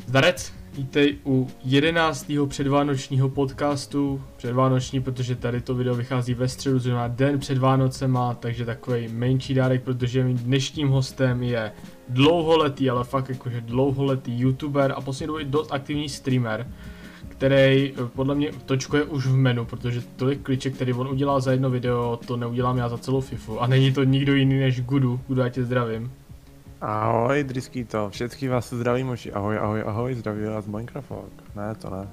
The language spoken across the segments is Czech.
Zdarec, vítej u 11. předvánočního podcastu. Předvánoční, protože tady to video vychází ve středu, znamená den před Vánocema, takže takový menší dárek, protože mým dnešním hostem je dlouholetý, ale fakt jakože dlouholetý youtuber a poslední dobou i dost aktivní streamer, který podle mě točkuje už v menu, protože tolik kliček, který on udělá za jedno video, to neudělám já za celou FIFU. A není to nikdo jiný než Gudu. Gudu, já tě zdravím. Ahoj, Driskýto, všetky vás zdravím moči. Ahoj, ahoj, ahoj, zdraví vás Minecraft. Ne, to ne.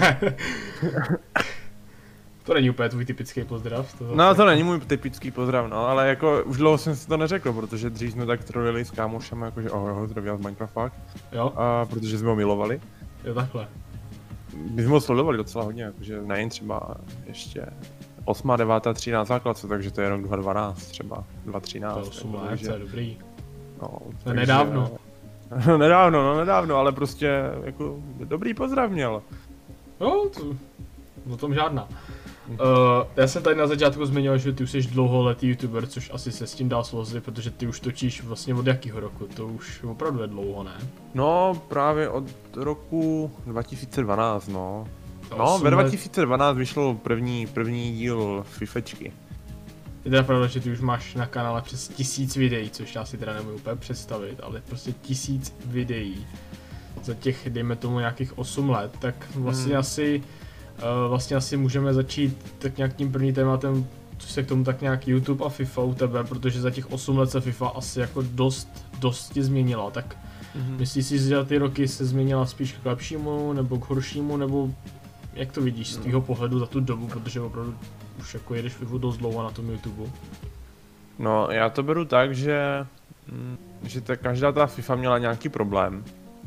To není úplně tvůj typický pozdrav. No, to není můj typický pozdrav, no, ale jako už dlouho jsem si to neřekl, protože dřív jsme tak trolili s kámošem, jakože ahoj, ahoj, zdraví vás Minecraft. Jo? A protože jsme ho milovali. Jo, takhle. My jsme ho sledovali docela hodně, jakože nejen třeba ještě 8., 9., 13. základce, takže to je rok 2012 třeba, 2013. To je 8 let, to je dobrý. No, to je nedávno. Nedávno, ale prostě jako dobrý pozdrav měl. Jo, to o tom žádná. Já jsem tady na začátku zmiňoval, že ty už jsi dlouholetý youtuber, což asi se s tím dá složit, protože ty už točíš vlastně od jakého roku, to už opravdu je dlouho, ne? No, právě od roku 2012, no. No, ve 2012 vyšel první díl Fifečky. Je teda pravda, že ty už máš na kanále přes 1000 videí, což já si teda nemůžu úplně představit, ale prostě 1000 videí za těch, dejme tomu, nějakých 8 let, tak vlastně asi můžeme začít tak nějak tím prvním tématem, co se k tomu tak nějak YouTube a FIFA u tebe, protože za těch 8 let se FIFA asi jako dost ti změnila, tak myslíš si, že za ty roky se změnila spíš k lepšímu, nebo k horšímu, nebo jak to vidíš z tvýho pohledu za tu dobu, protože opravdu už jako jedeš FIFU dost dlouho na tom YouTube? No, já to beru tak, že každá ta FIFA měla nějaký problém.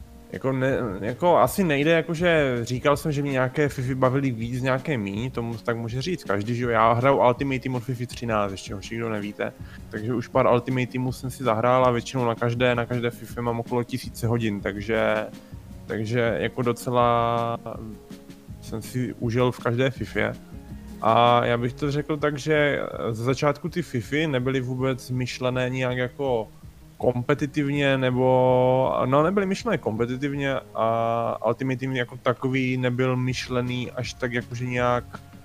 Jako asi nejde, jakože říkal jsem, že mě nějaké FIFy bavily víc, nějaké míň, tomu tak může říct každý, že jo, já hraju Ultimate Team od FIFA 13, ještě ho nikdo nevíte, takže už pár Ultimate Teamů jsem si zahrál a většinou na každé FIFA mám okolo 1000 hodin, takže jako docela jsem si užil v každé FIFě. A já bych to řekl tak, že ze začátku ty FIFy nebyly vůbec myšlené nějak jako kompetitivně, nebyly myšlené kompetitivně a Ultimate Team jako takový nebyl myšlený až tak jakože nějak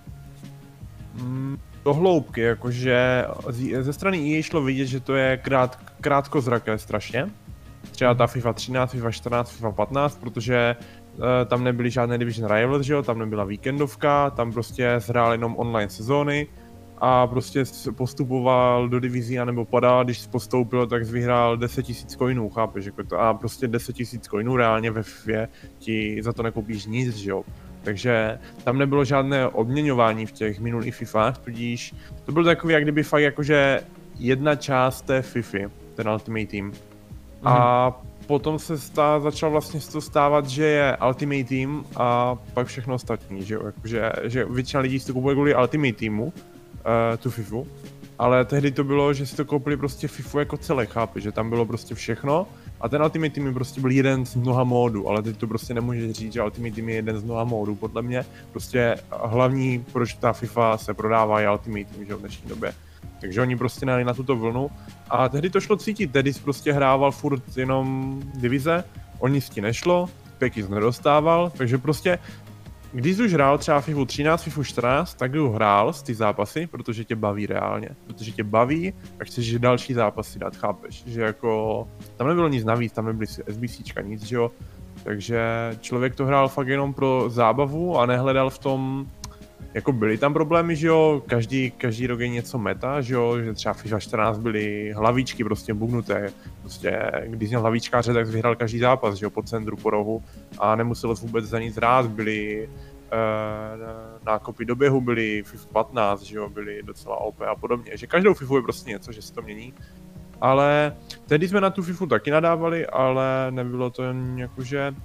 do hloubky, jakože ze strany EA šlo vidět, že to je krátkozraké strašně. Třeba ta FIFA 13, FIFA 14, FIFA 15, protože tam nebyly žádné Division Rivals, že jo, tam nebyla víkendovka, tam prostě zhrál jenom online sezóny a prostě postupoval do divizí nebo padal, když postoupil, tak vyhrál 10 000 coinů, chápeš, jako to, a prostě 10 000 coinů reálně ve FIFA ti za to nekoupíš nic, že jo. Takže tam nebylo žádné odměňování v těch minulých FIFách, tudíž to byl takový, jak kdyby fakt jakože jedna část té FIFy, ten Ultimate Team. A potom se začal vlastně to stávat, že je Ultimate Team a pak všechno ostatní, že jo, jakože, že většina lidí si to kupuje kvůli Ultimate Teamu, tu FIFU, ale tehdy to bylo, že si to koupili prostě FIFU jako celé, chápi, že tam bylo prostě všechno a ten Ultimate Team prostě byl jeden z mnoha módů, ale teď to prostě nemůžeš říct, že Ultimate Team je jeden z mnoha módů, podle mě prostě hlavní, proč ta FIFA se prodává, je Ultimate Team, že jo, v dnešní době. Takže oni prostě najeli na tuto vlnu a tehdy to šlo cítit, tehdy jsi prostě hrával furt jenom divize, o nic ti nešlo, peky nedostával, takže prostě když jsi už hrál třeba FIFU 13, FIFU 14, tak už hrál z ty zápasy, protože tě baví reálně, protože tě baví a chceš další zápasy dát, chápeš, že jako tam nebylo nic navíc, tam nebyly SBCčka, nic, že jo, takže člověk to hrál fakt jenom pro zábavu a nehledal v tom. Jako byly tam problémy, že jo, každý rok je něco meta, že jo, že třeba FIFA 14 byly hlavičky prostě bugnuté, prostě když měl hlavičkáře, tak vyhrál každý zápas, že jo, po centru, po rohu a nemusel vůbec za nic hrát, byly nákopy do běhu, byly FIFA 15, že jo, byly docela OP a podobně, že každou FIFU je prostě něco, že se to mění, ale tehdy jsme na tu FIFU taky nadávali, ale nebylo to jen jakože.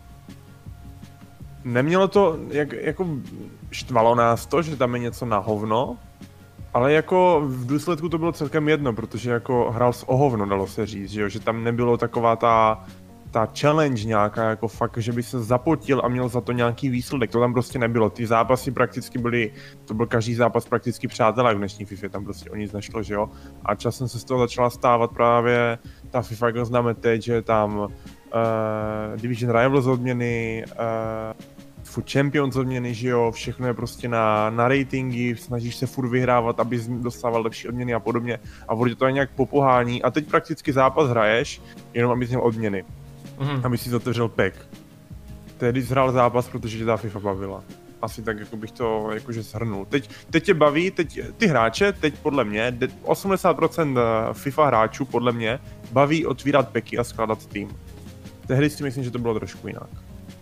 Nemělo to, jako štvalo nás to, že tam je něco na hovno, ale jako v důsledku to bylo celkem jedno, protože jako hrál s o hovno, dalo se říct, že tam nebylo taková ta challenge nějaká, jako fakt, že by se zapotil a měl za to nějaký výsledek, to tam prostě nebylo, ty zápasy prakticky byly, to byl každý zápas prakticky přátelé v dnešní FIFA, tam prostě o nic nešlo, že jo, a časem se z toho začala stávat právě ta FIFA, jak ho známe teď, že tam Division Rivals odměny, Food Champions odměny, že jo, všechno je prostě na ratingy, snažíš se furt vyhrávat, abys dostával lepší odměny a podobně a vůbec to je nějak popohání a teď prakticky zápas hraješ, jenom abys měl odměny, aby si otevřel pack. Tehdy jsi hrál zápas, protože tě ta FIFA bavila. Asi tak, jako bych to jakože shrnul. Teď tě baví, ty hráče, teď podle mě, 80% FIFA hráčů podle mě baví otvírat packy a skládat tým. Tehdy si myslím, že to bylo trošku jinak.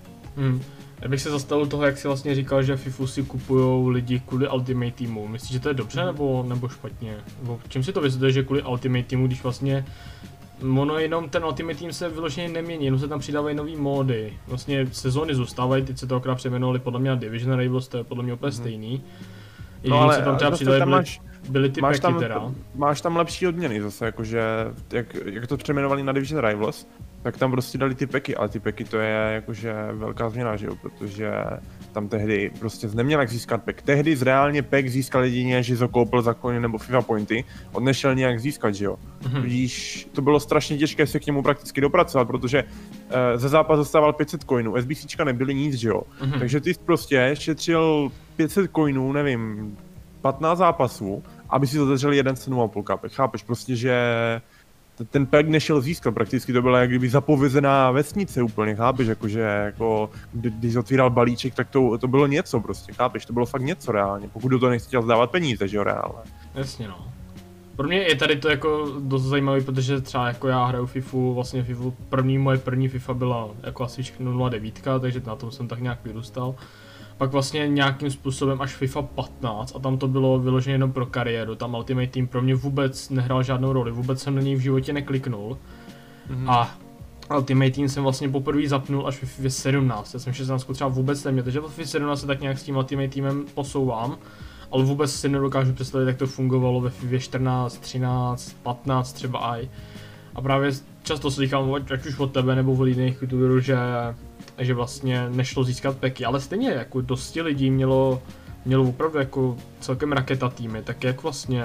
Já bych se zastavil toho, jak si vlastně říkal, že FIFU si kupujou lidi kvůli Ultimate Teamu. Myslíš, že to je dobře nebo špatně? Nebo čím si to vysvětluje, že kvůli Ultimate Teamu, když vlastně ono jenom ten Ultimate Team se vyloženě nemění, jenom se tam přidávají nový módy. Vlastně sezóny zůstávají, teď se to akorát přejmenovali podle mě na Division Rivals, to je podle mě úplně stejný. No ale se tam třeba přidávají byly ty packy teda. Máš tam lepší odměny zase, jakože jak to přejmenovali na Division Rivals, tak tam prostě dali ty packy, ale ty packy to je jakože velká změna, že jo, protože tam tehdy prostě neměl jak získat pack. Tehdy reálně pack získal jedině, že zakoupil za coiny nebo FIFA pointy, on nešel nějak získat, že jo. Tudíž to bylo strašně těžké se k němu prakticky dopracovat, protože ze zápas dostával 500 coinů, SBCčka nebyly nic, že jo. Takže ty jsi prostě šetřil 500 coinů, nevím, 15 zápasů, aby si zadržel jeden 7,5 kapek. Chápeš prostě, že ten pack nešel získat, prakticky to byla jak kdyby zapovězená vesnice úplně, chápeš, jakože jako, když otvíral balíček, tak to bylo něco prostě, chápeš, to bylo fakt něco reálně, pokud do toho nechtěl dávat peníze, že jo, reálně. Jasně no. Pro mě je tady to jako dost zajímavý, protože třeba jako já hraju FIFU, vlastně FIFU, moje první FIFA byla jako asi 09, takže na tom jsem tak nějak vyrůstal. Pak vlastně nějakým způsobem až FIFA 15 a tam to bylo vyloženě jenom pro kariéru, tam Ultimate Team pro mě vůbec nehrál žádnou roli, vůbec jsem na něj v životě nekliknul. A Ultimate Team jsem vlastně poprvé zapnul až v FIFA 17, já jsem 16 třeba vůbec neměl, takže v FIFA 17 se tak nějak s tím Ultimate Teamem posouvám. Ale vůbec si nedokážu představit, jak to fungovalo ve FIFA 14, 13, 15 třeba aj. A právě často slychám, ať už od tebe nebo od jiných youtuberů, že vlastně nešlo získat packy, ale stejně jako dosti lidí mělo opravdu jako celkem raketa týmy, tak jak vlastně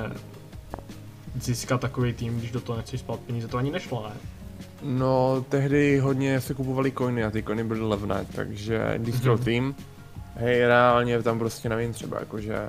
získat takový tým, když do toho nechceš spát peníze, to ani nešlo, ne? No, tehdy hodně se kupovali coiny a ty coiny byly levné, takže když chtěl tým, hej, reálně tam prostě nevím třeba jakože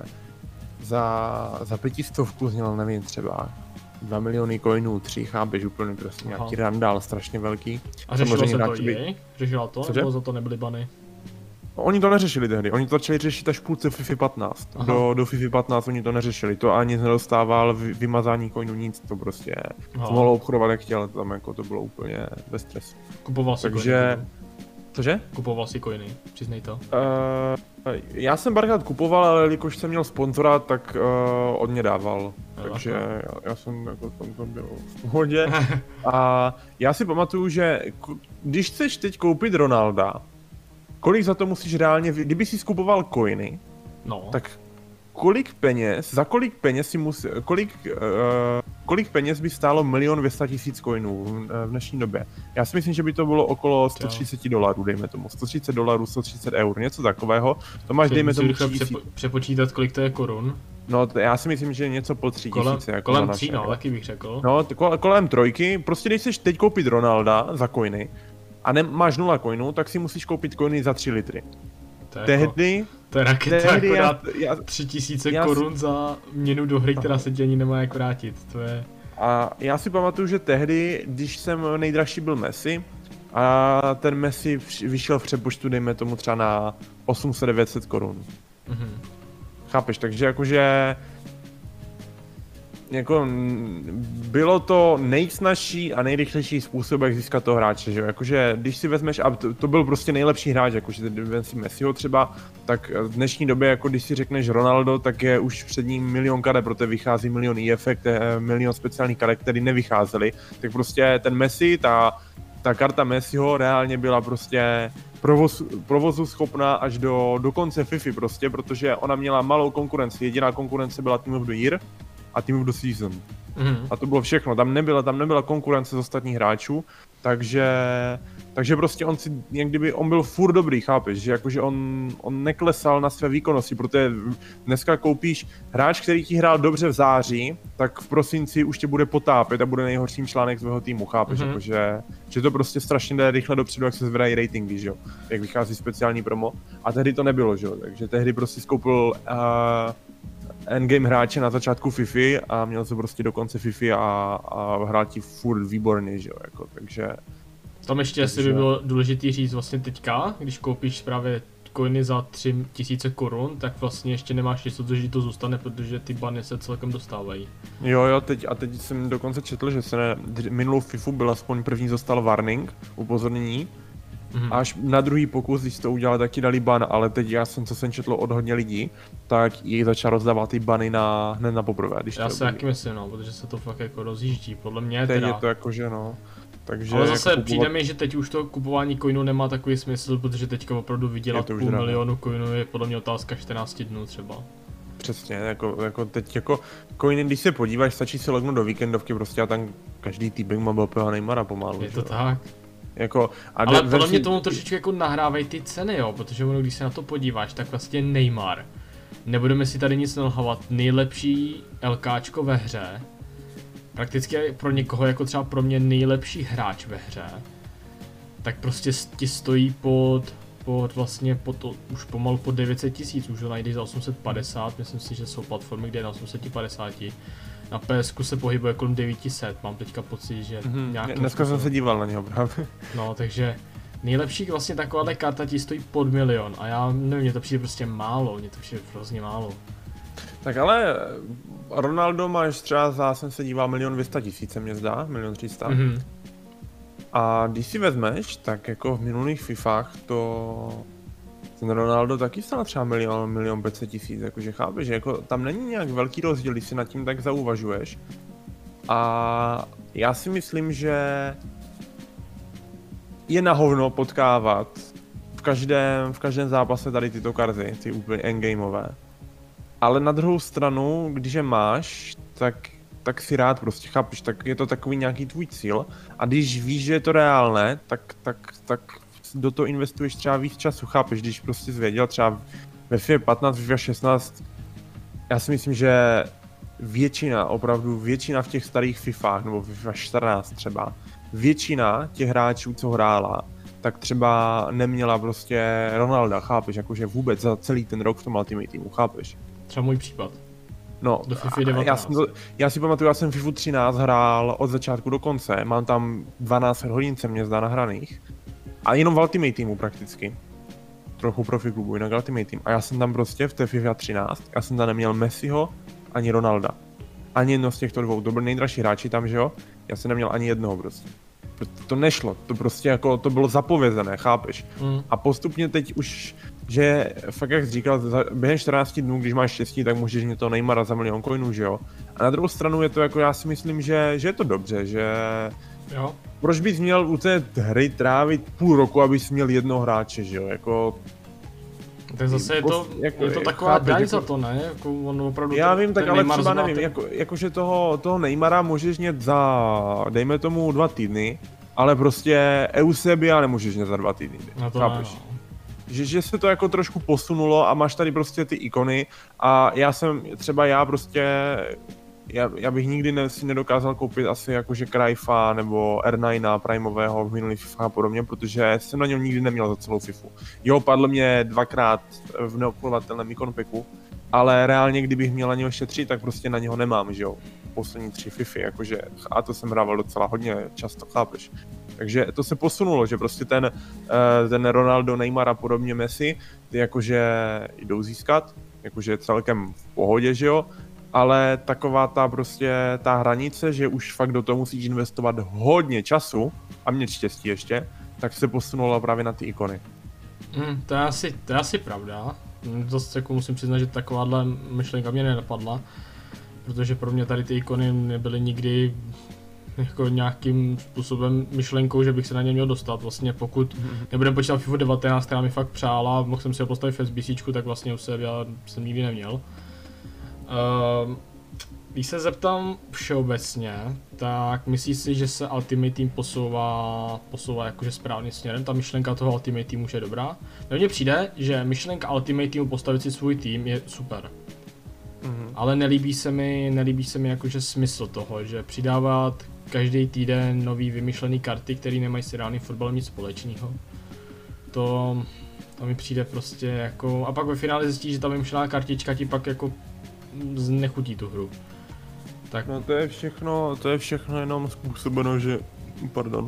za 500 měl nevím třeba 2 miliony coinů, 3, chápeš, úplně prostě nějaký randál strašně velký. A řešilo se to jej? Řešila to? Nebo za to nebyly bany? Oni to neřešili tehdy, oni to začali řešit až v půlce FIFA 15. Do FIFA 15 oni to neřešili, to ani nedostával vymazání coinů, nic, to prostě mohl obchodovat jak chtěl, tam jako to bylo úplně bez stresu. Kupoval si takže coiny? Cože? Kupoval si coiny, přiznej to. Já jsem párkrát kupoval, ale jelikož jsem měl sponzora, tak od mě dával. Takže já jsem jako to byl v pohodě. A já si pamatuju, že když chceš teď koupit Ronalda, kolik za to musíš reálně, kdyby si skupoval coiny, tak za kolik peněz si kolik peněz by stálo 1 200 000 coinů v dnešní době? Já si myslím, že by to bylo okolo $130, dejme tomu. $130, 130 eur, něco takového. To máš, dejme tomu, přepočítat, kolik to je korun? No, já si myslím, že něco po 3 000. Jako kolem 3, no, taky bych řekl. No, kolem 3. Prostě když chceš teď koupit Ronalda za coiny a máš 0 coinů, tak si musíš koupit coiny za 3 litry. Tehdy... To je raketa, akorát 3000 korun za měnu do hry, která se ti ani nemá jak vrátit, to je... A já si pamatuju, že tehdy, když jsem nejdražší byl Messi, a ten Messi vyšel v přepočtu, dejme tomu třeba na 800-900 korun. Chápeš, takže jakože... Jako, bylo to nejsnažší a nejrychlejší způsob, jak získat toho hráče, že jo, jakože když si vezmeš, a to byl prostě nejlepší hráč, jakože vezmeš si Messiho třeba, tak v dnešní době, jako když si řekneš Ronaldo, tak je už před ním milion karet, protože vychází milion efekt, milion speciálních karet, které nevycházely, tak prostě ten Messi, ta karta Messiho reálně byla prostě provozu schopná až do konce FIFA prostě, protože ona měla malou konkurenci, jediná konkurence byla Team of the Year, a Team of the Season. A to bylo všechno, tam nebyla konkurence z ostatních hráčů, takže prostě on si, jak kdyby, on byl furt dobrý, chápeš, že jakože on neklesal na své výkonnosti, protože dneska koupíš hráč, který ti hrál dobře v září, tak v prosinci už tě bude potápět a bude nejhorším článek svého týmu, chápeš, jakože, že to prostě strašně jde rychle dopředu, jak se zvedají ratingy, že jo, jak vychází speciální promo, a tehdy to nebylo, že jo, takže tehdy prostě skoupil endgame hráče na začátku FIFA a měl se prostě do konce FIFA a hrál ti furt výborně, že jo, jako, takže... Tam ještě asi by bylo důležité říct vlastně teďka, když koupíš právě coiny za 3000 korun, tak vlastně ještě nemáš jistotu, že to zůstane, protože ty bany se celkem dostávají. Jo, teď jsem dokonce četl, že minulou FIFU byl aspoň první dostal warning, upozornění, až na druhý pokus, když to udělali, tak ti dali ban, ale teď co jsem četl od hodně lidí, tak jí začal rozdávat ty bany hned na poprvé. Já se taky myslím, no, protože se to fakt jako rozjíždí, podle mě teď teda. je to jakože no. Takže ale zase jako přijde mi, že teď už to kupování coinů nemá takový smysl, protože teďka opravdu vydělat půl milionu coinů je podle mě otázka 14 dnů třeba. Přesně, jako teď jako coiny, když se podíváš, stačí se lognout do víkendovky prostě a tam každý týpek má Mbappého a Neymara pomalu. Je to tak. Jako, ale podle mě tomu trošičku jako nahrávají ty ceny, jo, protože ono, když se na to podíváš, tak vlastně Neymar, nebudeme si tady nic nalhávat, nejlepší LKčko ve hře, prakticky pro někoho jako třeba pro mě nejlepší hráč ve hře, tak prostě ti stojí už pomalu pod 900 000, už ho najdeš za 850, myslím si, že jsou platformy, kde je na 850. Na PSku se pohybuje kolem 900, mám teďka pocit, že dneska jsem se díval na něho právě. No, takže nejlepší vlastně takováhle karta ti stojí pod milion a já nevím, mně to přijde prostě málo, mně to přijde hrozně málo. Tak ale Ronaldo máš třeba jsem se díval 1 200 000, se mně zdá, 1 300 000. A když si vezmeš, tak jako v minulých FIFách ten Ronaldo taky stál třeba 1 500 000, jakože chápeš, že jako tam není nějak velký rozdíl, když si nad tím tak zauvažuješ. A já si myslím, že je na hovno potkávat v každém zápase tady tyto karty, ty úplně endgameové. Ale na druhou stranu, když je máš, tak si rád prostě, chápeš, tak je to takový nějaký tvůj cíl. A když víš, že je to reálné, tak do toho investuješ třeba víc času, chápeš, když prostě zvěděl třeba ve FIFA 15, FIFA 16, já si myslím, že opravdu většina v těch starých FIFách, nebo FIFA 14 třeba, většina těch hráčů, co hrála, tak třeba neměla prostě Ronalda, chápeš, jakože vůbec za celý ten rok v tom Ultimate Teamu, chápeš? Třeba můj případ. No, do FIFA 19. Já si pamatuju, já jsem FIFA 13 hrál od začátku do konce, mám tam 12 hodin, se mě zdá nahraných. A jenom v Ultimate Teamu prakticky. Trochu profi klubu, jinak Ultimate Team. A já jsem tam prostě v té FIFA 13, já jsem tam neměl Messiho ani Ronalda. Ani jedno z těchto dvou, to byl nejdražší hráči tam, že jo? Já jsem neměl ani jednoho prostě. To nešlo, to prostě jako, to bylo zapovězené, chápeš? A postupně teď už, že fakt jak jsi říkal, během 14 dnů, když máš štěstí, tak můžeš mě to Neymara za 1 000 000 coinů, že jo? A na druhou stranu je to jako, já si myslím, že je to dobře, že... Jo. Proč bys měl u té hry trávit půl roku, abys měl jednoho hráče, že jo? Jako... Tak zase je to taková daň za to, ne? Jako on opravdu já vím, tak ale třeba nevím, jakože toho Neymara můžeš mít za, dejme tomu 2 týdny, ale prostě Eusebia nemůžeš mít za 2 týdny, no to chápeš? Ne, no. Že se to jako trošku posunulo a máš tady prostě ty ikony a já bych nikdy si nedokázal koupit asi jakože Cruyffa nebo R9 primového v minulých FIFA a podobně, protože jsem na něm nikdy neměl za celou FIFU. Jo, padl mě 2krát v neobchodovatelném ikon packu, ale reálně kdybych měl na něho ještě 3, tak prostě na něho nemám, že jo. Poslední 3 FIFy, jakože, a to jsem hrával docela hodně často, chápeš. Takže to se posunulo, že prostě ten Ronaldo, Neymar a podobně Messi, ty jakože jdou získat, jakože celkem v pohodě, že jo. Ale taková ta hranice, že už fakt do toho musíš investovat hodně času a mít štěstí ještě, tak se posunulo právě na ty ikony. To je asi pravda. Zase jako musím přiznat, že takováhle myšlenka mě nenapadla, protože pro mě tady ty ikony nebyly nikdy jako nějakým způsobem myšlenkou, že bych se na ně měl dostat. Vlastně pokud nebudeme počítat FIFA 19, která mi fakt přála, mohl jsem si ho postavit v SBCčku, tak vlastně už já jsem nikdy neměl. když se zeptám všeobecně, tak myslíš si, že se Ultimate Team posouvá jakože správným směrem? Ta myšlenka toho Ultimate Teamu už je dobrá. Mně přijde, že myšlenka Ultimate Teamu postavit si svůj tým je super. Ale nelíbí se mi jakože smysl toho, že přidávat každý týden nový vymyšlený karty, které nemají s reálným fotbalem nic společného. To mi přijde prostě jako... A pak ve finále zjistí, že ta vymyšlená kartička ti pak jako znechutí tu hru. Tak... No to je všechno jenom způsobeno, že... Pardon.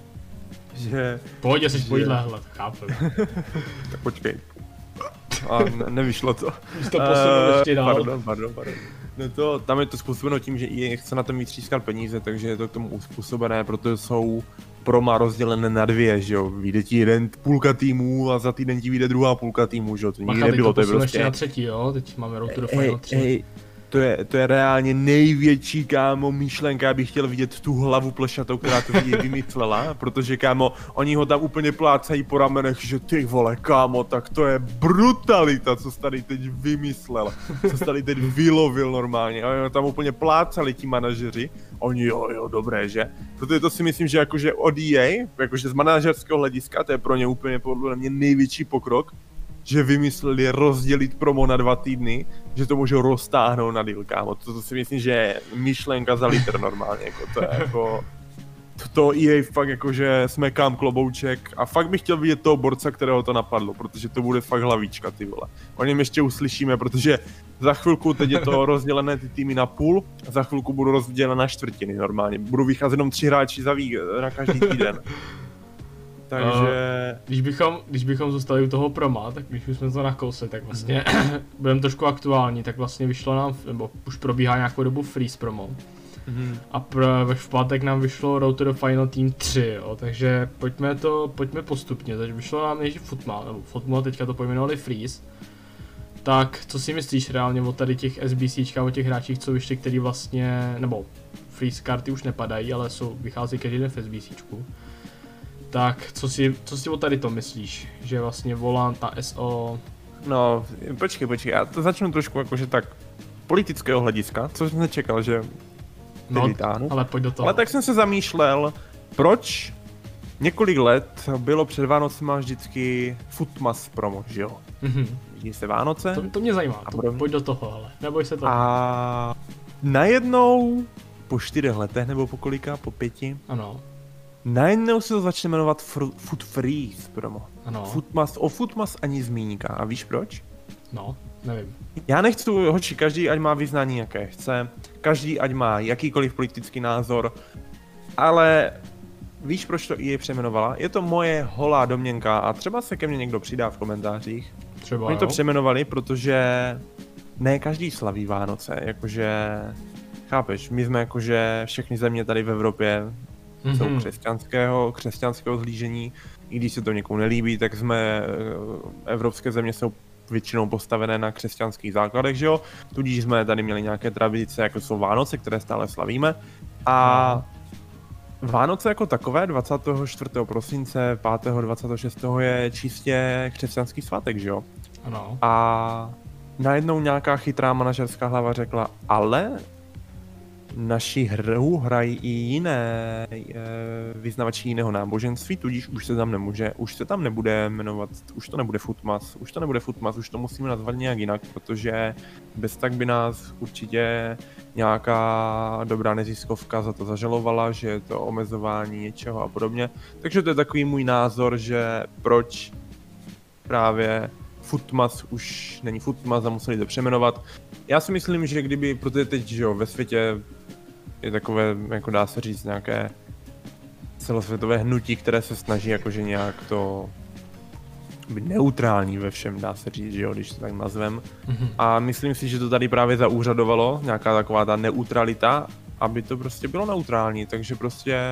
Že... Pohodě, jsi pojídle, hele, chápu. Tak počkej. A nevyšlo to. Už to posunul ještě dál. Pardon. No tam je to způsobeno tím, že EA chce na tom víc třískat peníze, takže je to k tomu uspůsobené, proto jsou proma rozdělené na dvě, že jo. Vyjde ti půlka týmů a za týden ti vyjde druhá půlka týmů, že jo. To nikdy nebylo, to je prostě... ještě na třetí, jo, teď máme Road to the Final 3. To je reálně největší, kámo, myšlenka, já bych chtěl vidět tu hlavu plešatou, která to vymyslela, protože, kámo, oni ho tam úplně plácají po ramenech, že ty vole, kámo, tak to je brutalita, co jsi tady teď vymyslel, co jsi tady teď vylovil normálně, oni ho tam úplně plácali ti manažeři, oni jo, dobré, že? Protože to si myslím, že jakože od EA, jakože z manažerského hlediska, to je pro ně úplně podle mě největší pokrok, že vymysleli rozdělit promo na 2 týdny, že to můžou roztáhnout na díl, kámo. To si myslím, že je myšlenka za litr normálně, jako to je jako... To EA fakt jakože smekám klobouček a fakt bych chtěl vidět toho borce, kterého to napadlo, protože to bude fakt hlavička, ty vole. O něm ještě uslyšíme, protože za chvilku teď je to rozdělené ty týmy na půl, za chvilku budou rozdělené na čtvrtiny normálně. Budou vycházet jenom 3 hráči na každý týden. Takže... Když bychom zůstali u toho proma, tak když už jsme to nakousli, tak vlastně budeme trošku aktuální, tak vlastně vyšlo nám, nebo už probíhá nějakou dobu Freeze promo. A v pátek nám vyšlo Road to the Final Team 3, jo, takže pojďme postupně, takže vyšlo nám nejdřív Football, teďka to pojmenovali Freeze. Tak co si myslíš reálně o tady těch SBCčka, o těch hráčích, co vyšli, který vlastně, nebo Freeze karty už nepadají, ale vycházejí každý den v SBCčku. Tak, co si o tady to myslíš? Že vlastně Volant a SO... No, počkej, já to začnu trošku jakože tak politického hlediska, co jsem nečekal, že vytáhnu. Ale pojď do toho. Ale tak jsem se zamýšlel, proč několik let bylo před Vánocema vždycky Futmas promo, že jo? Vidí se Vánoce? To mě zajímá, pojď do toho, ale neboj se toho. A najednou, po 4 letech nebo po kolika, po 5? Ano. Najednou se to začne jmenovat Foot Freeze promo. Ano. O Footmas ani zmínka. A víš proč? No, nevím. Já nechci, hoči, každý ať má vyznání jaké chce, každý ať má jakýkoliv politický názor, ale víš proč to EA přejmenovala? Je to moje holá domněnka a třeba se ke mně někdo přidá v komentářích. Třeba Oni to přejmenovali, protože ne každý slaví Vánoce, jakože, chápeš, my jsme jakože všechny země tady v Evropě jsou křesťanského zhlížení, i když se to někomu nelíbí, tak evropské země jsou většinou postavené na křesťanských základech, že jo? Tudíž jsme tady měli nějaké tradice, jako jsou Vánoce, které stále slavíme. A Vánoce jako takové 24. prosince, 5. 26. je čistě křesťanský svátek, že jo? Ano. A najednou nějaká chytrá manažerská hlava řekla, ale naši hru hrají i jiné vyznavači jiného náboženství, tudíž už se tam nebude jmenovat, už to nebude Futmas, už to musíme nazvat nějak jinak, protože bez tak by nás určitě nějaká dobrá neziskovka za to zažalovala, že je to omezování něčeho a podobně. Takže to je takový můj názor, že proč právě Futmas už není Futmas a museli to přejmenovat. Já si myslím, že kdyby, protože teď, že jo, ve světě je takové, jako dá se říct, nějaké celosvětové hnutí, které se snaží jakože nějak to být neutrální ve všem, dá se říct, že jo, když to tak nazvem. A myslím si, že to tady právě zaúřadovalo, nějaká taková ta neutralita, aby to prostě bylo neutrální, takže prostě...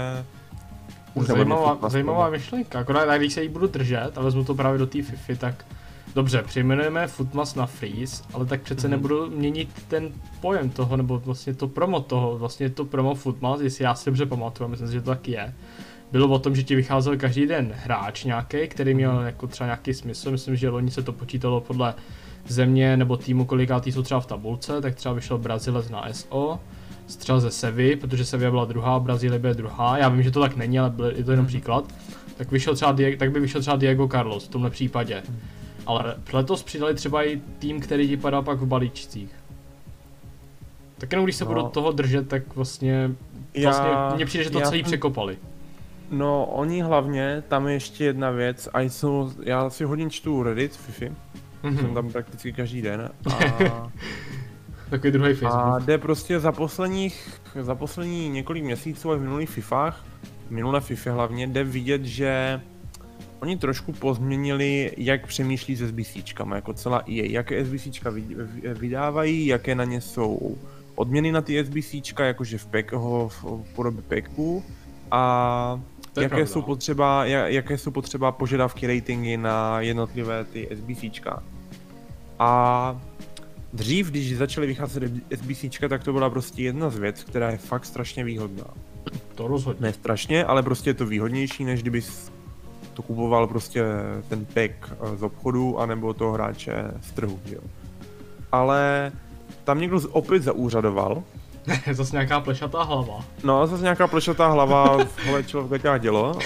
Zajímavá myšlenka, akorát když se jí budu držet a vezmu to právě do té FIFA, tak dobře, přejmenujeme Futmas na Freeze, ale tak přece nebudu měnit ten pojem toho, nebo vlastně to promo toho, vlastně to promo Futmas, jestli já si dobře pamatuju, myslím si, že to tak je. Bylo o tom, že ti vycházel každý den hráč nějaký, který měl jako třeba nějaký smysl, myslím, že loni se to počítalo podle země nebo týmu, kolikátý jsou třeba v tabulce, tak třeba vyšel Brazilec na SO, třeba ze Sevy, protože Sevilla byla druhá, Brazílie byla druhá, já vím, že to tak není, ale je to jenom příklad, tak by vyšel třeba Diego Carlos v tomhle případě. Ale letos přidali třeba i tým, který ti padá pak v balíčcích. Tak jenom když se budou toho držet, tak vlastně mně přijde, že to celý překopali. No, oni hlavně, tam je ještě jedna věc, a já si hodně čtu Reddit, Fifi, jsem tam prakticky každý den a... Takový druhý Facebook. A jde prostě za poslední několik měsíců a v minulých Fifách, minulé FIFA hlavně, jde vidět, že oni trošku pozměnili, jak přemýšlí se SBCčkama, jako celá EA, jaké SBCčka vydávají, jaké na ně jsou odměny na ty SBCčka, jakože v podobě packů a jaké jsou potřeba požadavky, ratingy na jednotlivé ty SBCčka. A dřív, když začaly vycházet SBCčka, tak to byla prostě jedna z věcí, která je fakt strašně výhodná. To rozhodně. Ne strašně, ale prostě je to výhodnější, než kdybys to kupoval prostě ten pack z obchodu, anebo toho hráče z trhu, jo. Ale tam někdo opět zaúřadoval. Zase nějaká plešatá hlava. No, zase nějaká plešatá hlava v gaťách dělo.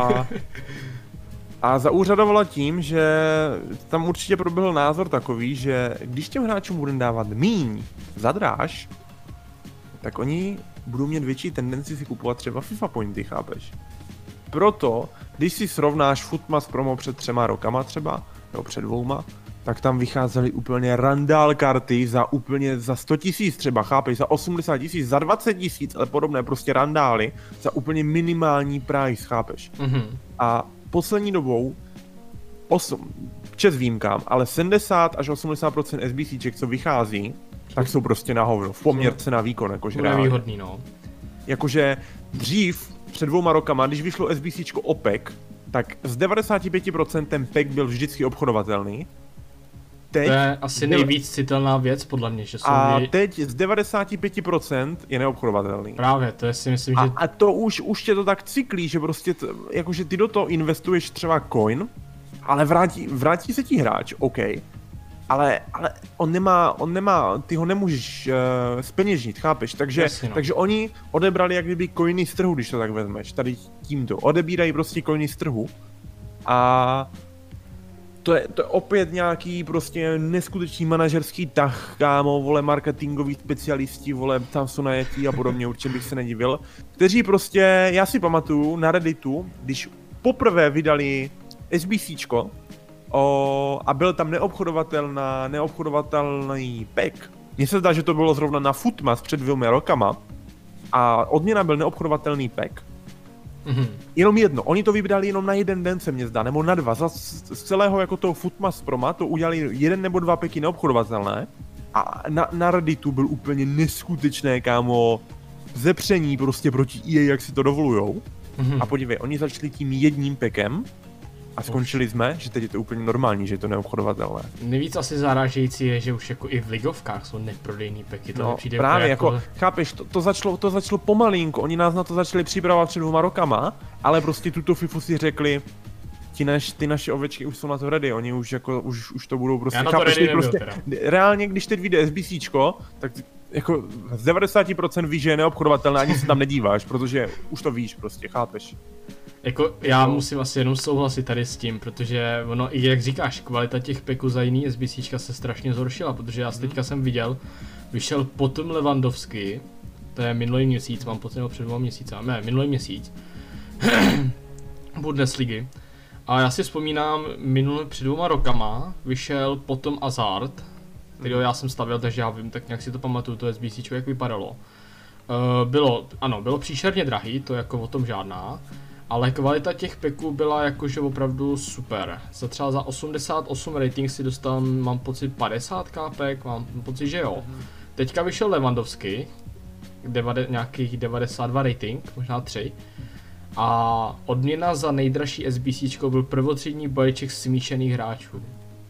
A zaúřadovala tím, že tam určitě proběhl názor takový, že když těm hráčům budeme dávat míň za dráž, tak oni budou mít větší tendenci si kupovat třeba FIFA pointy, chápeš? Proto, když si srovnáš Footmas promo před 3 rokama třeba, nebo před 2, tak tam vycházely úplně randál karty za 100 000 třeba, chápeš, za 80 000, za 20 000, ale podobné prostě randály za úplně minimální price, chápeš? A poslední dobou, čest výjimkám, ale 70 až 80% SBCček, co vychází, tak jsou prostě na hovno, v poměrce na výkon, jakože reálně. Nevýhodný, no. Jakože dřív, před 2 rokama, když vyšlo SBCčko o pack, tak z 95% ten pack byl vždycky obchodovatelný. Teď to je asi nejvíc citelná věc, podle mě, že jsou... A teď z 95% je neobchodovatelný. Právě, to je si myslím, že... A to už tě to tak cyklí, že prostě, jakože ty do toho investuješ třeba coin, ale vrátí se ti hráč, OK. Ale on nemá, ty ho nemůžeš zpeněžnit, chápeš? Takže oni odebrali jak kdyby coiny z trhu, když to tak vezmeš, tady tímto. Odebírají prostě coiny z trhu a to je opět nějaký prostě neskutečný manažerský tah, kámo, vole, marketingoví specialisti, vole, tam jsou najetí a podobně, určitě bych se nedivil, kteří prostě, já si pamatuju na Redditu, když poprvé vydali SBCčko, a byl tam neobchodovatelný pack. Mně se zdá, že to bylo zrovna na Footmas před 2 rokama a odměna byl neobchodovatelný pack. Jenom jedno, oni to vydali jenom na 1 den, se mně zdá, nebo na 2. Z celého jako toho Footmas proma to udělali 1 nebo 2 packy neobchodovatelné a na Redditu byl úplně neskutečné, kámo, zepření prostě proti EA, jak si to dovolujou. A podívej, oni začali tím jedním packem a skončili jsme, že teď je to úplně normální, že je to neobchodovatelné. Nejvíc asi zarážející je, že už jako i v ligovkách jsou neprodejný packy, to přijde právě jako chápeš, to začalo pomalinku, oni nás na to začali připravovat před 2 rokama, ale prostě tuto FIFU si řekli, ty naše ovečky už jsou na to ready, oni už jako, už to budou prostě, chápeš, prostě reálně, když teď vyjde SBCčko, tak jako z 90% víš, že je neobchodovatelné, ani se tam nedíváš, protože už to víš prostě, chápeš. Jako já musím asi jenom souhlasit tady s tím, protože ono, i jak říkáš, kvalita těch packů za jiný SBCčka se strašně zhoršila, protože já teďka jsem viděl, vyšel potom Lewandowski, to je minulý měsíc, mám pocit, před 2 měsíci, minulý měsíc, Bundesligy. A já si vzpomínám, před 2 rokama vyšel potom Hazard, kterého já jsem stavěl, takže já vím, tak nějak si to pamatuju, to SBCčko, jak vypadalo. Bylo příšerně drahý, to jako o tom žádná. Ale kvalita těch packů byla jakože opravdu super. Třeba za 88 rating si dostal, mám pocit, 50k pack, mám pocit, že jo. Teďka vyšel Lewandowski, nějakých 92 rating, možná 3. A odměna za nejdražší SBCčko byl prvotřídní balíček smíšených hráčů.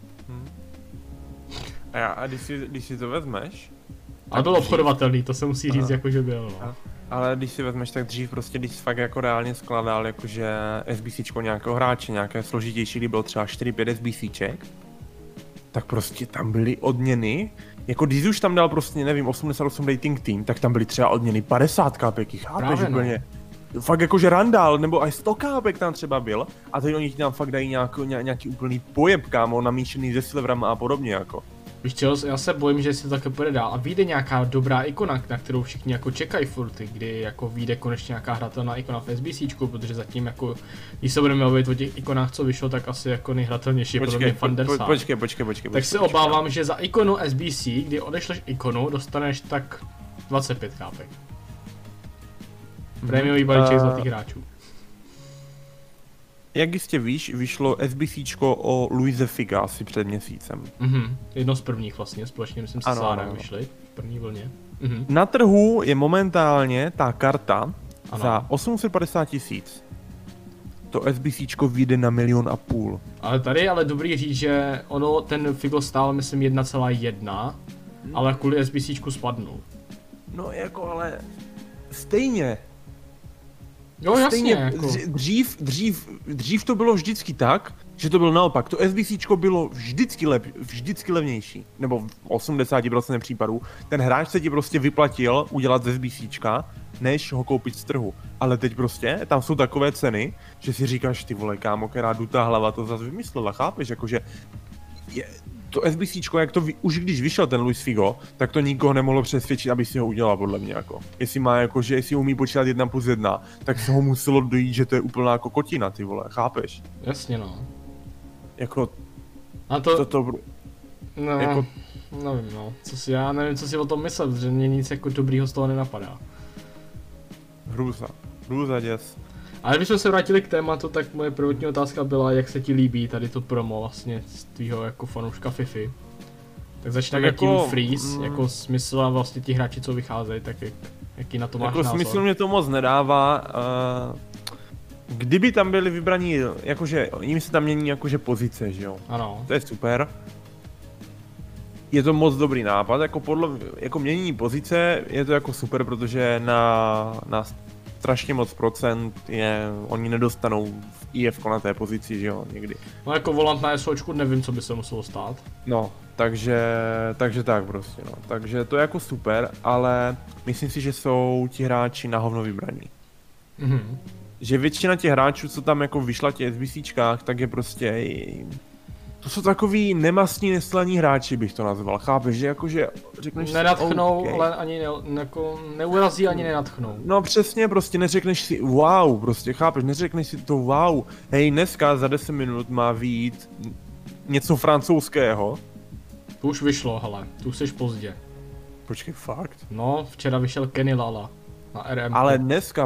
A když si to vezmeš... A byl obchodovatelný, to se musí říct, jakože byl, no. Ale když si vezmeš, tak dřív prostě, když jsi fakt jako reálně skladal jakože SBCčko nějakého hráče, nějaké složitější, kdy bylo třeba 4-5 SBCček, tak prostě tam byly odměny, jako když už tam dal prostě, nevím, 88 rating tým, tak tam byly třeba odměny 50 kápek, chápeš úplně. Fakt jakože randál, nebo až 100 kápek tam třeba byl, a teď oni ti tam fakt dají nějaký úplný pojeb, kámo, namíšený se silverama a podobně, jako. Víš čo, já se bojím, že si to také půjde dál a vyjde nějaká dobrá ikona, na kterou všichni jako čekají furt, kdy jako vyjde konečně nějaká hratelná ikona v SBCčku, protože zatím jako, když se budeme bavit o těch ikonách, co vyšlo, tak asi jako nejhratelnější je podle mě Fandersá. Počkej. Tak se obávám, že za ikonu SBC, kdy odešleš ikonu, dostaneš tak 25 kápek. Prémiový balíček zlatých hráčů. Jak jistě víš, vyšlo SBCčko o Luise Figa asi před měsícem. Jedno z prvních vlastně, společně myslím se Sárem vyšli v první vlně. Na trhu je momentálně ta karta za 850 000. To SBCčko vyjde na 1,5 milionu. Ale tady je ale dobrý říct, že ono ten Figo stál myslím 1,1, ale kvůli SBCčku spadnul. No jako ale stejně. Jo, jasně, stejně, jako. Dřív to bylo vždycky tak, že to bylo naopak. To SBCčko bylo vždycky levnější. Nebo v 80% případů. Ten hráč se ti prostě vyplatil udělat ze SBCčka, než ho koupit z trhu. Ale teď prostě, tam jsou takové ceny, že si říkáš, ty vole, kámo, která dutá hlava to zase vymyslela, chápeš? Jakože to SBCčko, jak to už když vyšel ten Luis Figo, tak to nikoho nemohlo přesvědčit, aby si ho udělal, podle mě, jako. Jestli má jako, že jestli umí počítat 1+1, tak se ho muselo dojít, že to je úplná kokotina, ty vole, chápeš? Jasně, no. Jako, a no, jako, nevím, no. Já nevím, co si o tom myslet, že mě nic jako dobrýho z toho nenapadá. Hrůza děs. Ale když jsme se vrátili k tématu, tak moje prvotní otázka byla, jak se ti líbí tady to promo vlastně z tvýho jako fanouška FIFA. Tak začneme jako, tím Freeze, jako smysl a vlastně ti hráči, co vycházejí, tak jaký na to máš jako názor? Smysl mě to moc nedává, kdyby tam byli vybraní, jakože, jim se tam mění jakože pozice, že jo? Ano. To je super. Je to moc dobrý nápad, jako měnění pozice je to jako super, protože na strašně moc procent oni nedostanou v IF na té pozici, že jo, někdy. No jako volant na SOčku nevím, co by se muselo stát. No, takže tak prostě, no. Takže to je jako super, ale myslím si, že jsou ti hráči na hovno vybraní. Že většina těch hráčů, co tam jako vyšla v těch SBCčkách, tak je prostě... To jsou takový nemastní, neslaní hráči, bych to nazval, chápeš, že jakože řekneš nenadchnou, okay. Ale ani jako neurazí, ani nenadchnou. No přesně, prostě neřekneš si wow, prostě chápeš, neřekneš si to wow, hej, dneska za 10 minut má vyjít něco francouzského. To už vyšlo, hele, tu jsi pozdě. Počkej, fakt? No, včera vyšel Kenny Lala na RM. Ale dneska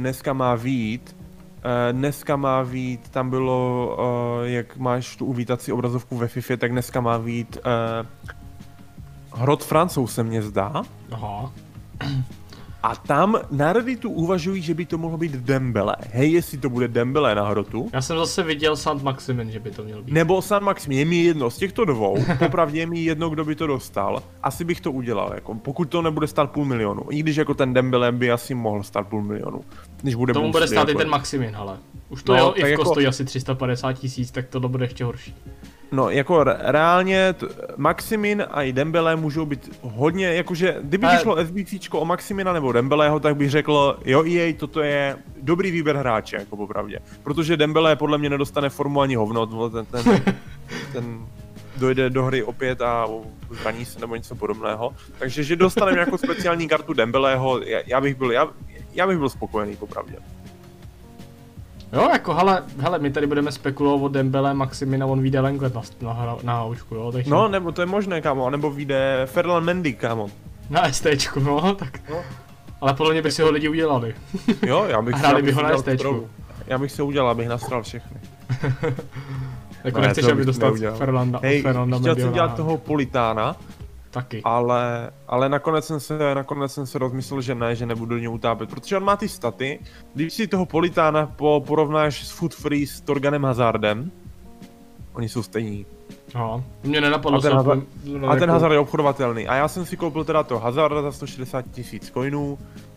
má vyjít, tam bylo, jak máš tu uvítací obrazovku ve FIFA, tak dneska má vyjít Hrot Francouz se mně zdá. Aha. A tam na Redditu uvažují, že by to mohlo být Dembele. Hej, jestli to bude Dembele na Hrotu. Já jsem zase viděl Saint-Maximin, že by to měl být. Nebo Saint-Maximin, je mi jedno z těchto dvou, popravdě je mi jedno, kdo by to dostal. Asi bych to udělal, jako, pokud to nebude stát 500 000. I když jako ten Dembele by asi mohl stát 500 000. Když bude tomu bude stát jako... i ten Maximin, hele. Už to jo, i jako... stojí asi 350 000, tak to bude ještě horší. No, jako reálně Maximin a i Dembele můžou být hodně, jakože, kdyby vyšlo SBCčko o Maximina nebo Dembeleho, tak bych řekl, jo EA, toto je dobrý výběr hráče, jako popravdě. Protože Dembele podle mě nedostane formu ani hovno, ten dojde do hry opět a zraní se nebo něco podobného. Takže, že dostaneme nějakou speciální kartu Dembeleho, já bych byl spokojený, popravdě. Jo, jako hele, my tady budeme spekulovat o Dembele, Maximina, on vyjde Lenglet na haučku, jo, takže... No, nebo to je možné, kámo, nebo vyjde Ferland Mendy, kámo. Na STčku, no, tak... No. Ale podle mě by si ho lidi udělali. Jo, já bych hráli by ho na STčku. Já bych se udělal, abych nastral všechny. Jako nechceš, aby dostal Ferlanda Mendyho. Chtěl jsem dělat toho Politána. Taky. Ale nakonec jsem se rozmyslel, že nebudu do něj utápět, protože on má ty staty. Když si toho Politána porovnáš s Foot Free s Torganem Hazardem, oni jsou stejní. Aha, mě nenapadlo a ten Hazard je obchodovatelný. A já jsem si koupil teda to Hazarda za 160 000 coinů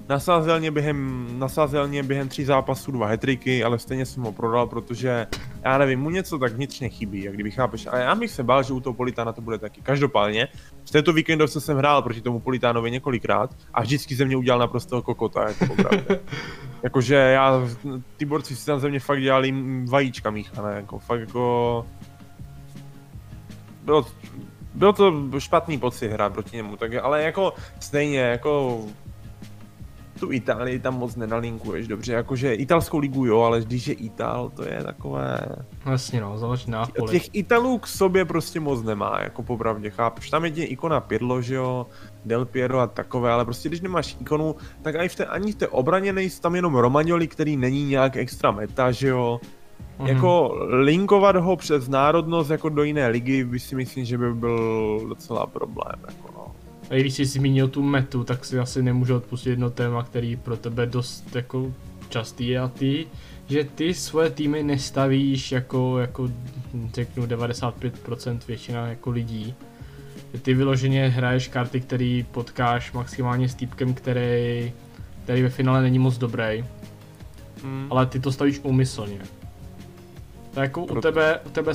nasázel mě během 3 zápasů 2 hat-tricky, ale stejně jsem ho prodal, protože já nevím, mu něco tak vnitřně chybí, jak kdyby chápeš. A já bych se bál, že u toho Politána to bude taky. Každopádně, v této víkendovce jsem hrál proti tomu Politánovi několikrát a vždycky ze mě udělal naprosto kokota, jako opravdu. Jakože ty borci si tam ze mě fakt dělali vajíčka míchané, jako fakt jako... Byl to špatný pocit hrát proti němu, tak, ale jako stejně, jako... Tu Itálii tam moc nenalinkuješ dobře, jakože italskou ligu jo, ale když je Ital, to je takové... Jasně no, záleží na Napoli. Těch Italů k sobě prostě moc nemá, jako popravdě, chápeš? Tam je ikona Pirlo, že jo, Del Piero a takové, ale prostě když nemáš ikonu, tak ani v té obraně nejsi tam jenom Romagnoli, který není nějak extra meta, že jo. Jako linkovat ho přes národnost jako do jiné ligy, by si myslím, že by byl docela problém, jako no. A když jsi zmínil tu metu, tak si asi nemůžu odpustit jedno téma, který pro tebe dost jako častý a že ty svoje týmy nestavíš jako řeknu 95% většina jako lidí. Že ty vyloženě hraješ karty, který potkáš maximálně s týpkem, který ve finále není moc dobrý. Ale ty to stavíš úmyslně. Tak jako u tebe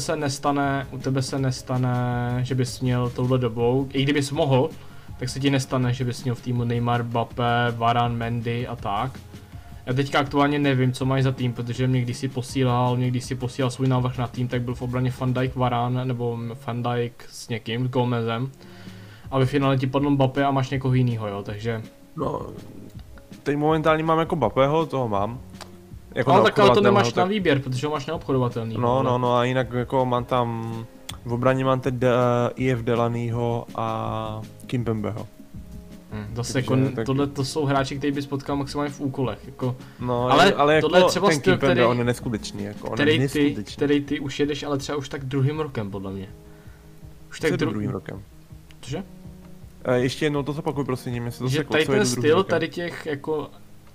se nestane, že bys měl touhle dobou, i kdybys mohl, tak se ti nestane, že bys měl v týmu Neymar, Mbappé, Varane, Mendy a tak. Já teďka aktuálně nevím, co máš za tým, protože mě když si posílal svůj návrh na tým, tak byl v obraně Van Dijk, Varane nebo Van Dijk s někým, s Gomezem. A ve finále ti padl Mbappé a máš někoho jinýho, jo, takže... No, teď momentálně mám jako Mbappého, toho mám. Jako ale tak ale to nemáš na výběr, protože ho máš neobchodovatelný. No a jinak jako mám tam, v obraně mám teď IF Delaneyho a Kimpembeho. Zase jako tohle to jsou hráči, který bys potkal maximálně v úkolech, jako. No, ale tohle jako je třeba ten styl, Kimpembe, on je neskutečný, jako on je neskutečný. Který ty už jedeš, ale třeba už tak druhým rokem, podle mě. Už tak druhým rokem. Cože? Ještě jednou to zopakuj, prosím, mě se to seklo, tady ten styl tady těch jako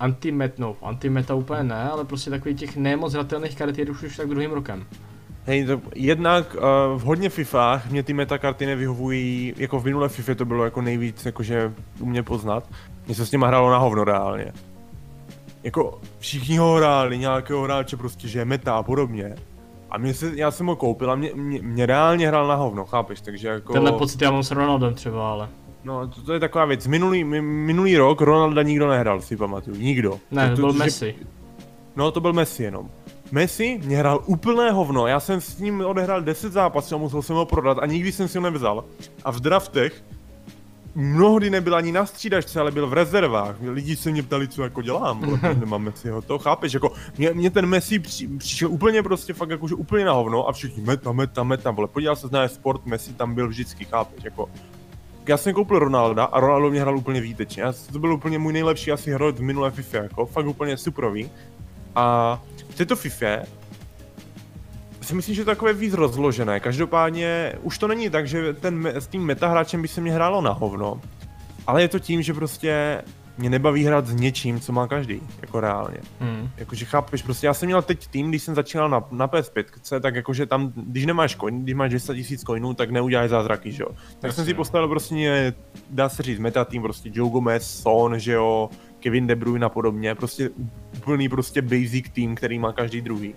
anti-meta úplně ne, ale prostě takových těch nemoc hratelných karet jedeš už tak druhým rokem. Hej, jednak v hodně FIFách mě ty metakarty nevyhovují, jako v minulé FIFA to bylo jako nejvíc, jakože u mě poznat. Mně se s nima hrálo na hovno reálně. Jako všichni ho hráli, nějakého hráče prostě, že je meta a podobně. A já jsem ho koupil a mě reálně hrál na hovno, chápeš, takže jako... Tenhle pocit já mám s Ronaldem třeba, ale... No, to je taková věc, minulý rok Ronalda nikdo nehrál, si pamatuju, nikdo. Ne, to byl Messi. No, to byl Messi jenom. Messi mě hrál úplné hovno, já jsem s ním odehrál 10 zápasů a musel jsem ho prodat a nikdy jsem si ho nevzal. A v draftech mnohdy nebyl ani na střídačce, ale byl v rezervách. Lidi se mě ptali, co jako dělám, protože nemám Messiho, to chápeš, jako mě ten Messi přišel úplně prostě fakt jakože úplně na hovno a všichni meta, vole, podíval se na sport, Messi tam byl vždycky, chápeš, jako. Já jsem koupil Ronalda a Ronaldo mě hrál úplně výtečně, to byl úplně můj nejlepší asi hráč v minulé FIFA, jako, fakt úplně superový. A v této FIFA si myslím, že to je takové víc rozložené, každopádně už to není tak, že s tím metahráčem by se mě hrálo na hovno, ale je to tím, že prostě mě nebaví hrát s něčím, co má každý, jako reálně. Jakože chápeš, prostě já jsem měl teď tým, když jsem začínal na PS5, tak jakože tam, když nemáš coin, když máš 10 000 coinů, tak neuděláš zázraky, že jo. Tak jsem si postavil prostě, dá se říct, meta tým, prostě Joe Gomez, Son, že jo, Kevin De Bruyne a podobně, prostě úplný prostě basic tým, který má každý druhý.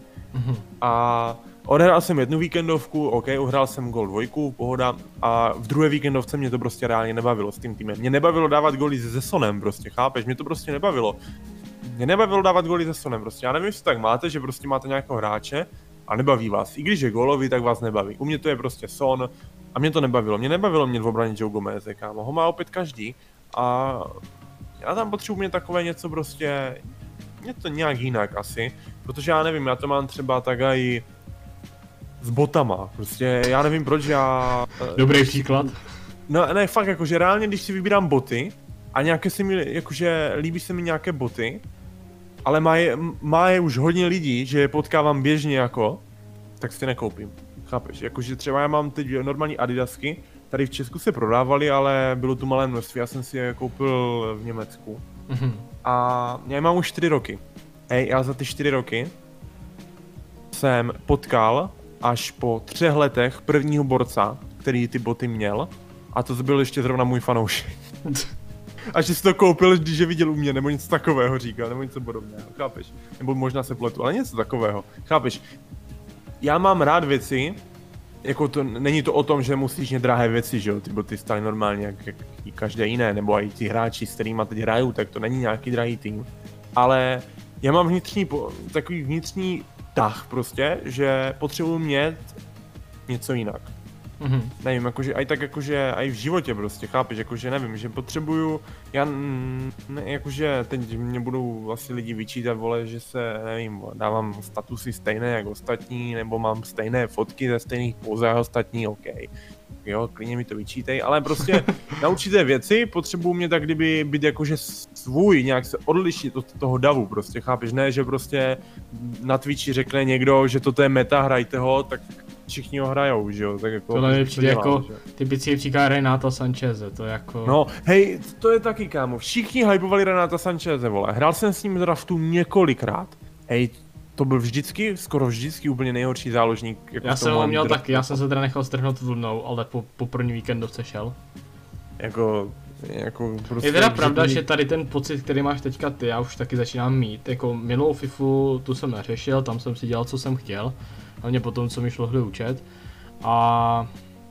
A odehrál jsem jednu víkendovku, OK, uhrál jsem gol 2, pohoda, a v druhé víkendovce mě to prostě reálně nebavilo s tím týmem. Mě nebavilo dávat goly se Sonem, prostě, chápeš, mě to prostě nebavilo. Mě nebavilo dávat goly se Sonem, prostě, já nevím, jestli tak máte, že prostě máte nějakého hráče a nebaví vás. I když je gólový, tak vás nebaví. U mě to je prostě Son a mě to nebavilo. Mě nebavilo mě v obraně Joe Gomez, kámo, ho má opět každý a já tam potřebuji mě takové něco prostě, něco nějak jinak asi, protože já nevím, já to mám třeba tak i s botama, prostě já nevím proč já... Dobrý příklad. No ne, fakt jakože reálně, když si vybírám boty a nějaké se mi, jakože líbí se mi nějaké boty, ale má je už hodně lidí, že je potkávám běžně jako, tak si nekoupím, chápeš, jakože třeba já mám teď normální adidasky, tady v Česku se prodávaly, ale bylo tu malé množství, já jsem si je koupil v Německu. A já mám už 4 roky. Hej, já za ty 4 roky jsem potkal až po 3 letech prvního borca, který ty boty měl, a to byl ještě zrovna můj fanoušek. a že si to koupil, když je viděl u mě, nebo něco takového říkal, nebo něco podobného, chápeš? Nebo možná se pletu, ale něco takového, chápeš? Já mám rád věci, jako to, není to o tom, že musíš mít drahé věci, že jo, ty stále normálně, jak i každé jiné, nebo i ti hráči, s kterými teď hraju, tak to není nějaký drahý tým, ale já mám takový vnitřní tah prostě, že potřebuji mít něco jinak. Nevím, jakože, aj tak jakože, aj v životě prostě, chápeš, jakože nevím, že potřebuju, já, ne, jakože teď mě budou asi lidi vyčítat, vole, že se, nevím, dávám statusy stejné jako ostatní, nebo mám stejné fotky ze stejných póz jako ostatní, OK. Jo, klidně mi to vyčítej, ale prostě na určité věci potřebuju mě tak kdyby být jakože svůj, nějak se odlišit od toho davu prostě, chápeš, ne, že prostě na Twitchi řekne někdo, že toto je meta, hrajte ho, tak všichni ho hrajou, že jo, tak jako... Tohle mi přijde jako typický příklad Renáta Sancheze, to jako... No, hej, to je taky, kámo, všichni hypovali Renáta Sancheze, vole, hrál jsem s ním draftu několikrát, hej, to byl vždycky, skoro vždycky úplně nejhorší záložník. Jako já jsem ho měl taky, já jsem se teda nechal strhnout vlnou, ale po první víkendovce šel. Jako prostě... Je teda pravda, že tady ten pocit, který máš teďka ty, já už taky začínám mít, jako minulou FIFU, tu jsem neřešil, tam jsem si dělal, co jsem chtěl, hlavně po tom, co mi šlo hry učet. A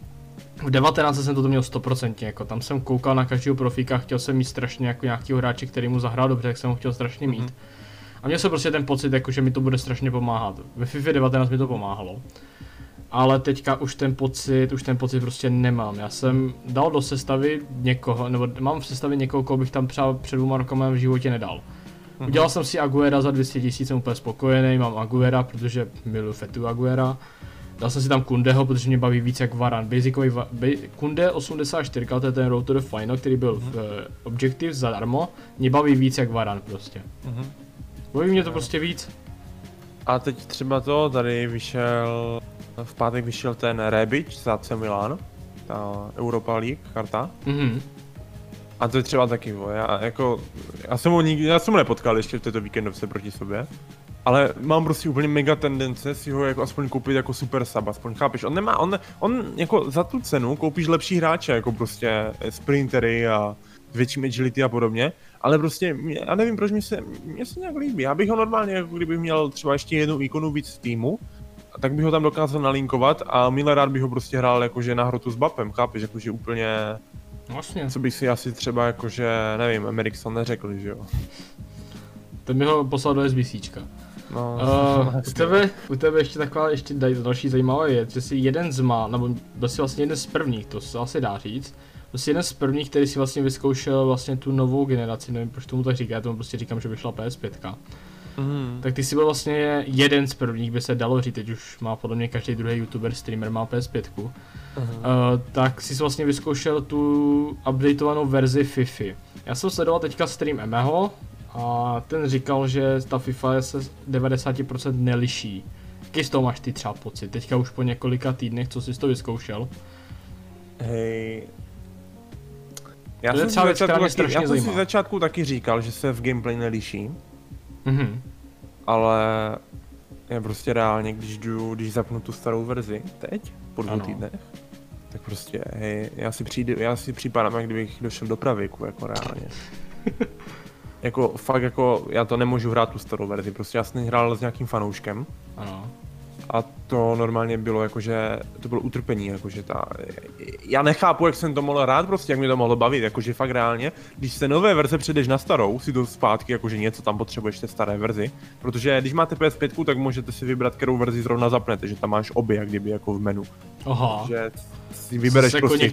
v 19 jsem to měl 100%, jako tam jsem koukal na každého profíka, chtěl jsem mít strašně jako nějakýho hráče, který mu zahrál dobře, tak jsem ho chtěl strašně mít. A měl jsem prostě ten pocit, jako, že mi to bude strašně pomáhat. Ve FIFA 19 mi to pomáhalo. Ale teďka už ten pocit prostě nemám. Já jsem dal do sestavy někoho, nebo mám v sestavě někoho, koho bych tam třeba před 2 rokama v životě nedal. Udělal jsem si Aguera za 200 000, jsem úplně spokojený, mám Aguera, protože miluji fetu Aguera. Dal jsem si tam Kundeho, protože mě baví víc jak Varan. Kunde 84, to je ten Road to the Final, který byl v Objective zadarmo, mě baví víc jak Varan prostě. Baví mě to prostě víc. A teď třeba to, tady vyšel, v pátek vyšel ten Rebic za AC Milan, ta Europa League karta. A to je třeba taky, já jsem ho nepotkal ještě v této víkendovce proti sobě. Ale mám prostě úplně mega tendence si ho jako aspoň koupit jako super sub, aspoň chápeš, on jako za tu cenu koupíš lepší hráče, jako prostě sprintery a s větším agility a podobně, ale prostě, já nevím proč mě se nějak líbí, já bych ho normálně, jako kdybych měl třeba ještě jednu ikonu víc v týmu, tak bych ho tam dokázal nalinkovat a milé rád bych ho prostě hrál jakože na hrotu s Bapem, chápeš, jakože úplně, vlastně. Co bych si asi třeba jakože, nevím, Amerikson neřekl, že jo. Ten mi ho poslal do SBCčka. No, u tebe ještě taková další zajímavá věc, že jsi jeden z nebo byl jsi vlastně jeden z prvních, to se asi dá říct. Byl jsi jeden z prvních, který si vlastně vyzkoušel vlastně tu novou generaci, nevím proč tomu tak říká, já tomu prostě říkám, že vyšla PS5. Tak ty jsi byl vlastně jeden z prvních, by se dalo říct, teď už má podle mě každý druhý youtuber, streamer má PS5. Tak jsi vlastně vyzkoušel tu updateovanou verzi FIFA. Já jsem sledoval teďka stream Emeho, a ten říkal, že ta FIFA se 90% neliší. Jaký z toho máš ty třeba pocit? Teďka už po několika týdnech, co jsi to vyzkoušel? Hej... Já jsem si v začátku taky říkal, že se v gameplay neliší. Ale... Já prostě reálně, když zapnu tu starou verzi teď, po 2 týdnech, tak prostě, hej, já si připadám, jak kdybych došel do pravěku, jako reálně. Jako fakt jako, já to nemůžu hrát tu starou verzi, prostě já jsem hrál s nějakým fanouškem. Ano. A to normálně bylo jakože, to bylo utrpení, jakože já nechápu, jak jsem to mohl hrát, prostě jak mě to mohlo bavit, jakože fakt reálně, když se nové verze předeš na starou, si to zpátky, jakože něco tam potřebuješ té staré verzi, protože když máte PS5, tak můžete si vybrat, kterou verzi zrovna zapnete, že tam máš obě, jak kdyby jako v menu. Aha. Že si vybereš prostě,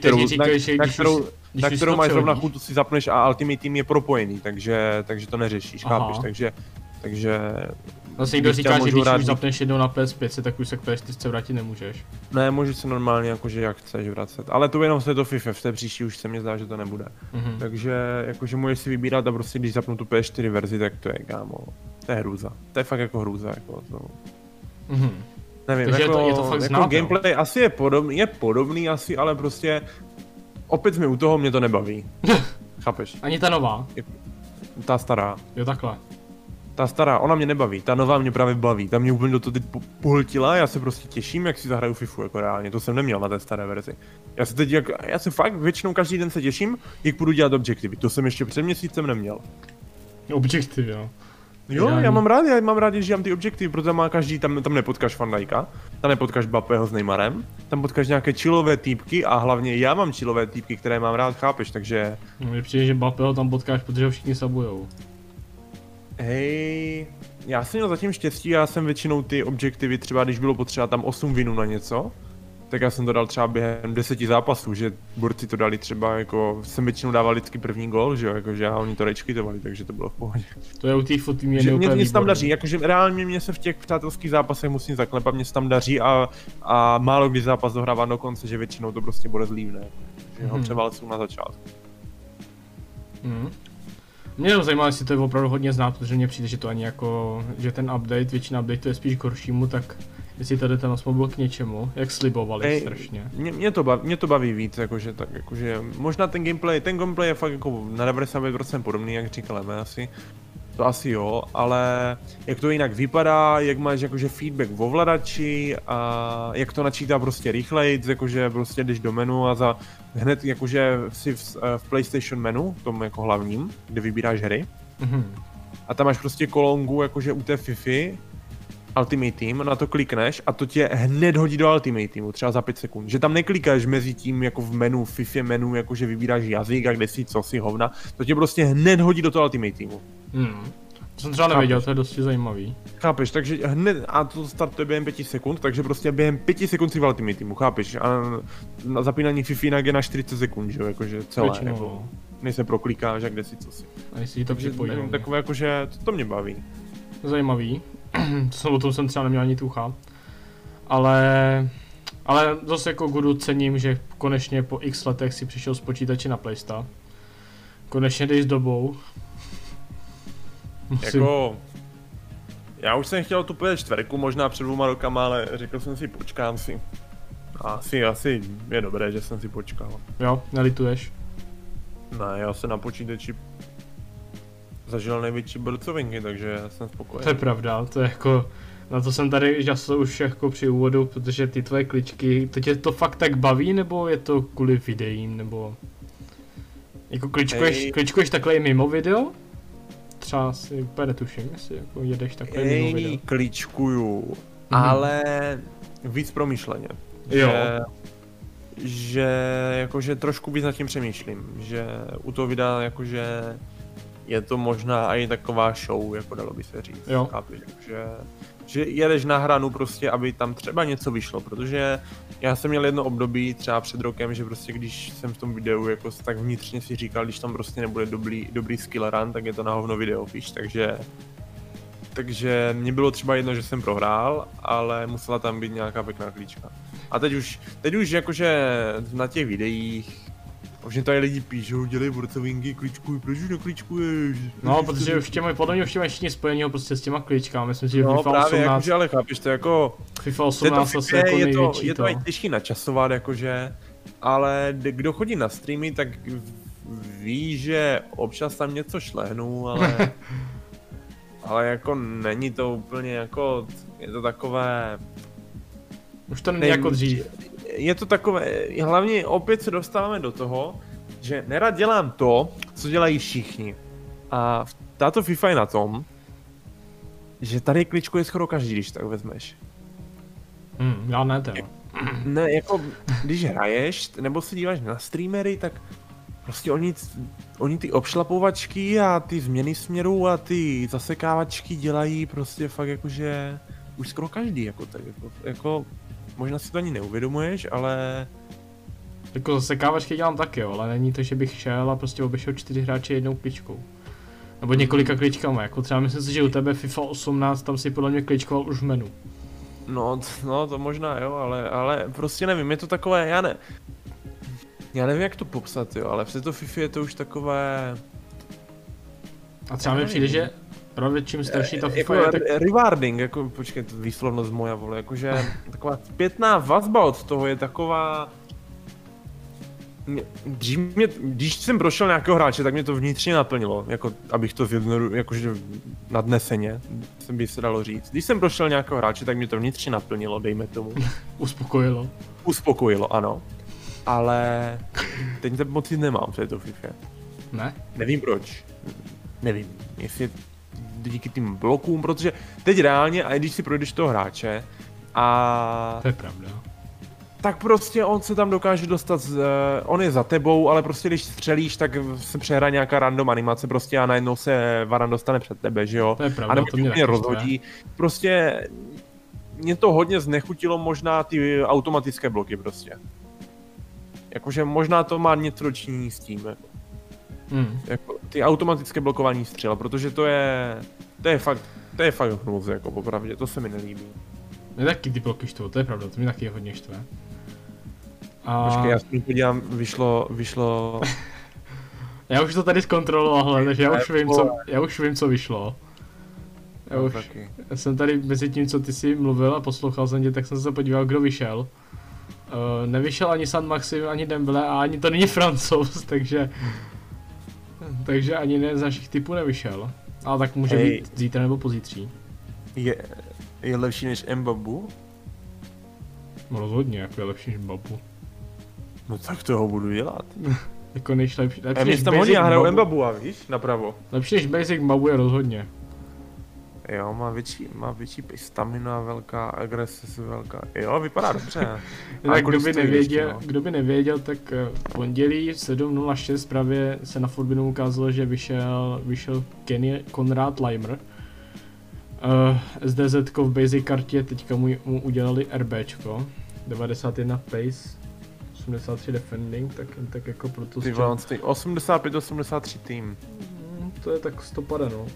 na kterou máš zrovna chuť, si zapneš a Ultimate Team je propojený, takže to neřešíš, chápeš, takže vlastně někdo říká, že když už zapneš jednou na PS5, tak už se k PS4 vrátit nemůžeš. Ne, můžeš se normálně jakože jak chceš vracet, ale to jenom z této FIFA, v té příští už se mi zdá, že to nebude. Takže jakože můžeš si vybírat a prostě když zapnu tu PS4 verzi, tak to je, kámo, to je hrůza. To je fakt jako hrůza, jako to. Nevím, takže jako, je to fakt jako gameplay asi je podobný asi, ale prostě opět jsme u toho, mě to nebaví. Chápeš? Ani ta nová? Ta stará. Jo, takhle. Ta stará, ona mě nebaví, ta nová mě právě baví, ta mě úplně do toho teď pohltila, já se prostě těším, jak si zahraju FIFU, jako reálně, to jsem neměl na té staré verzi. Já se fakt většinou každý den se těším, jak budu dělat objektivy, to jsem ještě před měsícem neměl. Objektivy, jo. Jo, já mám rád, že dělám ty objektivy, protože má každý, tam nepotkáš Van Dijka, tam nepotkáš Mbappého s Neymarem, tam potkáš nějaké chillové týpky a hlavně já mám chillové týpky, které mám rád, chápeš, takže... No, mně přijde, že Mbappého tam potkáš, protože ho všichni sabujou. Hej, já jsem měl zatím štěstí, já jsem většinou ty objektivy, třeba když bylo potřeba tam 8 winů na něco, tak já jsem to dal třeba během 10 zápasů, že borci to dali třeba jako, jsem většinou dával vždycky první gól, že jo, jakože a oni to rejčkýtovali, takže to bylo v pohodě. To je u té foty mě Mně se tam daří, jakože reálně mě se v těch přátelských zápasech musím zaklepat, mě se tam daří a málo kdy zápas dohrávám do konce, že většinou to prostě bude zlívné, že ho převálcuju na začátku. Mě to zajímá, jestli to je opravdu hodně znát, protože mně přijde, že to ani jako, že ten update, většina update je spíš k horšímu, tak jestli tady ten osmo byl k něčemu, jak slibovali strašně. Mě to baví víc, jakože tak, jakože možná ten gameplay je fakt jako na 99% podobný, jak říkal Eme asi. To asi jo, ale jak to jinak vypadá, jak máš jakože feedback v ovladači a jak to načítá prostě rychleji, jakože prostě jdeš do menu a hned jakože si v PlayStation menu, tom jako hlavním, kde vybíráš hry. A tam máš prostě kolonku jakože u té FIFA Ultimate Team, na to klikneš a to tě hned hodí do Ultimate Teamu, třeba za 5 sekund. Že tam neklikáš mezi tím jako v menu, v FIFA menu, jakože vybíráš jazyk a kde si, co si, hovna. To tě prostě hned hodí do toho Ultimate Teamu. To jsem třeba nevěděl, to je dosti zajímavý. Chápeš, takže hned, a to startuje během 5 sekund, takže prostě během 5 sekund si v Ultimate Teamu, chápeš? A na zapínání FIFA je na 40 sekund, že jo, jakože celé, jako, než se proklikáš a kde si, co si. A jestli to připojí. Takové jakože, to mě baví. Zajímavý. O tom jsem třeba neměl ani tucha. Ale zase jako Gudu cením, že konečně po x letech si přišel z počítače na Playsta. Konečně jdeš s dobou. Jako... Já už jsem chtěl tu PS4, možná před 2 rokama, ale řekl jsem si, počkám si. Asi je dobré, že jsem si počkal. Jo, nelituješ? Ne, já se na počítači zažil největší borcovinky, takže jsem spokojený. To je pravda, to je jako, na to jsem tady žasl už jako při úvodu, protože ty tvoje kličky, to tě to fakt tak baví, nebo je to kvůli videím, nebo... Jako kličkuješ takhle i mimo video? Třeba si úplně netuším, jestli jako jedeš takhle mimo video. Kličkuju, ale víc promyšleně. Jo. Že jakože trošku víc nad tím přemýšlím, že u toho videa jakože je to možná i taková show, jako dalo by se říct. Jo. Chápeš, že jedeš na hranu prostě, aby tam třeba něco vyšlo, protože já jsem měl jedno období třeba před rokem, že prostě když jsem v tom videu jako tak vnitřně si říkal, když tam prostě nebude dobrý skill run, tak je to na hovno video, víš, takže mě bylo třeba jedno, že jsem prohrál, ale musela tam být nějaká pěkná klíčka. A teď už jakože na těch videích už tady lidi píšou, dělej borcovinky, kličkuj, proč už nekličkuješ? No, protože už podle mě už tě mají všichni spojenýho prostě s těma kličkami, myslím si, že no, FIFA právě, 18... jakože, ale chápeš, to jako... FIFA 18 asi jako největší je to aj těžký načasovat, jakože, ale kdo chodí na streamy, tak ví, že občas tam něco šlehnu, ale... ale jako není to úplně jako, je to takové... Už to není jako dřív. Je to takové, hlavně opět se dostáváme do toho, že nerad dělám to, co dělají všichni. A tato FIFA je na tom, že tady kličkuje skoro každý, když tak vezmeš. Já ne teda. Ne, jako, když hraješ, nebo se díváš na streamery, tak prostě oni ty obšlapovačky a ty změny směru a ty zasekávačky dělají prostě fakt jakože už skoro každý, jako tak, jako možná si to ani neuvědomuješ, ale... Jako zasekávačky dělám taky, jo, ale není to, že bych šel a prostě obešel 4 hráče jednou kličkou. Nebo několika kličkama, jako třeba myslím si, že u tebe FIFA 18 tam si podle mě kličkoval už v menu. No to možná jo, ale prostě nevím, je to takové, já nevím jak to popsat, jo, ale v této FIFA je to už takové... A třeba mi přijde, že právě čím starší ta FIFA jako je, tak... Rewarding, jako počkej, to výslovnost moja, vole, jakože taková zpětná vazba od toho je taková... Když jsem prošel nějakého hráče, tak mě to vnitřně naplnilo, jako abych to jakože nadneseně, by se dalo říct. Když jsem prošel nějakého hráče, tak mě to vnitřně naplnilo, dejme tomu. Uspokojilo. Uspokojilo, ano. Ale teď ten pocit nemám v této FIFA. Ne? Nevím proč. Nevím, jestli díky tím blokům, protože teď reálně, a když si projdeš toho hráče a... To je pravda. Tak prostě on se tam dokáže dostat, on je za tebou, ale prostě když střelíš, tak se přehraje nějaká random animace prostě a najednou se Varan dostane před tebe, že jo? To je pravda, a nebo to mě mě rozhodí. Prostě mě to hodně znechutilo možná ty automatické bloky prostě. Jakože možná to má něco dočinění s tím, jako ty automatické blokování střel, protože to je fakt hnůze, jako popravdě, to se mi nelíbí. Ne, taky ty bloky štvou, to je pravda, to mě taky hodně štve. Počkej, já si podívám, vyšlo... Já už to tady zkontroloval, takže já už vím, co vyšlo. Já jsem tady mezi tím, co ty jsi mluvil a poslouchal jsem tě, tak jsem se podíval, kdo vyšel. Nevyšel ani San Maxim, ani Dembele a ani to není Francouz, takže ani ne z našich typů nevyšel. Ale tak může být zítra nebo pozítří. Je lepší než Mbabu? No rozhodně, jako je lepší než Mbabu. No tak to ho budu dělat. Jako nejlepší než tam hodně hrajou Mbabu, a víš, napravo. Lepší než Basic Mbabu je rozhodně. Jo, má větší stamina, velká agrese, velká. Jo, vypadá dobře. Tak kdo by nevěděl, tak v pondělí 7.06 právě se na Forbinu ukázalo, že vyšel Kenny Konrad Leimer. SDZ v basic kartě teďka mu udělali RBčko, 91 pace, 83 defending, tak jako proto... 85-83 tým. To je tak stopada, no.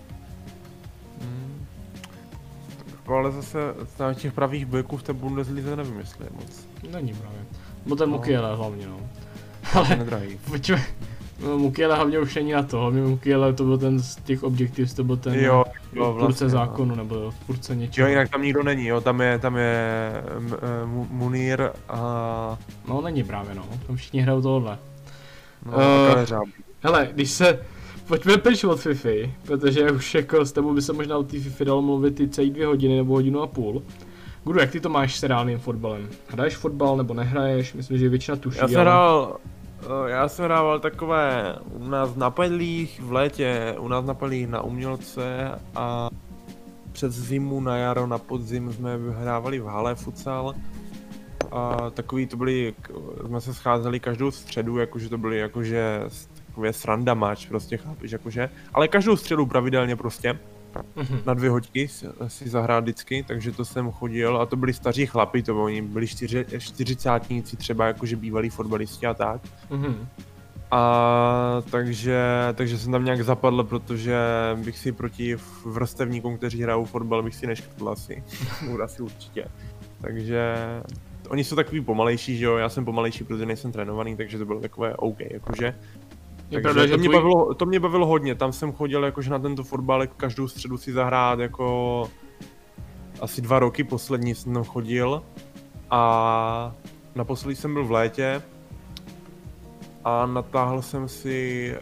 Ale zase na těch pravých bojků v té Bundeslize nevím, jestli je moc. Není právě. Bo ten Mukiele hlavně, no. Ale nedrahý. Pojďme. No, Mukiele hlavně už není na to, hlavně Mukiele to byl ten z těch objektiv, to byl ten tvůrce zákonu, nebo tvůrce něčeho. Jo, jinak tam nikdo není, jo, tam je Munir a... No není právě, no, tam všichni hrajou tohle. No, hele, když se... Pojďme pryč od Fify, protože už jako s tebou by se možná o té Fify dalo mluvit i celý 2 hodiny nebo hodinu a půl. Gudu, jak ty to máš s reálným fotbalem? Hraješ fotbal nebo nehraješ? Myslím, že většina tuší, Já jsem hrával takové u nás na pedlích v létě, u nás na pedlích na umělce a přes zimu, na jaro, na podzim jsme hrávali v hale futsal. A takový to byly, jsme se scházeli každou středu, jakože to byly jakože takové sranda match, prostě chápeš, jakože, ale každou středu pravidelně prostě. Na 2 hoďky si zahrát vždycky, takže to jsem chodil a to byli staří chlapi, to oni byli 40átníci třeba jakože bývalí fotbalisti a tak. A takže jsem tam nějak zapadl, protože bych si proti vrstevníkům, kteří hrajou fotbal, bych si neškrtl asi. Asi určitě. Takže oni jsou takový pomalejší, že jo, já jsem pomalejší, protože nejsem trénovaný, takže to bylo takové OK, jakože. Takže to mě bavilo hodně, tam jsem chodil jakože na tento fotbal jako každou středu si zahrát jako asi 2 roky, poslední jsem tam chodil a naposledy jsem byl v létě a natáhl jsem si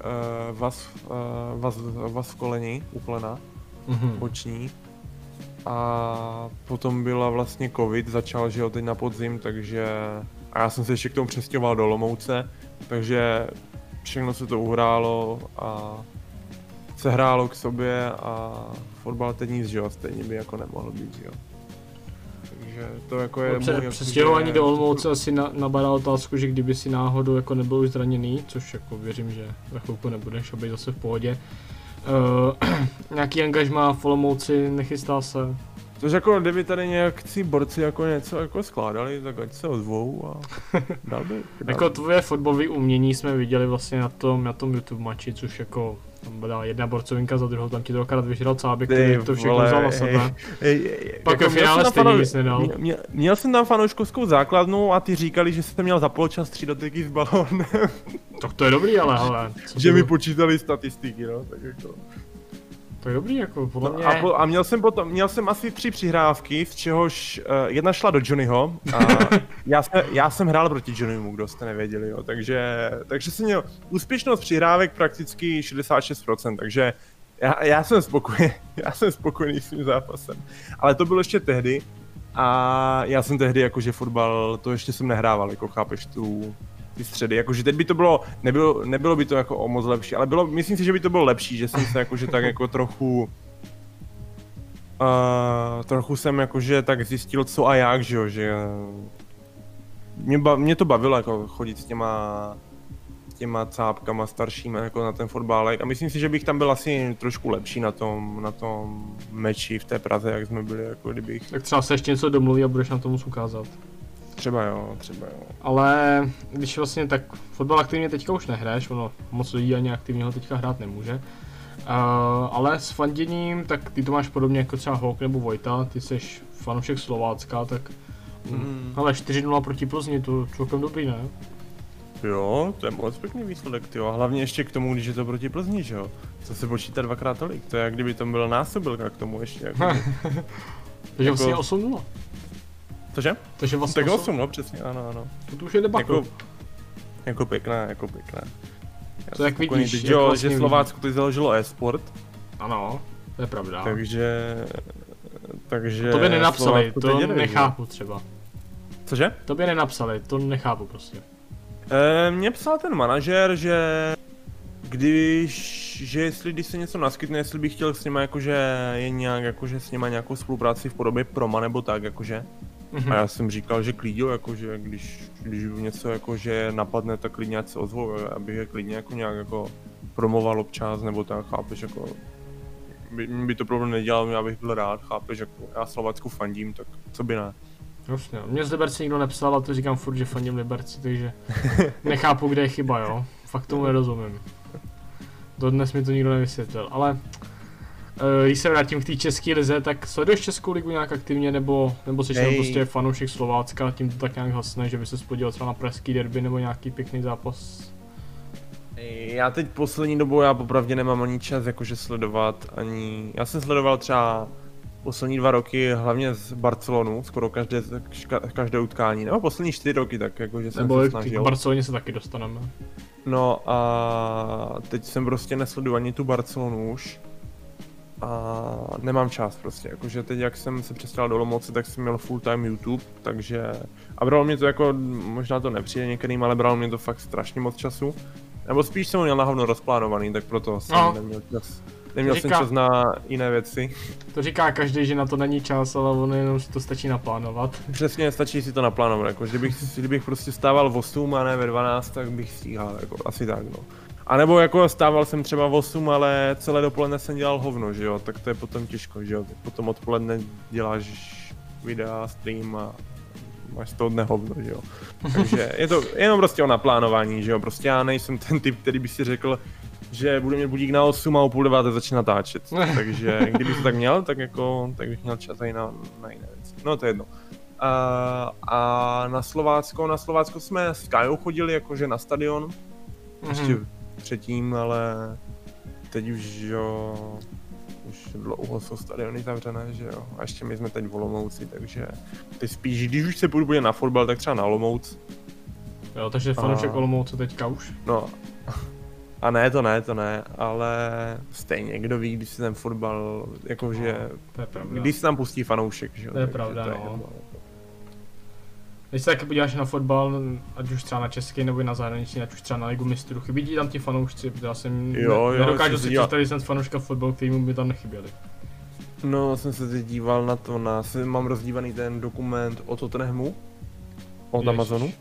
vaz v koleni, úplná, boční a potom byla vlastně covid, začal, že jo, teď na podzim, takže a já jsem se ještě k tomu přestěhoval do Olomouce, takže všechno se to uhrálo a se hrálo k sobě a fotbal teď nic, že jo, stejně by jako nemohl být, že jo. Takže to jako je můj... Přestěhování do Olomouce asi nabádá otázku, že kdyby si náhodou jako nebyl už zraněný, což jako věřím, že za chvilku nebudeš, aby zase v pohodě. Nějaký angažmá v Olomouci nechystá se? Což jako kdyby tady nějaký borci jako něco jako skládali, tak ať se ozvou a dal by. Jako tvoje fotbalové umění jsme viděli vlastně na tom YouTube mači, což jako tam byla jedna borcovinka za druhou, tam ti to akorát vyžral cábek, který to všechno vzal na sebe. Pak jako v finále stejně nic nedal. Měl jsem tam fanouškovskou základnu a ty říkali, že jsem měl za poločas 3 dotyky s balónem. Tak to je dobrý, ale hele. Že mi počítali statistiky, no, tak jako. To je dobrý, jako podle mě. A měl jsem asi 3 přihrávky, z čehož jedna šla do Johnnyho a já jsem hrál proti Johnnymu, kdo jste nevěděli, jo, takže jsem měl úspěšnost přihrávek prakticky 66%, takže já jsem spokojený s tím zápasem. Ale to bylo ještě tehdy a já jsem tehdy jakože fotbal, to ještě jsem nehrával, jako chápeš ty středy, jakože teď by to bylo, nebylo by to jako o moc lepší, ale myslím si, že by to bylo lepší, že jsem se jakože tak jako trochu jsem jakože tak zjistil co a jak, že jo, že mě to bavilo jako chodit s těma cápkama staršíma jako na ten fotbálek a myslím si, že bych tam byl asi trošku lepší na tom meči v té Praze, jak jsme byli, jako kdybych... Tak třeba se ještě něco domluví a budeš na to muset ukázat. Třeba jo. Ale když vlastně tak fotbal aktivně teďka už nehraješ, ono moc lidí ani aktivně ho teďka hrát nemůže. Ale s fanděním, tak ty to máš podobně jako třeba Hawk nebo Vojta, ty seš fanoušek Slovácka, tak ale 4-0 proti Plzni, to celkem dobrý, ne? Jo, to je moc pěkný výsledek, tyjo. Hlavně ještě k tomu, když je to proti Plzni, že jo? Co se počítá 2x tolik, to je jak kdyby tam byla násobilka k tomu ještě. Jako, takže vlastně 8-0. Cože? Takže vlastně tak 8, no přesně, ano. To už je debakl. Jako pěkná. Co jak vidíš, teď, jo, vlastně že Slovácko teď založilo e-sport. Ano, to je pravda. Takže to by nenapsali, Slovácko to jede, nechápu třeba. Cože? To by nenapsali, to nechápu prostě. Mně psal ten manažer, že když se něco naskytne, jestli bych chtěl s nima jakože je nějak jakože s nima nějakou spolupráci v podobě proma nebo tak jakože. A já jsem říkal, že klidně jakože když něco jakože napadne, tak klidně ať se ozvou, abych je klidně jako nějak jako promoval občas nebo tak, chápeš, jako by to problém nedělal, já bych byl rád, chápeš, jako já Slovácku fandím, tak co by ne. Jasně, mě z Liberce nikdo nepsal, a to říkám furt, že fandím Liberci, takže nechápu, kde je chyba, jo. Fakt tomu nerozumím. Dodnes mi to nikdo nevysvětlil, ale když se vrátím k té české lize, tak sleduješ Českou ligu nějak aktivně, nebo jsi jenom prostě fanoušek Slovácka, tím to tak nějak hasne, že by se spodíval třeba na pražský derby nebo nějaký pěkný zápas? Já teď poslední dobou, já popravdě nemám ani čas jakože sledovat ani, já jsem sledoval třeba poslední 2 roky hlavně z Barcelonu, skoro každé utkání, nebo poslední 4 roky tak jakože jsem se snažil. V Barceloně se taky dostaneme. No a teď jsem prostě nesleduji ani tu Barcelonu už. A nemám čas prostě, jakože teď jak jsem se přestěhoval do Olomouce, tak jsem měl full time YouTube, takže a bralo mě to jako, možná to nepřijde některým, ale bralo mě to fakt strašně moc času. Nebo spíš jsem ho měl na hovno rozplánovaný, tak proto jsem neměl čas. Neměl jsem čas na jiné věci. To říká každý, že na to není čas, ale ono jenom si to stačí naplánovat. Přesně, stačí si to naplánovat, jako kdybych prostě stával v 8 a ne ve 12, tak bych stíhal, jako asi tak no. A nebo jako stával jsem třeba v 8, ale celé dopoledne jsem dělal hovno, že jo, tak to je potom těžko, že jo, tak potom odpoledne děláš videa, stream a máš z toho dne hovno, že jo. Takže je to jenom prostě o naplánování, že jo, prostě já nejsem ten typ, který by si řekl, že bude mít budík na 8 a o 8:30 začne natáčet, takže kdybych to tak měl, tak bych měl čas i na jiné věci, no to je jedno. A na Slovácko jsme s Kajou chodili jakože na stadion, ještě předtím, ale teď už jo, už dlouho jsou stadiony zavřené, že jo, a ještě my jsme teď v Olomouci, takže teď spíš, když už se půjdu bude na fotbal, tak třeba na Olomouc. Jo, takže fanoušek Olomouce teďka už? No, a ne, to ne, ale stejně, kdo ví, když se ten fotbal, jakože, když se tam pustí fanoušek, že jo. To je pravda, no. Když se taky podíváš na fotbal, ať už třeba na český nebo i na zahraniční, ať už třeba na Ligu mistrů, chybí ti tam ti fanoušci, protože já jsem nedokážu si představit, že jsem fanouška fotbalu, který by tam nechyběli. No, jsem se teď díval na to, mám rozdívaný ten dokument o Tottenhamu, od Amazonu.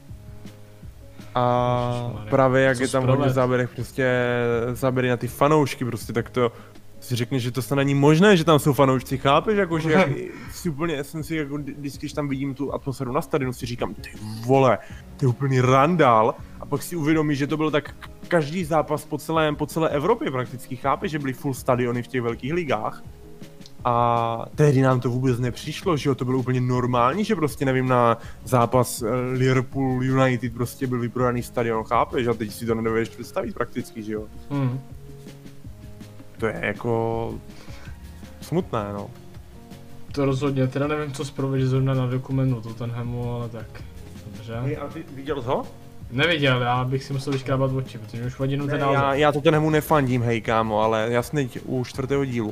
A právě jak je tam hodně záběrech, prostě záběry na ty fanoušky, prostě tak to si řekne, že to snad není možné, že tam jsou fanoušci, chápeš, jakože si úplně, jsem si jako, když tam vidím tu atmosféru na stadionu, si říkám, ty vole, to je úplný randál, a pak si uvědomíš, že to byl tak každý zápas po celé Evropě prakticky, chápeš, že byly full stadiony v těch velkých ligách. A tehdy nám to vůbec nepřišlo, že jo, to bylo úplně normální, že prostě nevím, na zápas Liverpool United prostě byl vyprodaný stadion, chápeš, a teď si to nedovedeš představit prakticky, že jo. to je jako smutné, no. To rozhodně, teda nevím, co zprovedit zrovna na dokumentu Tottenhamu, ale tak. Dobře. Hej, a ty viděl to? Neviděl, já bych si musel vyškrábat oči, protože už hodinu ten název. Já Tottenhamu nefandím, hej kámo, ale já jsem teď u 4. dílu.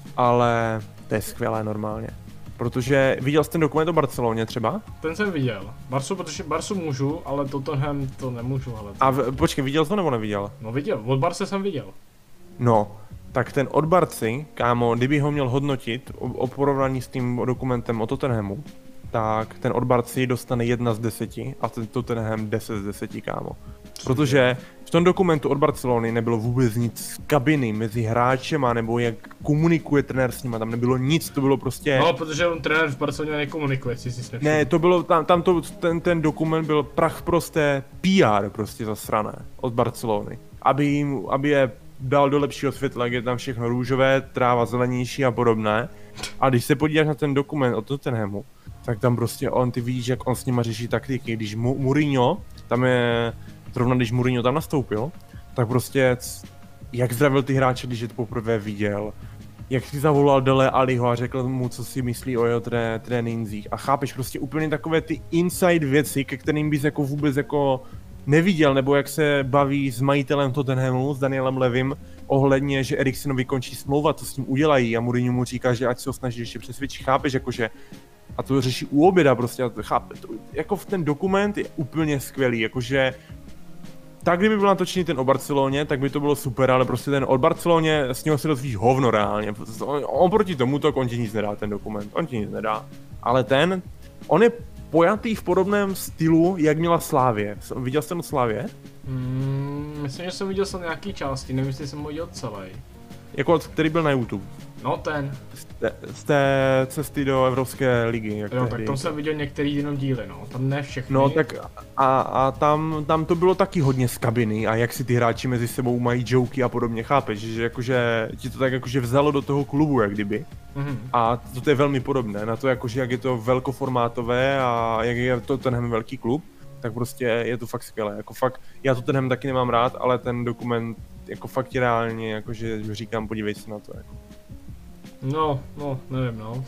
Ale to je skvělé normálně. Protože viděl jsi ten dokument o Barceloně třeba? Ten jsem viděl. Protože Barsu můžu, ale Tottenham to nemůžu, ale... A počkej, viděl jsi to nebo neviděl? No viděl, od Barse jsem viděl. No, tak ten od Barci, kámo, kdyby ho měl hodnotit o porovnání s tím dokumentem o Tottenhamu, tak ten od Barci dostane 1 z 10 a ten Tottenham 10 z 10, kámo. Protože v tom dokumentu od Barcelony nebylo vůbec nic z kabiny mezi hráčema, nebo jak komunikuje trenér s nima, tam nebylo nic, to bylo prostě... No, protože on trenér v Barceloně nekomunikuje, si nevšiml. Ne, to bylo, ten dokument byl prach prosté PR prostě zasrané od Barcelony. Aby je dal do lepšího světla, jak je tam všechno růžové, tráva zelenější a podobné. A když se podíváš na ten dokument od Tottenhamu, tak tam prostě ty vidíš, jak on s nima řeší taktiky. Když Mourinho, tam je, zrovna když Mourinho tam nastoupil, tak prostě jak zdravil ty hráče, když je to poprvé viděl. Jak si zavolal Dele Alliho a řekl mu, co si myslí o jeho trénincích. A chápeš prostě úplně takové ty inside věci, ke kterým bys jako vůbec jako neviděl, nebo jak se baví s majitelem Tottenhamu, s Danielem Levim, ohledně, že Eriksenovi končí smlouva, co s tím udělají a Mourinho mu říká, že ať se ho snaží ještě přesvědčit, chápeš, jakože a to řeší u oběda prostě, chápe, to, jako v ten dokument je úplně skvělý, jakože tak kdyby byl natočený ten o Barceloně, tak by to bylo super, ale prostě ten o Barceloně, s něho se dozvíš hovno reálně, on proti tomu to on ti nic nedá, ten dokument, on ti nic nedá, ale on je pojatý v podobném stylu, jak měla Slavie. Viděl jsi ten o Slavie? Myslím, že jsem viděl jsem nějaký části, nevím, jestli jsem ho viděl celý. Jako který byl na YouTube? No ten. Z té cesty do Evropské ligy. Jak jo, tak tam jsem viděl některý jenom díly, no, tam ne všechny. No tak a tam to bylo taky hodně z kabiny a jak si ty hráči mezi sebou mají joky a podobně, chápeš, že jakože ti to tak jakože vzalo do toho klubu, jak kdyby. A to je velmi podobné na to, jakože jak je to velkoformátové a jak je to tenhle velký klub, tak prostě je to fakt skvělé, jako fakt, já to tenhle taky nemám rád, ale ten dokument jako fakt reálně, jakože říkám, podívej se na to, jako. No, nevím, no.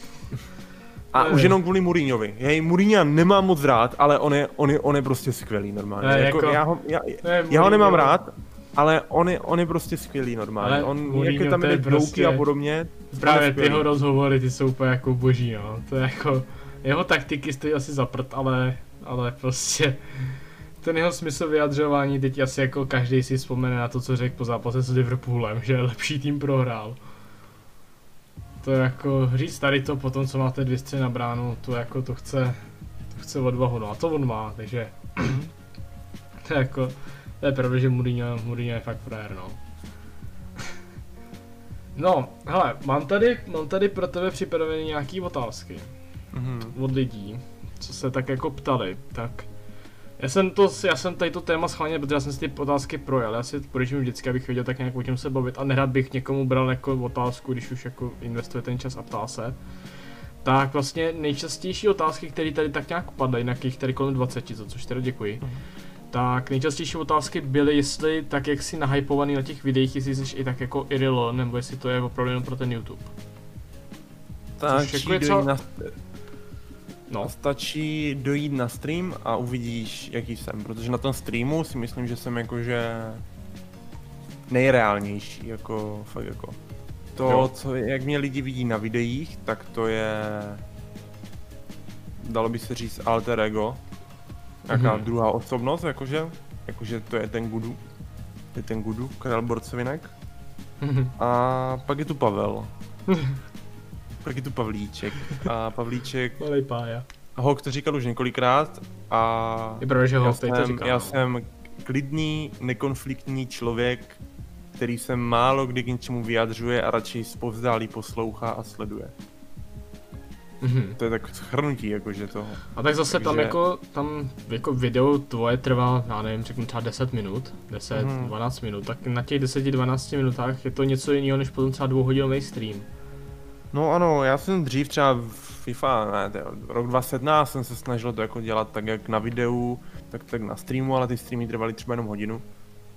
A už jenom kvůli Mourinhovi. Mourinha nemám moc rád, ale on je prostě skvělý normálně. Ne, jako, já ho nemám rád, ale on je prostě skvělý normálně. Jak je tam jde prostě a podobně. Právě ty jeho rozhovory, ty jsou úplně jako boží, no. To je jako, jeho taktiky stojí asi za prd, ale prostě ten jeho smysl vyjadřování, teď asi jako každý si vzpomene na to, co řekl po zápase s Liverpoolem, že lepší tým prohrál. To jako říct tady to potom, co máte 2 střely na bránu, to jako to chce odvahu, no a to on má, takže to je pravda, že Mourinho je fakt frajer, no. No, hele, mám tady pro tebe připravené nějaký otázky od lidí, co se tak jako ptali, tak já jsem tady to téma schválně, protože já jsem si ty otázky projel, já si pořeším vždycky, abych věděl tak nějak o čem se bavit a nerad bych někomu bral jako otázku, když už jako investuje ten čas a ptá se. Tak vlastně nejčastější otázky, které tady tak nějak padají, na jakých tady kolem 20, za což teda děkuji. Tak nejčastější otázky byly, jestli tak jak jsi nahypovaný na těch videích, jestli jsi i tak jako IRL, nebo jestli to je opravdu jenom pro ten YouTube. Tak jako je co... No. Stačí dojít na stream a uvidíš, jaký jsem, protože na tom streamu si myslím, že jsem jakože nejreálnější, jako fakt jako. To, jak mě lidi vidí na videích, tak to je, dalo by se říct alter ego, nějaká druhá osobnost, jakože to je ten Gudu, Karel Borcovinek. A pak je tu Pavel. Pak je tu Pavlíček a Pavlíček, malej pája. Hok to říkal už několikrát a je pravda, že Hok to říkal. Já jsem klidný, nekonfliktní člověk, který se málo kdy k něčemu vyjadřuje a radši zpovzdálí poslouchá a sleduje. To je tak shrnutí jakože toho. A tak zase tam jako video tvoje trvá, já nevím, řeknu třeba 10 minut, 10-12 minut, tak na těch 10-12 minutách je to něco jiného než potom třeba 2hodinový stream. No ano, já jsem dřív třeba v FIFA, rok 2017 jsem se snažil to jako dělat tak jak na videu, tak na streamu, ale ty streamy trvaly třeba jenom hodinu.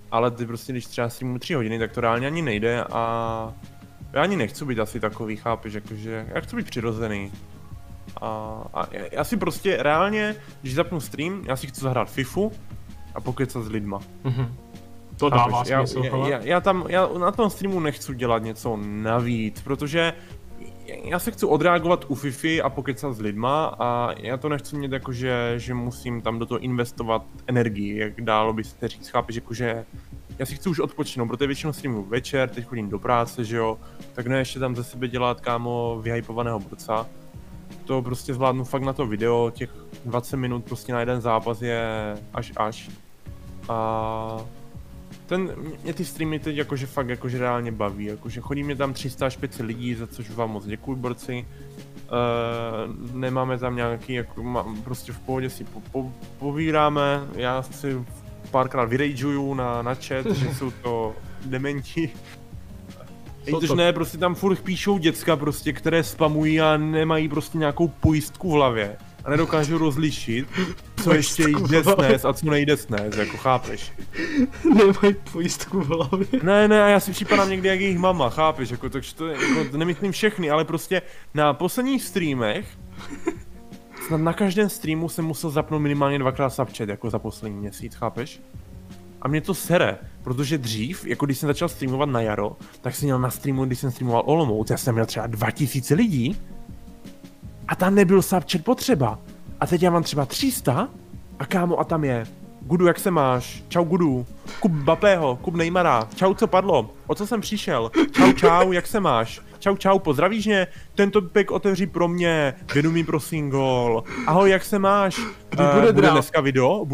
ale ty prostě, když třeba streamu 3 hodiny, tak to reálně ani nejde a já ani nechci být asi takový, chápeš, jakože, já chci být přirozený. A já si prostě reálně, když zapnu stream, já si chci zahrát FIFU a pokecat s lidma. To dává smysl. Já na tom streamu nechci dělat něco navíc, protože já se chci odreagovat u Fifi a pokecat s lidma a já to nechci mít jako, že musím tam do toho investovat energii, jak dálo by se říct, chápeš, jakože já si chci už odpočinout, protože většinou streamu večer, teď chodím do práce, že jo, tak ne ještě tam ze sebe dělat, kámo, vyhypovaného borca. To prostě zvládnu fakt na to video, těch 20 minut prostě na jeden zápas je až. A mě ty streamy teď jakože fakt jakože reálně baví, jakože chodí mě tam 300 až 500 lidí, za což vám moc děkuji, borci. Nemáme tam nějaký, jako prostě v pohodě si povíráme, já si párkrát vyrageuju na chat, že jsou to dementi. Když ne, prostě tam furt píšou děcka prostě, které spamují a nemají prostě nějakou pojistku v hlavě. A nedokážu rozlišit, co ještě jde snes a co nejde snes, jako chápeš. Nemají pojistku v hlavě. Ne, a já si připadám někdy jak jejich mama, chápeš, jako, takže to jako, nemyslím všechny, ale prostě na posledních streamech, snad na každém streamu jsem musel zapnout minimálně 2x subchat, jako za poslední měsíc, chápeš? A mě to sere, protože dřív, jako když jsem začal streamovat na jaro, tak jsem měl na streamu, když jsem streamoval Olomouc, já jsem měl třeba 2000 lidí a tam nebyl subchat potřeba. A teď já mám třeba 300 a kámo, a tam je Gudu, jak se máš? Čau Gudu. Kup Bapého, kup Neymara. Čau, co padlo? O co jsem přišel? Čau, jak se máš? Čau, pozdravíš mě? Tento pack otevří pro mě. Věnu mi prosím gól. Ahoj, jak se máš? Bude dneska video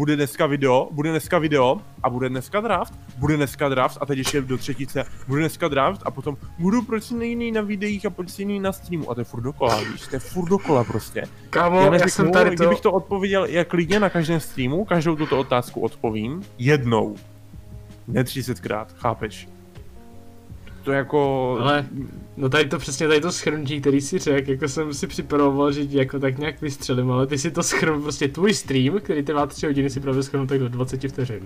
a bude dneska draft a teď ještě do třetice. Bude dneska draft a potom Gudu, proč jsi jiný na videích a proč jsi jiný na streamu? A to je furt dokola, víš? To je furt dokola prostě. Kámo, já jsem tady to... Kdybych to odpověděl jak lidně na každém streamu, každou tuto otázku odpovím jednou. Ne 30krát, chápeš? To jako... Ale, no tady to přesně, tady to shrnutí, který si řekl, jako jsem si připravoval, že jako tak nějak vystřelím, ale ty si to schrnul, prostě tvůj stream, který trvá 3 hodiny, si právě schrnul tak do 20 vteřin.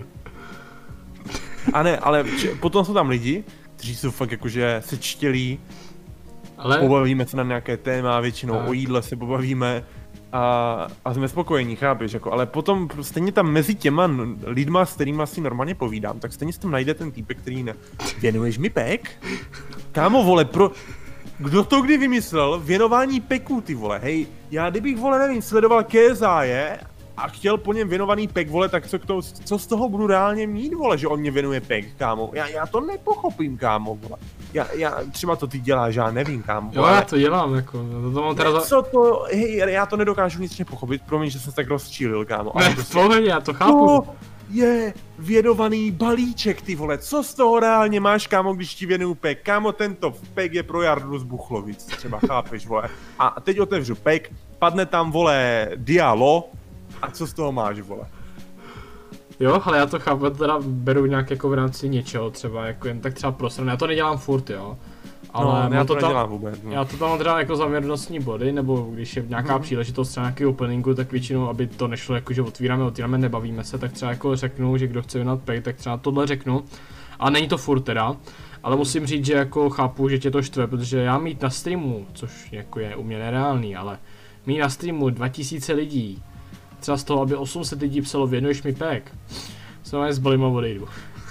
A ne, ale potom jsou tam lidi, kteří jsou fakt jakože sečtělí, ale... pobavíme se na nějaké téma, většinou o jídle se pobavíme a jsme spokojení, chápeš, jako, ale potom stejně tam mezi těma lidma, s kterýma si normálně povídám, tak stejně si tam najde ten týpek, který ne... Věnuješ mi pek? Kámo, vole, kdo to kdy vymyslel? Věnování peků, ty vole, hej, já kdybych, vole, nevím, sledoval KSA a chtěl po něm věnovaný pek, vole, tak co z toho budu reálně mít, vole, že on mě věnuje pek, kámo? Já to nepochopím, kámo, vole. Já třeba to ty děláš, já nevím, kámo. Jo, já to dělám, jako, to mám teda co to, hej, já to nedokážu vnitřně pochopit, promiň, že jsem se tak rozčílil, kámo. Ne, prostě, já to chápu. To je věnovaný balíček, ty vole, co z toho reálně máš, kámo, když ti věnuju pek? Kámo, tento pek je pro Jardu z Buchlovic, třeba, chápeš, vole. A teď otevřu pek, padne tam, vole, Dialo, a co z toho máš, vole? Jo, ale já to chápu, já to teda beru nějak jako v rámci něčeho třeba, jako jen tak třeba prosrane, já to nedělám furt, jo. Ale no, já to nedělám vůbec. No. Já to tam mám teda jako za věrnostní body, nebo když je nějaká příležitost třeba nějaký openingu, tak většinou, aby to nešlo jako, že otvíráme, nebavíme se, tak třeba jako řeknu, že kdo chce věnat pay, tak třeba tohle řeknu. A není to furt teda, ale musím říct, že jako chápu, že tě to štve, protože já mít na streamu, což jako je u mě nereálný, ale mít na streamu 2000 lidí, třeba z toho, aby 800 lidí psalo věnuješ mi pek, se mám zbalím a odejdu.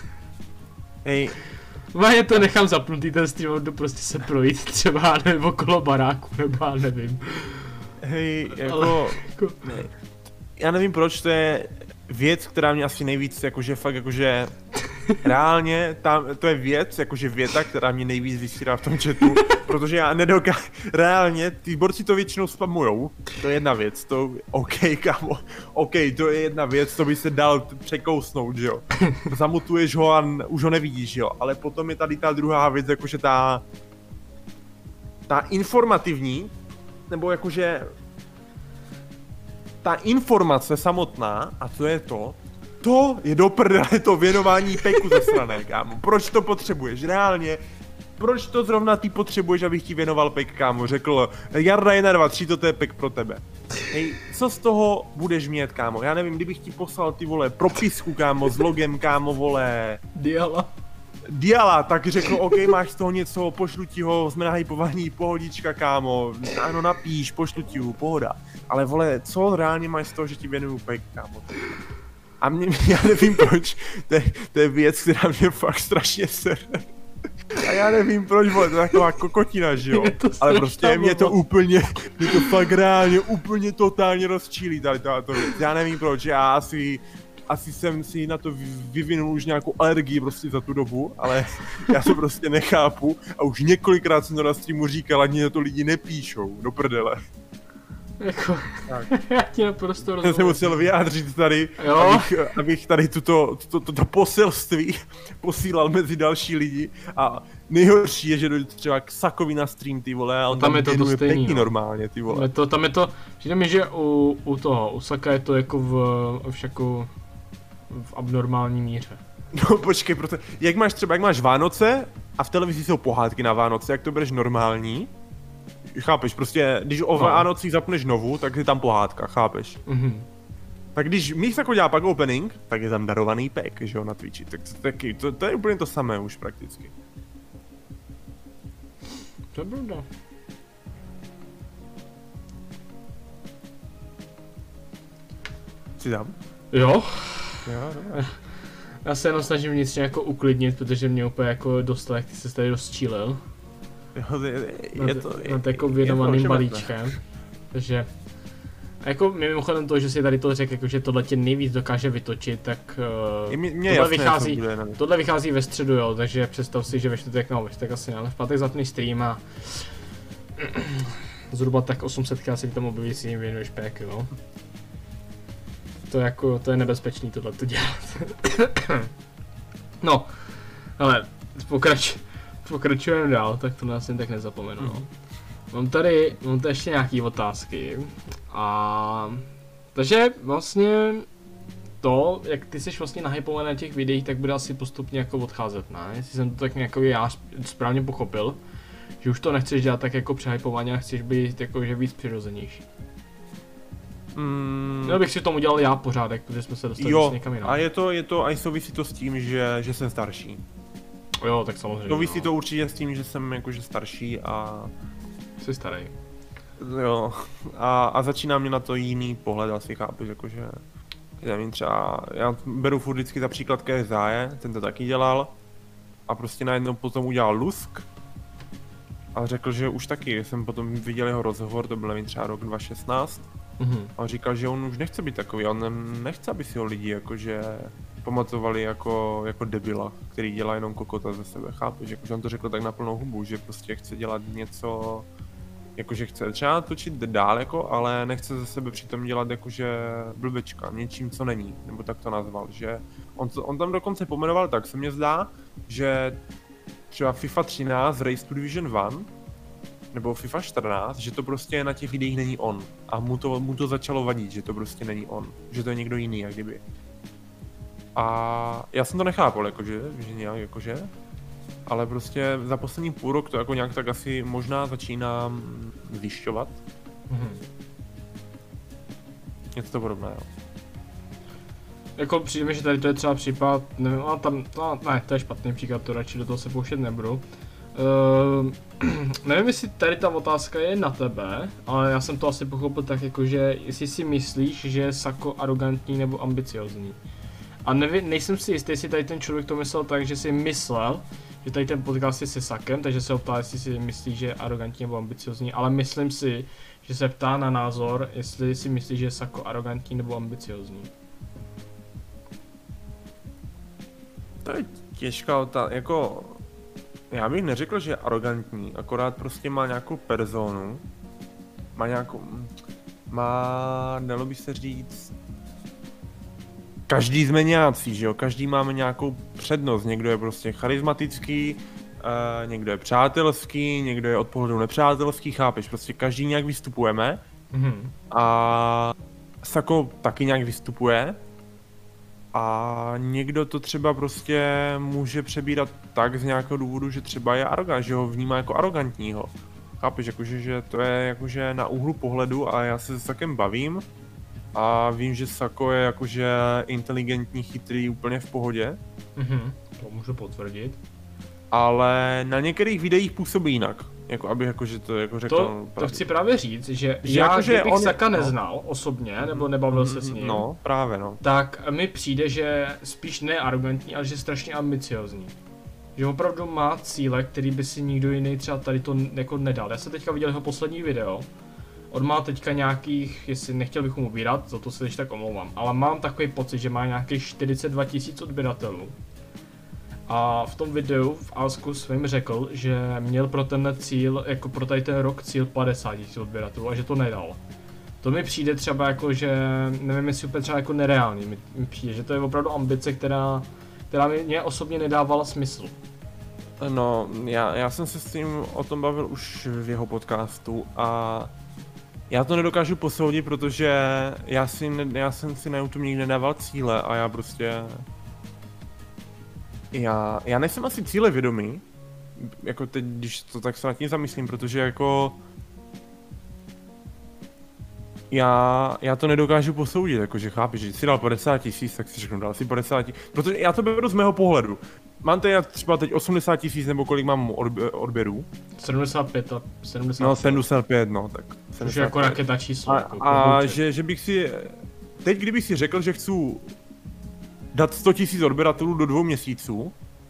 Hej. Vážně to nechám zapnutý ten stream, jdu prostě se projít třeba, nebo okolo baráku, nebo já nevím. Hej, jako... Ne. Já nevím proč, to je věc, která mě asi nejvíc, jakože fakt, jakože... Reálně, to je věc, jakože věta, která mě nejvíc vysírá v tom chatu, protože já nedokážu, reálně, ty borci to většinou spamujou, to je jedna věc, to, OK, kámo, OK, to je jedna věc, to by se dal překousnout, že jo, zamutuješ ho a už ho nevidíš, jo, ale potom je tady ta druhá věc, jakože ta informativní, nebo jakože ta informace samotná, a to je do prdele to věnování peku ze strany, kámo. Proč to potřebuješ? Reálně, proč to zrovna ty potřebuješ, abych ti věnoval pek, kámo? Řekl, Jarda 1, 2, 3, to je pek pro tebe. Hej, co z toho budeš mít, kámo? Já nevím, kdybych ti poslal ty vole propisku, kámo, s logem, kámo, vole. Diala, tak řekl, OK, máš z toho něco, pošlu ti ho, jsme na hypování, pohodička, kámo, ano, napíš, pošlu ti ho, pohoda. Ale vole, co reálně máš z toho, že ti věnuju pek, kámo? A já nevím proč, to je věc, která mě fakt strašně sere. A já nevím proč, vole, to je taková kokotina, že jo? Ale prostě mě to fakt reálně, úplně totálně rozčílí tady to věc. Já nevím proč, já asi jsem si na to vyvinul už nějakou alergii prostě za tu dobu, ale já to prostě nechápu a už několikrát jsem to na streamu říkal, ani na to lidi nepíšou, do prdele. Jako, já ti naprosto rozumím. Jsem se musel vyjádřit tady, abych tady toto poselství posílal mezi další lidi a nejhorší je, že dojde třeba k Sakovi na stream, ty vole, a on tam věnuje pěkně normálně, ty vole. Tam je to, přijde mi, že u Saka je to jako v abnormální míře. No počkej, protože jak máš Vánoce a v televizi jsou pohádky na Vánoce, jak to bereš normální? Chápeš, prostě, když o Vánocích zapneš Novu, tak je tam pohádka, chápeš? Tak když Mix jako dělá pak opening, tak je tam darovaný pack, že jo, na Twitchi, tak to je úplně to samé už prakticky. To je pravda. Jsi tam? Jo. Jo. Já se jenom snažím vnitřně jako uklidnit, protože mě úplně jako dostal, jak ty se tady rozčílil. Nad jako vědomanným balíčkem. Takže jako mimochodem to, že si tady to řekl, jako, že tohle tě nejvíc dokáže vytočit, tak tohle vychází ve středu, jo, takže představ si, že ve čtvrtek, tak asi ne, ale v pátek zapneš stream a zhruba tak 800 krát si tomu objeví, si jim věnuješ pek, jo. To je nebezpečný tohle to dělat. No, ale pokračujeme dál, tak to nás jen tak nezapomenu, no. Mám tady ještě nějaký otázky takže vlastně to, jak ty jsi vlastně nahypovaný na těch videích, tak bude asi postupně jako odcházet, ne? Jestli jsem to tak nějak já správně pochopil, že už to nechceš dělat tak jako přehypovaně a chceš být jakože víc přirozenější. No bych si tomu dělal já pořádek, protože jsme se dostali někam jinam. A je to a souvisí to s tím, že jsem starší. Jo, tak samozřejmě. Souvisí to určitě s tím, že jsem jakože starší a... Jsi starý. Jo, a začíná mě na to jiný pohled, asi chápeš, jakože... Nevím, třeba, já beru furt vždycky za příklad KSI, ten to taky dělal. A prostě najednou potom udělal Lusk. A řekl, že už taky, jsem potom viděl jeho rozhovor, to byl nevím, třeba rok 2016. A říkal, že on už nechce být takový, on nechce, aby si ho lidi jakože pamatovali jako debila, který dělá jenom kokota ze sebe, chápeš? Jakože on to řekl tak na plnou hubu, že prostě chce dělat něco, jakože chce třeba točit dál jako, ale nechce ze sebe přitom dělat jakože blbečka, něčím, co není, nebo tak to nazval, že on tam dokonce pomenoval tak, se mně zdá, že třeba FIFA 13 Race to Division 1 nebo FIFA 14, že to prostě na těch videích není on. A mu to začalo vadit, že to prostě není on. Že to je někdo jiný, jak kdyby. A já jsem to nechápal, jakože, že nějak, jakože. Ale prostě za poslední půl rok to jako nějak tak asi možná začínám zjišťovat. Něco to podobného. Jako přijde mi, že tady to je třeba případ, nevím, ne, to je špatný příklad, to radši do toho se pouštět nebudu. Nevím, jestli tady ta otázka je na tebe, ale já jsem to asi pochopil tak jako, že jestli si myslíš, že je Sako arrogantní nebo ambiciozní. A nejsem si jistý, jestli tady ten člověk to myslel tak, že si myslel, že tady ten podcast je se Sakem, takže se ho ptá, jestli si myslí, že je arrogantní nebo ambiciozní, ale myslím si, že se ptá na názor, jestli si myslí, že je Sako arrogantní nebo ambiciozní. To je těžká otázka, jako... Já bych neřekl, že je arrogantní, akorát prostě má nějakou personu, dalo by se říct, každý jsme nějací, že jo, každý máme nějakou přednost, někdo je prostě charismatický, někdo je přátelský, někdo je od pohledu nepřátelský, chápeš, prostě každý nějak vystupujeme a Sako taky nějak vystupuje A někdo to třeba prostě může přebírat tak z nějakého důvodu, že třeba je arrogant, že ho vnímá jako arrogantního. Chápeš, jakože, že to je jakože na úhlu pohledu a já se s Sakem bavím a vím, že Sako je jakože inteligentní, chytrý, úplně v pohodě. To můžu potvrdit. Ale na některých videích působí jinak. Jako abych jakože to jako řekl. To chci právě říct, že já jakože kdybych on Saka neznal osobně, nebo nebavil se s ním, no, právě no. tak mi přijde, že spíš ne arrogantní, ale že strašně ambiciozní. Že opravdu má cíle, který by si nikdo jiný třeba tady to jako nedal. Já jsem teďka viděl jeho poslední video. On má teďka nějakých, jestli nechtěl bych mu ubírat, za to se teď tak omlouvám, ale mám takový pocit, že má nějakých 42 000 odběratelů. A v tom videu v Asku svým řekl, že měl pro tenhle cíl, jako pro tady ten rok cíl 50 000 odběratelů a že to nedal. To mi přijde třeba jako, že nevím, jestli úplně třeba jako nereálný, mi přijde, že to je opravdu ambice, která mě osobně nedávala smysl. No, já jsem se s tím o tom bavil už v jeho podcastu a já to nedokážu posoudit, protože já jsem si na YouTube nikdy nedával cíle a já prostě... Já nejsem asi cílevědomý, jako teď, když to tak se nad tím zamyslím, protože jako... Já to nedokážu posoudit, jakože chápeš, že si dal 50 000, tak si řeknu, dal si 50 000, protože já to beru z mého pohledu. Mám tady třeba teď 80 000 nebo kolik mám odběrů? 75 a 75. No 75, no tak. Což je jako raketa číslo. A že bych si, teď kdybych si řekl, že chci dát 100 000 odběratelů do 2 měsíců,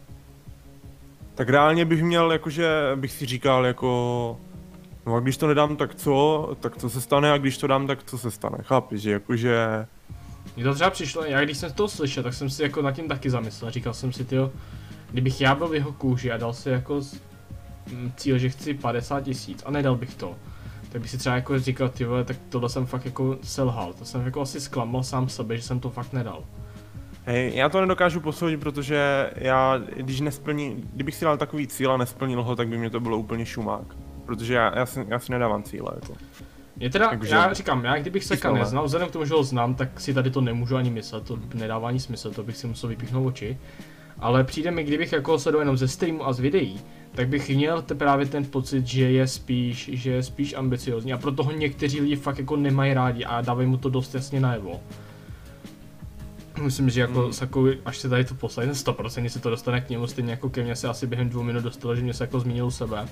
tak reálně bych měl jakože, bych si říkal jako, no a když to nedám, tak co se stane, a když to dám, tak co se stane, chápeš, že jakože... Mně to třeba přišlo, já když jsem to slyšel, tak jsem si jako nad tím taky zamyslel, říkal jsem si, tyjo, kdybych já byl v jeho kůži a dal si jako cíl, že chci 50 000 a nedal bych to, tak bych si třeba jako říkal, tyjo, tak tohle jsem fakt jako selhal, to jsem jako asi zklamal sám sebe, že jsem to fakt nedal. Hej, já to nedokážu posoudit, protože já, kdybych si dal takový cíl a nesplnil ho, tak by mě to bylo úplně šumák. Protože já si nedávám cíle, jako. Je teda, já říkám, kdybych Saka neznal, vzhledem k tomu, že ho znám, tak si tady to nemůžu ani myslet, to nedává ani smysl, to bych si musel vypíchnout oči. Ale přijde mi, kdybych jako sledoval jenom ze streamu a z videí, tak bych měl právě ten pocit, že je spíš ambiciozní a proto ho někteří lidi fakt jako nemají rádi a dávají mu to dost jasně najevo. Myslím, že jako Saku, až se tady to poslali, 100% se to dostane k němu, stejně jako ke mně se asi během 2 minut dostalo, že mě se jako zmínil u sebe.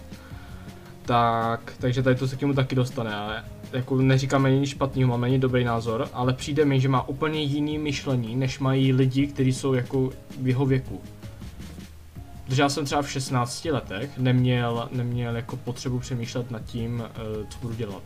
Takže tady to se k němu taky dostane, ale jako neříkáme nic špatného, máme není dobrý názor, ale přijde mi, že má úplně jiný myšlení, než mají lidi, kteří jsou jako v jeho věku. Protože já jsem třeba v 16 letech neměl jako potřebu přemýšlet nad tím, co budu dělat.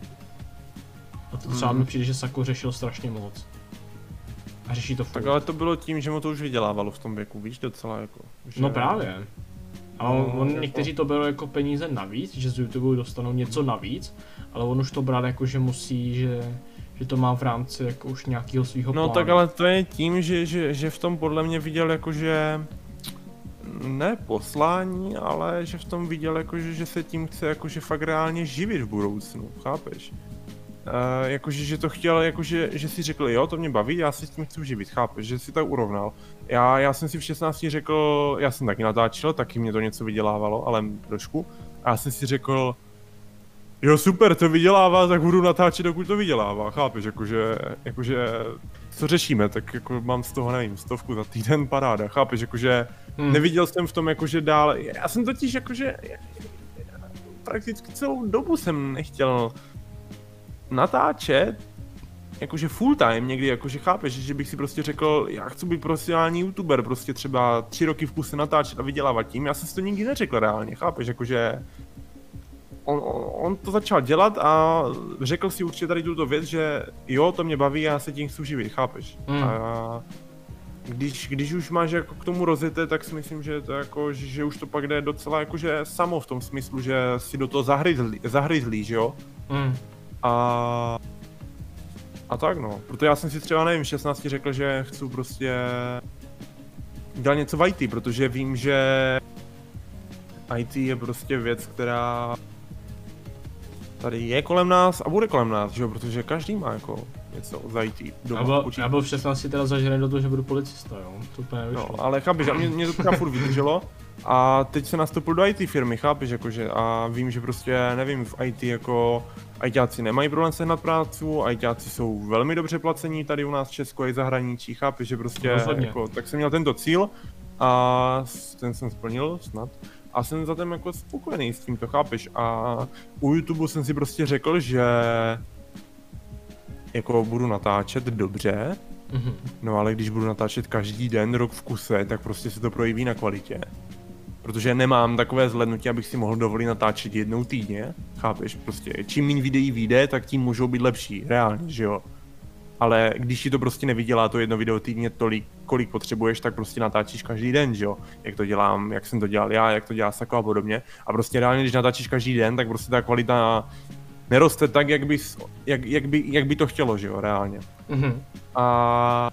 A to třeba mi přijde, že Saku řešil strašně moc. A řeší to furt. Tak ale to bylo tím, že mu to už vydělávalo v tom věku, víš, docela jako. Že... No právě. A někteří to berou jako peníze navíc, že z YouTube dostanou něco navíc, ale on už to bral jako, že musí, že to má v rámci jako už nějakého svého plánu. No tak ale to je tím, že v tom podle mě viděl jakože ne poslání, ale že v tom viděl jakože, že se tím chce jakože fakt reálně živit v budoucnu, chápeš? Jakože, že to chtěl, jakože, že si řekl, jo, to mě baví, já si s tím chci živit, chápeš, že si tak urovnal. Já jsem si v 16 řekl, já jsem taky natáčel, taky mě to něco vydělávalo, ale trošku. A já jsem si řekl, jo super, to vydělává, tak budu natáčet, dokud to vydělává, chápeš, jakože, co řešíme, tak jako mám z toho, nevím, 100 za týden, paráda, chápeš, jakože, neviděl jsem v tom jakože dál, já jsem totiž jakože, prakticky celou dobu jsem nechtěl natáčet, jakože full time někdy, jakože chápeš, že bych si prostě řekl, já chci být profesionální youtuber, prostě třeba 3 roky v kuse natáčet a vydělávat tím, já jsem si to nikdy neřekl reálně, chápeš, jakože on to začal dělat a řekl si určitě tady tuto věc, že jo, to mě baví, já se tím chci živit, chápeš. A když už máš jako k tomu rozjeté, tak si myslím, že to jako, že už to pak jde docela jakože samo v tom smyslu, že si do toho zahryzlí, že jo. A tak no, protože já jsem si třeba, nevím, v 16 řekl, že chci prostě dělat něco v IT, protože vím, že IT je prostě věc, která tady je kolem nás a bude kolem nás, že jo, protože každý má jako něco za IT doma. Já byl v 16 teda zažraný do toho, že budu policista, jo, to úplně nevyšlo. No, ale chápeš, a mě to třeba furt vydrželo a teď se nastoupil do IT firmy, chápeš, jakože a vím, že prostě, nevím, v IT jako ITáci nemají problém sehnat prácu, ITáci jsou velmi dobře placení tady u nás v Česku i zahraničí, chápeš, že prostě jako, tak jsem měl tento cíl a ten jsem splnil snad. A jsem za tím jako spokojený s tím, to chápeš. A u YouTube jsem si prostě řekl, že jako budu natáčet dobře, no ale když budu natáčet každý den, rok v kuse, tak prostě se to projeví na kvalitě. Protože nemám takové zhlédnutí, abych si mohl dovolit natáčet jednou týdně, chápeš, prostě čím méně videí vyjde, tak tím můžou být lepší, reálně, že jo. Ale když ti to prostě nevydělá to jedno video týdně tolik, kolik potřebuješ, tak prostě natáčíš každý den, že jo. Jak to dělám, jak jsem to dělal já, jak to dělá Sako a podobně. A prostě reálně, když natáčíš každý den, tak prostě ta kvalita neroste tak, jak by to chtělo, že jo, reálně. A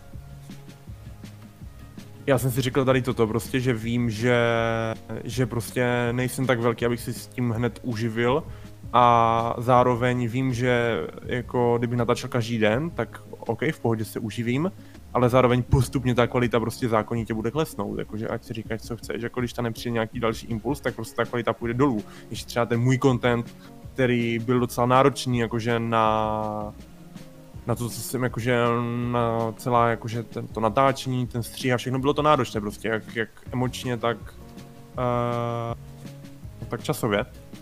já jsem si řekl tady toto prostě, že vím, že prostě nejsem tak velký, abych si s tím hned uživil. A zároveň vím, že jako kdyby natáčel každý den, tak OK, v pohodě se uživím, ale zároveň postupně ta kvalita prostě zákonitě bude klesnout, jakože ať si říkáš, co chceš, jako když tam nepřijde nějaký další impuls, tak prostě ta kvalita půjde dolů. Když třeba ten můj content, který byl docela náročný, jakože na to, co jsem jakože na celá jakože to natáčení, ten střih a všechno bylo to náročné prostě, jak emočně, tak časově.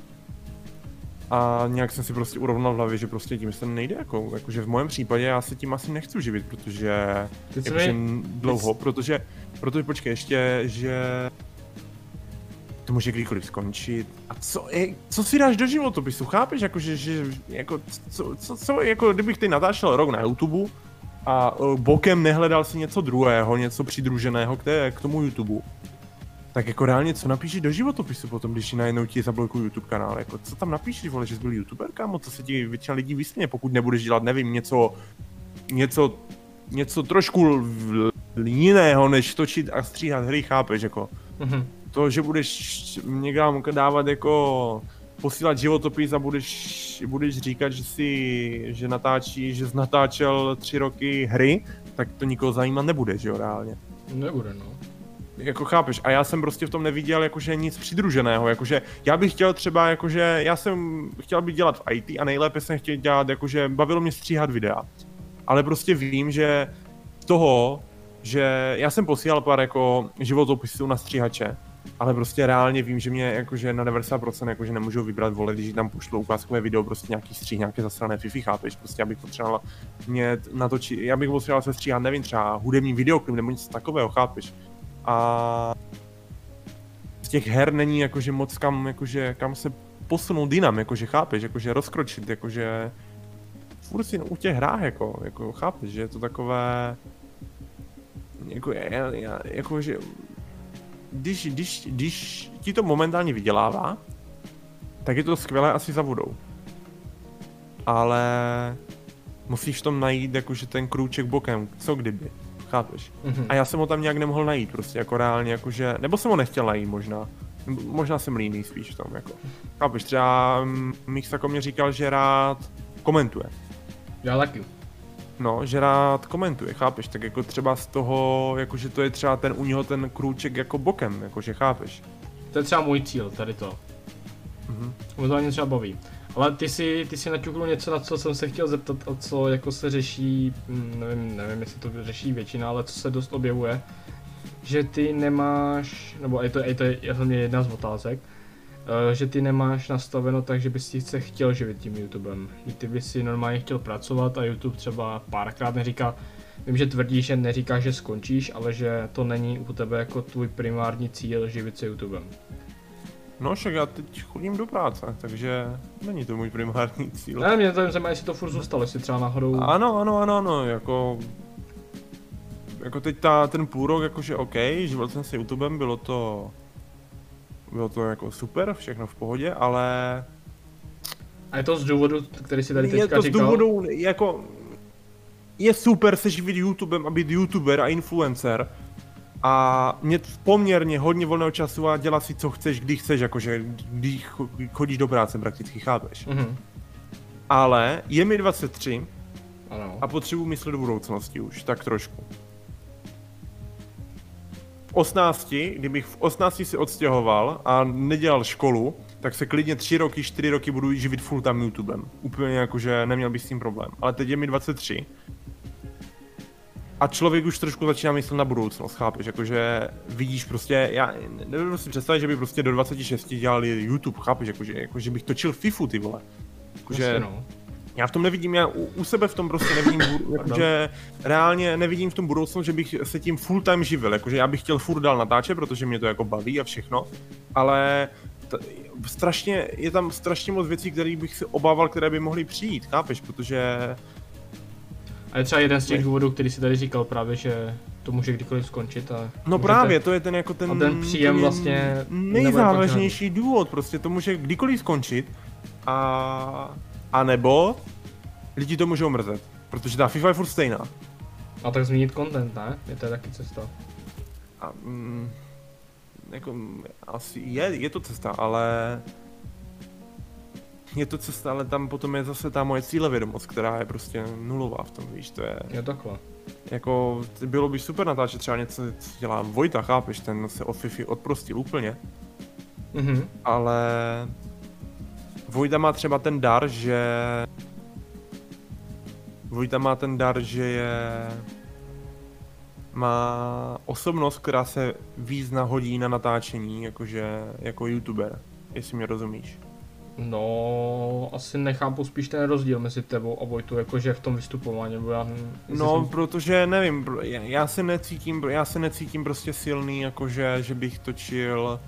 A nějak jsem si prostě urovnal v hlavě, že prostě tím se nejde, jakože v mém případě já se tím asi nechci živit, protože jakože dlouho, protože počkej ještě, že to může kdykoliv skončit. A co si dáš do životopisu, chápeš, jakože, že jako, co, jako kdybych teď natáčel rok na YouTube a bokem nehledal si něco druhého, něco přidruženého k tomu YouTube. Tak jako reálně, co napíšeš do životopisu potom, když najednou ti zablokují YouTube kanál, jako co tam napíšeš, vole, že jsi byl YouTuber, kámo, to se ti většina lidí vysměje, pokud nebudeš dělat, nevím, něco trošku jiného, než točit a stříhat hry, chápeš, jako. To, že budeš někam dávat jako posílat životopis a budeš říkat, že natáčíš, že jsi natáčel 3 roky hry, tak to nikoho zajímat nebude, že jo, reálně. Nebude, no. Jako chápeš, a já jsem prostě v tom neviděl jakože nic přidruženého, jakože já bych chtěl třeba jakože, já jsem chtěl být dělat v IT a nejlépe jsem chtěl dělat jakože, bavilo mě stříhat videa. Ale prostě vím, že toho, že já jsem posílal pár jako životopisů na stříhače, ale prostě reálně vím, že mě jakože na 90% jakože nemůžu vybrat, vole, když tam pošlu ukázkové video, prostě nějaký střih, nějaké zasrané fifi, chápeš, prostě já bych potřeboval já bych potřeboval se stříhat, nevím, třeba hudební videoklip nebo něco takového, chápeš. A z těch her není jakože moc kam se posunout jinam, jakože chápeš, jakože rozkročit, jakože furt si u těch hrách, jako chápeš, že je to takové, jakože když ti to momentálně vydělává, tak je to skvělé asi za vodou. Ale musíš v tom najít jakože ten krůček bokem, co kdyby. Chápeš? A já jsem ho tam nějak nemohl najít, prostě jako reálně, jakože, nebo jsem ho nechtěl najít možná jsem líný spíš v tom, jako. Chápeš, třeba Mixako mě říkal, že rád komentuje. Já taky. No, že rád komentuje, chápeš, tak jako třeba z toho, jakože to je třeba u něho ten krůček jako bokem, jakože chápeš. To je třeba můj cíl, tady to. Mě to ani třeba baví. Ale ty si naťuknul něco, na co jsem se chtěl zeptat, a co jako se řeší, nevím, jestli to řeší většina, ale co se dost objevuje, že ty nemáš, nebo je to hlavně jedna z otázek, že ty nemáš nastaveno tak, že bys se chtěl živit tím YouTubem. Že ty bys si normálně chtěl pracovat a YouTube třeba párkrát neříká, vím, že tvrdíš, že neříkáš, že skončíš, ale že to není u tebe jako tvůj primární cíl živit se YouTubem. No však já teď chodím do práce, takže není to můj primární cíl. Ne, mě to zajímá, jestli to furt zůstalo, jestli třeba náhodou... Ano, jako teď ten půl rok jakože OK, živil jsem se YouTubem, bylo to jako super, všechno v pohodě, ale... A je to z důvodu, který si tady teďka říkal? Je to z důvodu, jako... Je super se živit YouTubem a být YouTuber a influencer, a mít poměrně hodně volného času a dělat si co chceš, kdy chceš, jakože když chodíš do práce prakticky, chápeš. Ale je mi 23 Ano. A potřebuji myslet do budoucnosti už, tak trošku. V 18, kdybych v 18 si odstěhoval a nedělal školu, tak se klidně 3 roky, 4 roky budu živit full time YouTubem. Úplně jakože neměl bych s tím problém. Ale teď je mi 23. A člověk už trošku začíná myslet na budoucnost, chápeš? Jakože vidíš prostě, já nedovedu si představit, že by prostě do 26 dělali YouTube, chápeš? Jakože bych točil FIFU, ty vole. Jakože, no. já v tom nevidím, já u sebe v tom prostě nevidím, jakože reálně nevidím v tom budoucnost, že bych se tím full time živil, jakože já bych chtěl furt dál natáčet, protože mě to jako baví a všechno, ale strašně, je tam strašně moc věcí, které bych si obával, které by mohly přijít, chápeš? Protože a je třeba jeden z těch důvodů, který si tady říkal právě, že to může kdykoliv skončit a... no právě, to je ten jako ten... A ten příjem vlastně... nejzávažnější důvod, prostě to může kdykoliv skončit a nebo lidi to můžou mrzet, protože ta FIFA je furt stejná. A tak změnit content, ne? Je to taky cesta. A, jako, asi je to cesta, ale... Je to cesta, ale tam potom je zase ta moje cílevědomost, která je prostě nulová v tom, víš, to je... Je takhle. Jako, bylo by super natáčet třeba něco, co dělá Vojta, chápeš, ten se od FIFA odprostil úplně. Ale... Vojta má třeba ten dar, že... Má osobnost, která se víc nahodí na natáčení, jakože, jako youtuber, jestli mě rozumíš. No, asi nechápu spíš ten rozdíl mezi tebou a Vojtou, jakože v tom vystupování, nebo já... No, protože nevím, já se necítím prostě silný, jakože, že bych točil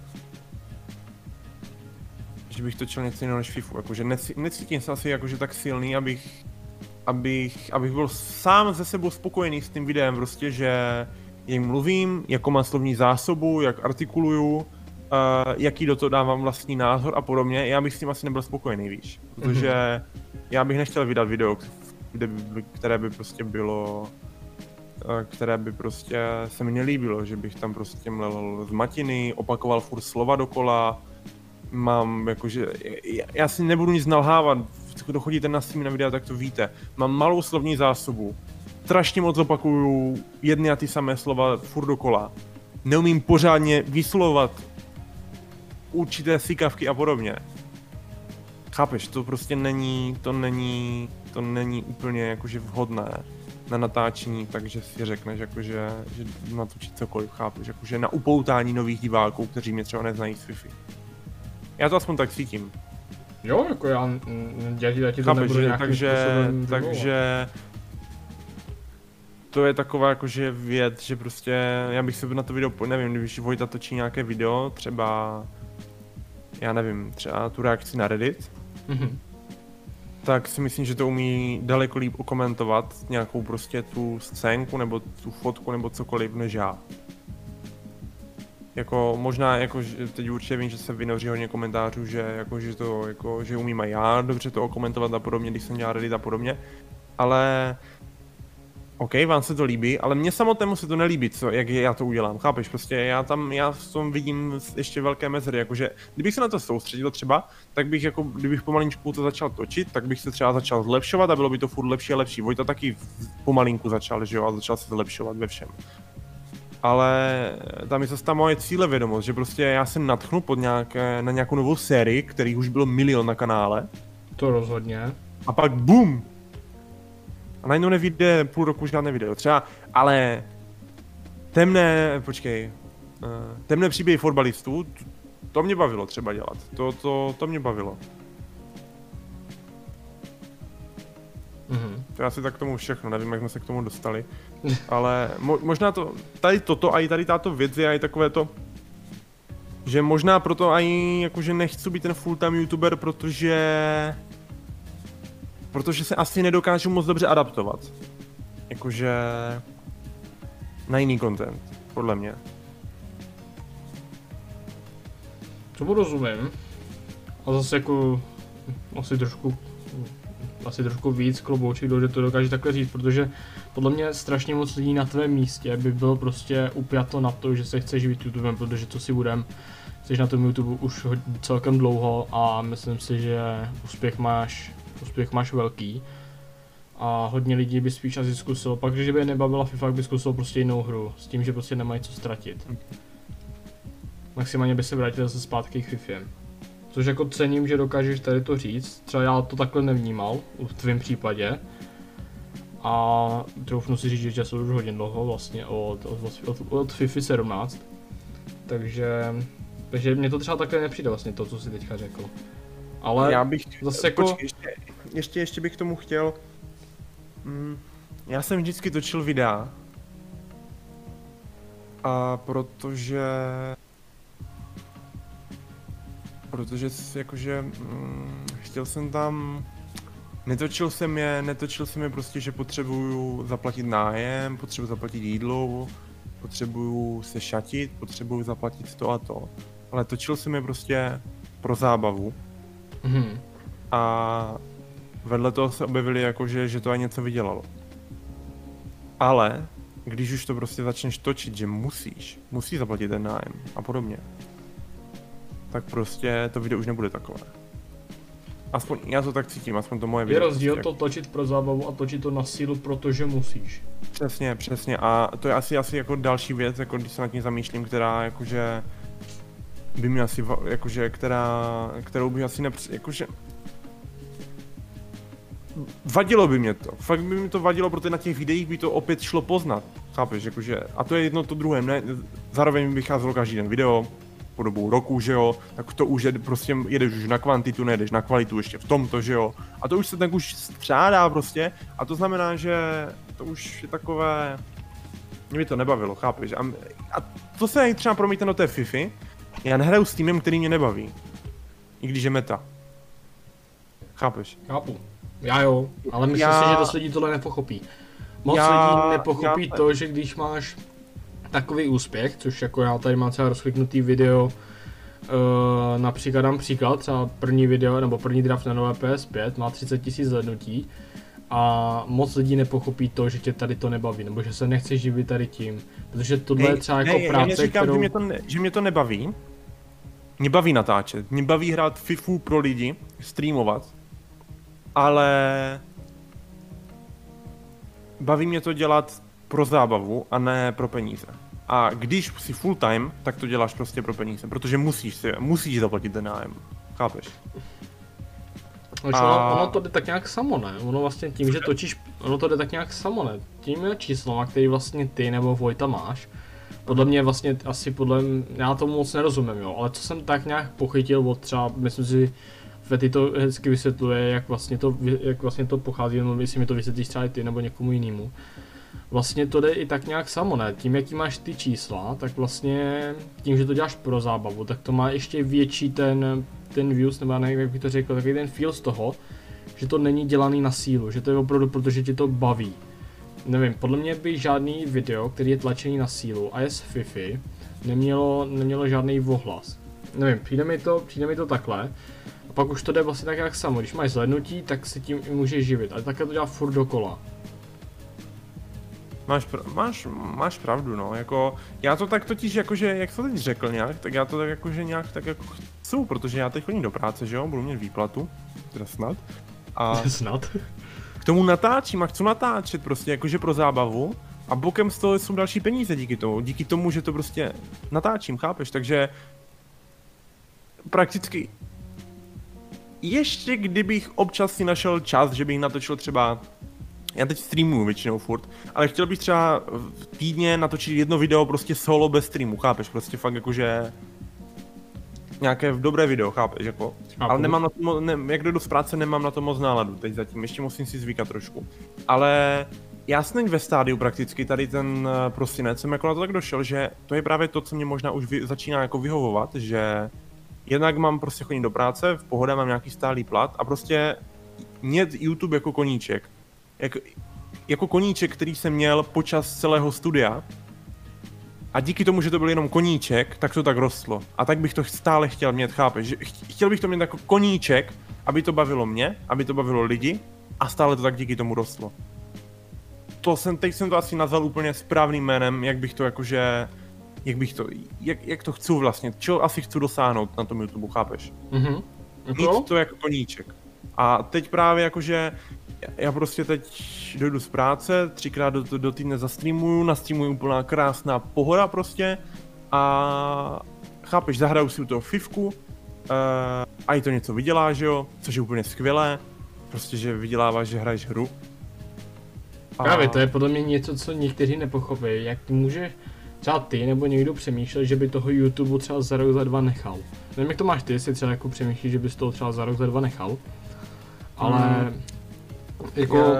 něco jiného než FIFU, jakože necítím se asi jakože tak silný, abych byl sám ze sebou spokojený s tím videem, prostě, že jak mluvím, jakou mám slovní zásobu, jak artikuluju, jaký do toho dávám vlastní názor a podobně, já bych s tím asi nebyl spokojený, víš, protože já bych nechtěl vydat video, které by prostě bylo, které by prostě se mi nelíbilo, že bych tam prostě mlel z matiny, opakoval furt slova dokola, mám jakože, já si nebudu nic nalhávat, kdo chodíte na streamy na videa, tak to víte, mám malou slovní zásobu, strašně moc opakuju jedny a ty samé slova furt dokola, neumím pořádně vyslovovat určité sykavky a podobně. Chápeš, to prostě není úplně jakože vhodné na natáčení, takže si řekneš jakože, že natočit cokoliv, chápeš, jakože na upoutání nových diváků, kteří mě třeba neznají z FIFA. Já to aspoň tak cítím. Jo, jako já ti to chápeš, nebudu nějakým takže to je taková jakože věc, že prostě já bych se na to video, nevím, když Vojta točí nějaké video, třeba já nevím, třeba tu reakci na Reddit, tak si myslím, že to umí daleko líp okomentovat nějakou prostě tu scénku nebo tu fotku nebo cokoliv než já. Jako možná, jako teď určitě vím, že se vynoří hodně komentářů, že jako, že to, jako, že umím i já dobře to okomentovat a podobně, když jsem dělal Reddit a podobně, ale OK, vám se to líbí, ale mně samotnému se to nelíbí, jak já to udělám, chápeš, prostě já v tom vidím ještě velké mezery, jakože kdybych se na to soustředil třeba, tak bych jako, kdybych pomalinku to začal točit, tak bych se třeba začal zlepšovat a bylo by to furt lepší a lepší. Vojta taky pomalinku začal, že jo, a začal se zlepšovat ve všem. Ale tam je zase ta moje cílevědomost, že prostě já se natchnu na nějakou novou sérii, kterých už bylo milion na kanále. To rozhodně. A pak BUM! A najednou nevyjde půl roku žádné video, třeba, ale temné příběhy fotbalistů, to mě bavilo třeba dělat, to mě bavilo. To je asi tak k tomu všechno, nevím, jak jsme se k tomu dostali, ale možná to, tady toto a i tady tato věc je i takové to, že možná proto i jakože nechci být ten full-time youtuber, protože se asi nedokážu moc dobře adaptovat. Jakože na jiný content, podle mě. To rozumím. A zase jako asi trošku víc klobouček, že to dokáže takhle říct, protože podle mě strašně moc lidí na tvém místě by bylo prostě upjato na to, že se chce živit YouTubem, protože co si budem, jsi na tom YouTube už celkem dlouho a myslím si, že úspěch máš velký. A hodně lidí by spíš asi zkusilo, pak když by je nebavila FIFA, by zkusilo prostě jinou hru, s tím, že prostě nemají co ztratit. Maximálně by se vrátili zase zpátky k FIFA. Což jako cením, že dokážeš tady to říct, třeba já to takhle nevnímal, v tvém případě. A troufnu si říct, že jsou už hodně dlouho vlastně od FIFA 17. Takže mě to třeba takhle nepřijde vlastně to, co jsi teďka řekl. Ale já bych, zase jako... počkej, ještě bych k tomu chtěl, já jsem vždycky točil videa, a protože jakože chtěl jsem tam, netočil jsem je prostě, že potřebuju zaplatit nájem, potřebuju zaplatit jídlo, potřebuju se šatit, potřebuju zaplatit to a to, ale točil jsem je prostě pro zábavu. A vedle toho se objevili jakože, že to aj něco vydělalo. Ale když už to prostě začneš točit, že musíš zaplatit ten nájem a podobně, tak prostě to video už nebude takové. Aspoň já to tak cítím, aspoň to moje video. Je rozdíl prostě to točit pro zábavu a točit to na sílu, protože musíš. Přesně a to je asi jako další věc, jako když se nad tím zamýšlím, která jakože by mi asi, jakože, kterou bych asi jakože vadilo by mě to, fakt by mi to vadilo, protože na těch videích by to opět šlo poznat, chápeš, jakože, a to je jedno to druhé, ne, zároveň mi vycházelo každý den video, po dobu roku, že jo, tak to už je, prostě jedeš už na kvantitu, nejedeš na kvalitu ještě v tomto, že jo, a to už se tak už střádá prostě, a to znamená, že to už je takové, mě by to nebavilo, chápeš, a to se třeba promítne do té FIFA, já nehraju s týmem, který mě nebaví, i když je meta, chápeš? Chápu. Já jo, ale myslím si, že dost lidí tohle nepochopí. Moc lidí nepochopí to, že když máš takový úspěch, což jako já tady mám třeba rozkliknutý video, například dám příklad, třeba první video nebo první draft na nové PS5 má 30 000 zhlédnutí a moc lidí nepochopí to, že tě tady to nebaví, nebo že se nechce živit tady tím, protože tohle je třeba jako práce, já neříkám, kterou... že mě to nebaví, mě baví natáčet, mě baví hrát FIFU pro lidi, streamovat, ale baví mě to dělat pro zábavu a ne pro peníze. A když jsi full time, tak to děláš prostě pro peníze, protože musíš zaplatit ten nájem, chápeš? Ono to jde tak nějak samo, ne? Ono vlastně tím, že točíš, ono to jde tak nějak samo, ne? Těmi číslama, který vlastně ty nebo Vojta máš, podle mě vlastně já tomu moc nerozumím, jo, ale co jsem tak nějak pochytil od třeba, myslím si, Vety to hezky vysvětluje, jak vlastně to pochází, jenom jestli mi to vysvětlíš třeba i ty nebo někomu jinému. Vlastně to jde i tak nějak samo, ne? Tím, jaký máš ty čísla, tak vlastně tím, že to děláš pro zábavu, tak to má ještě větší ten views, nebo já nevím, jak bych to řekl, takový ten feel z toho, že to není dělaný na sílu, že to je opravdu, protože tě to baví. Nevím, podle mě by žádný video, který je tlačený na sílu a je z FIFA, nemělo žádný ohlas. Nevím, přijde mi to takhle. A pak už to jde vlastně tak jak samo, když máš zhlédnutí, tak se tím i můžeš živit, ale takhle to dělá furt dokola. Máš pravdu, no, jako, já to tak totiž, jakože, jak to teď řekl nějak, tak já to tak jakože nějak tak jako chci, protože já teď chodím do práce, že jo, budu mít výplatu, teda snad, a snad. K tomu natáčím a chci natáčet prostě, jakože pro zábavu, a bokem z toho jsou další peníze díky tomu, že to prostě natáčím, chápeš, takže prakticky ještě kdybych občas si našel čas, že bych natočil třeba, já teď streamuju většinou furt, ale chtěl bych třeba v týdně natočit jedno video prostě solo bez streamu, chápeš, prostě fakt jakože nějaké dobré video, chápeš, jako, ale nemám na to, jak jdu z práce, nemám na to moc náladu teď zatím, ještě musím si zvykat trošku, ale já jsem ve stádiu prakticky, tady ten prosinec jsem jako na to tak došel, že to je právě to, co mě možná už začíná jako vyhovovat, že jednak mám prostě chodit do práce, v pohodě mám nějaký stálý plat a prostě mít YouTube jako koníček. Jako koníček, který jsem měl počas celého studia. A díky tomu, že to byl jenom koníček, tak to tak rostlo. A tak bych to stále chtěl mít, chápeš? Chtěl bych to mít jako koníček, aby to bavilo mě, aby to bavilo lidi a stále to tak díky tomu rostlo. Teď jsem to asi nazval úplně správným jménem, jak to chci vlastně, čeho asi chci dosáhnout na tom YouTube, chápeš? Mhm. Mít to jako koníček. A teď právě jakože já prostě teď dojdu z práce, 3krát do týdne zastreamuju, nastreamuju úplná krásná pohoda prostě a chápeš, zahraju si u toho fifku a i to něco vydělá, že jo, což je úplně skvělé, prostě, že vyděláváš, že hraješ hru. Právě, to je podle mě něco, co někteří nepochopí, jak může třeba ty nebo někdo přemýšlet, že by toho YouTube třeba za rok, za dva nechal. Nevím, jak to máš ty, jestli třeba jako přemýšlíš, že bys toho třeba za rok, za dva nechal, ale jako...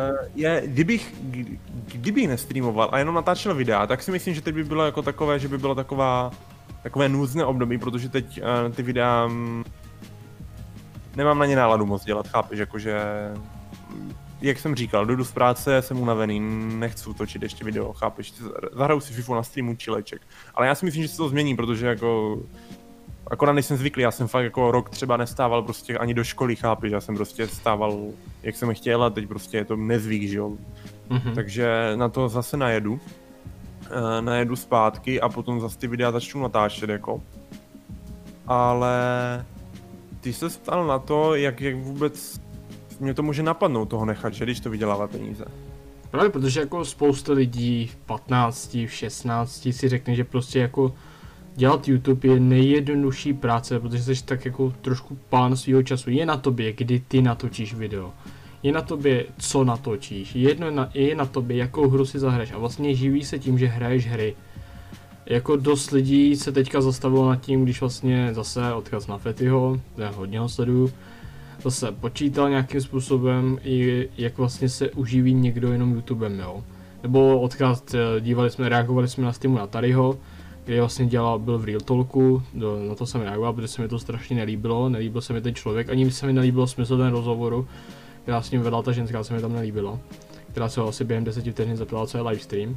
Kdybych nestreamoval a jenom natáčel videa, tak si myslím, že teď by bylo jako takové, že by bylo takové nůzné období, protože teď ty videa nemám na ně náladu moc dělat, chápeš, jakože jak jsem říkal, jdu z práce, jsem unavený, nechci točit ještě video, chápeš, zahraju si FIFA na streamu chileček, ale já si myslím, že se to změní, protože jako akorát nejsem zvyklý, já jsem fakt jako rok třeba nestával prostě ani do školy, chápeš, já jsem prostě stával, jak jsem chtěl a teď prostě je to nezvyk, že jo. Takže na to zase najedu zpátky a potom zase ty videa začnu natáčet jako. Ale ty se ptal na to, jak vůbec mě to může napadnout toho nechat, že když to vydělává peníze. Právě protože jako spousta lidí v 15, v 16 si řekne, že prostě jako dělat YouTube je nejjednodušší práce, protože jsi tak jako trošku pán svýho času. Je na tobě, kdy ty natočíš video. Je na tobě, co natočíš. Je na tobě, jakou hru si zahraješ. A vlastně živí se tím, že hraješ hry. Jako dost lidí se teďka zastavilo nad tím, když vlastně zase odkaz na Fettyho, já hodně ho sleduju, zase počítal nějakým způsobem, i jak vlastně se uživí někdo jenom YouTubem, jo. Nebo odkaz, reagovali jsme na streamu na Taryho, kde vlastně byl v Real Talku, na to jsem reagoval, protože se mi to strašně nelíbil se mi ten člověk, ani se mi nelíbilo smysl ten rozhovoru, která s ním vedla ta ženská, se mi tam nelíbila, která se ho asi během 10 vteřin zeptala, co je livestream.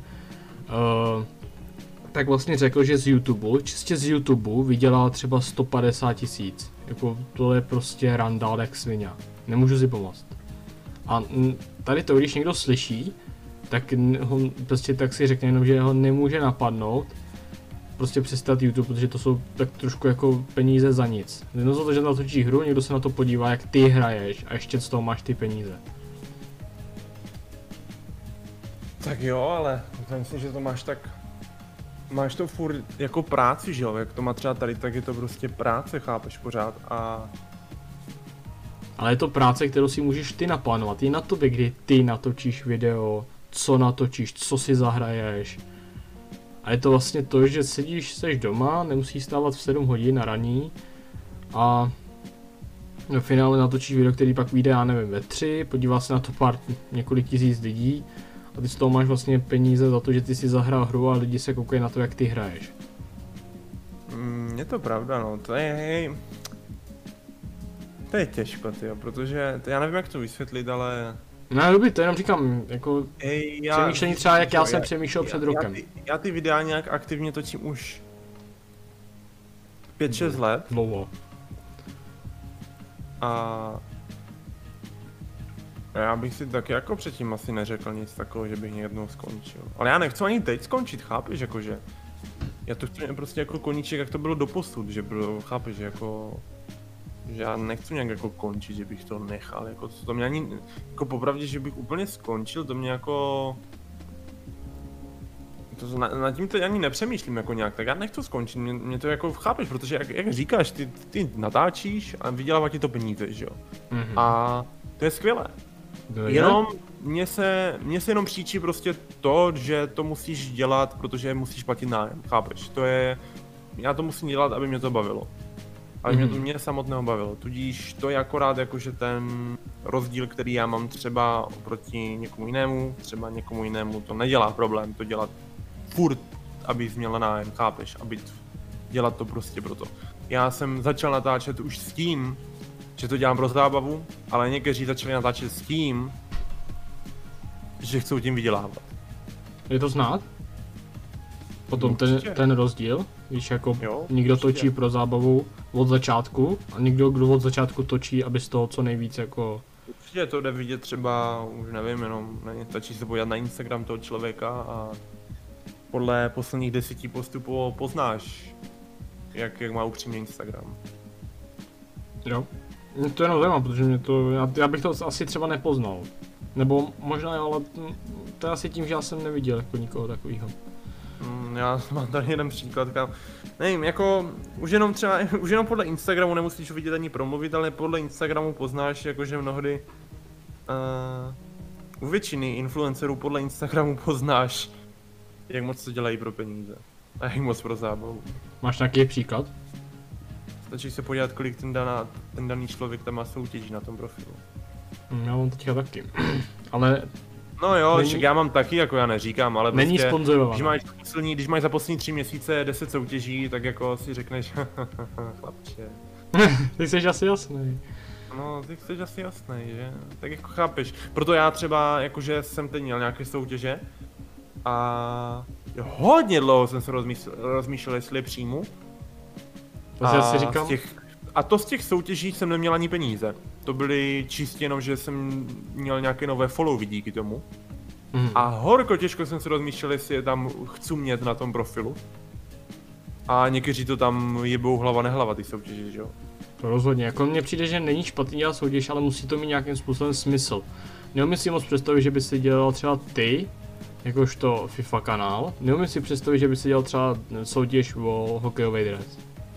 Tak vlastně řekl, že čistě z YouTube vydělal třeba 150 000. Jako to je prostě randál jak svině. Nemůžu si pomoct. A tady to, když někdo slyší, tak ho prostě tak si řekne jenom, že ho nemůže napadnout prostě přestat YouTube, protože to jsou tak trošku jako peníze za nic. Jedno za to, že natočí hru, někdo se na to podívá, jak ty hraješ a ještě z toho máš ty peníze. Tak jo, ale myslím, že to máš to furt jako práci, že jo, jak to má třeba tady, tak je to prostě práce, chápeš pořád a... Ale je to práce, kterou si můžeš ty naplánovat, je na tobě, kdy ty natočíš video, co natočíš, co si zahraješ. A je to vlastně to, že seš doma, nemusíš stávat v 7 hodin na raní a v finále natočíš video, který pak vyjde, já nevím, ve 3, podívá se na to několik tisíc lidí a ty z toho máš vlastně peníze za to, že ty si zahrál hru a lidi se koukají na to, jak ty hraješ. Je to pravda, no, to je těžko, tyjo, protože já nevím, jak to vysvětlit, ale... No dobrý, to jenom říkám, jako přemýšlení třeba, jak já jsem přemýšlel před rokem. Já ty videa nějak aktivně točím už 5-6 let. Dlouho. A já bych si taky jako předtím asi neřekl nic takového, že bych jednou skončil. Ale já nechci ani teď skončit, chápeš, jakože... Já to chci prostě jako koníček, jak to bylo doposud, že bylo, chápeš, jako... Že já nechci nějak jako končit, že bych to nechal, jako to mě ani, jako popravdě, že bych úplně skončil, to mě jako... Nad tím to ani nepřemýšlím jako nějak, tak já nechci skončit, mě to jako chápeš, protože jak říkáš, ty natáčíš a vydělává ti to peníze, že jo. A to je skvělé. Jenom mně se jenom příčí prostě to, že to musíš dělat, protože musíš platit nájem, chápeš, to je... Já to musím dělat, aby mě to bavilo. Ale mě samotného bavilo, tudíž to je akorát jakože ten rozdíl, který já mám třeba oproti někomu jinému to nedělá problém, to dělat furt, abys měl nájem, chápeš, dělat to prostě proto. Já jsem začal natáčet už s tím, že to dělám pro zábavu, ale někteří začali natáčet s tím, že chcou tím vydělávat. Je to znát? Potom ten rozdíl, když jako někdo točí pro zábavu od začátku a někdo, kdo od začátku točí, aby z toho co nejvíc jako... Určitě to jde vidět třeba, už nevím, jenom stačí se podívat na Instagram toho člověka a podle posledních 10 postupů poznáš, jak má upřímný Instagram. Jo, mě to jenom zajímá, protože já bych to asi třeba nepoznal. Nebo možná jo, ale to je asi tím, že já jsem neviděl jako nikoho takového. Já mám tady jeden příklad, nevím, jako už jenom podle Instagramu nemusíš vidět ani promluvit, ale podle Instagramu poznáš, jakože mnohdy u většiny influencerů podle Instagramu poznáš, jak moc to dělají pro peníze a jak moc pro zábavu. Máš nějaký příklad? Stačí se podívat, kolik ten daný člověk tam má soutěží na tom profilu. Já mám teďka taky, ale... No jo, není... já mám taky, jako já neříkám, ale není prostě, sponzorovaný. když máš za poslední 3 měsíce 10 soutěží, tak jako si řekneš, chlapče. Ty jsi asi jasný. No, ty jsi asi jasný, že? Tak jako chápeš. Proto já třeba, jakože jsem teď měl nějaké soutěže a hodně dlouho jsem se rozmýšlel, jestli je přijmu. To si asi říkám. A to z těch soutěží jsem neměl ani peníze. To byly čistě jenom, že jsem měl nějaké nové followy díky tomu. A horko těžko jsem se rozmýšlel, jestli je tam chci mít na tom profilu. A někteří to tam jebou hlava nehlava ty soutěže, že jo? To rozhodně, jako mně přijde, že není špatný dělat soutěž, ale musí to mít nějakým způsobem smysl. Neumím si moc představit, že by si dělal třeba ty, jakožto FIFA kanál. Neumím si představit, že by si dělal třeba soutěž o hokejový dres.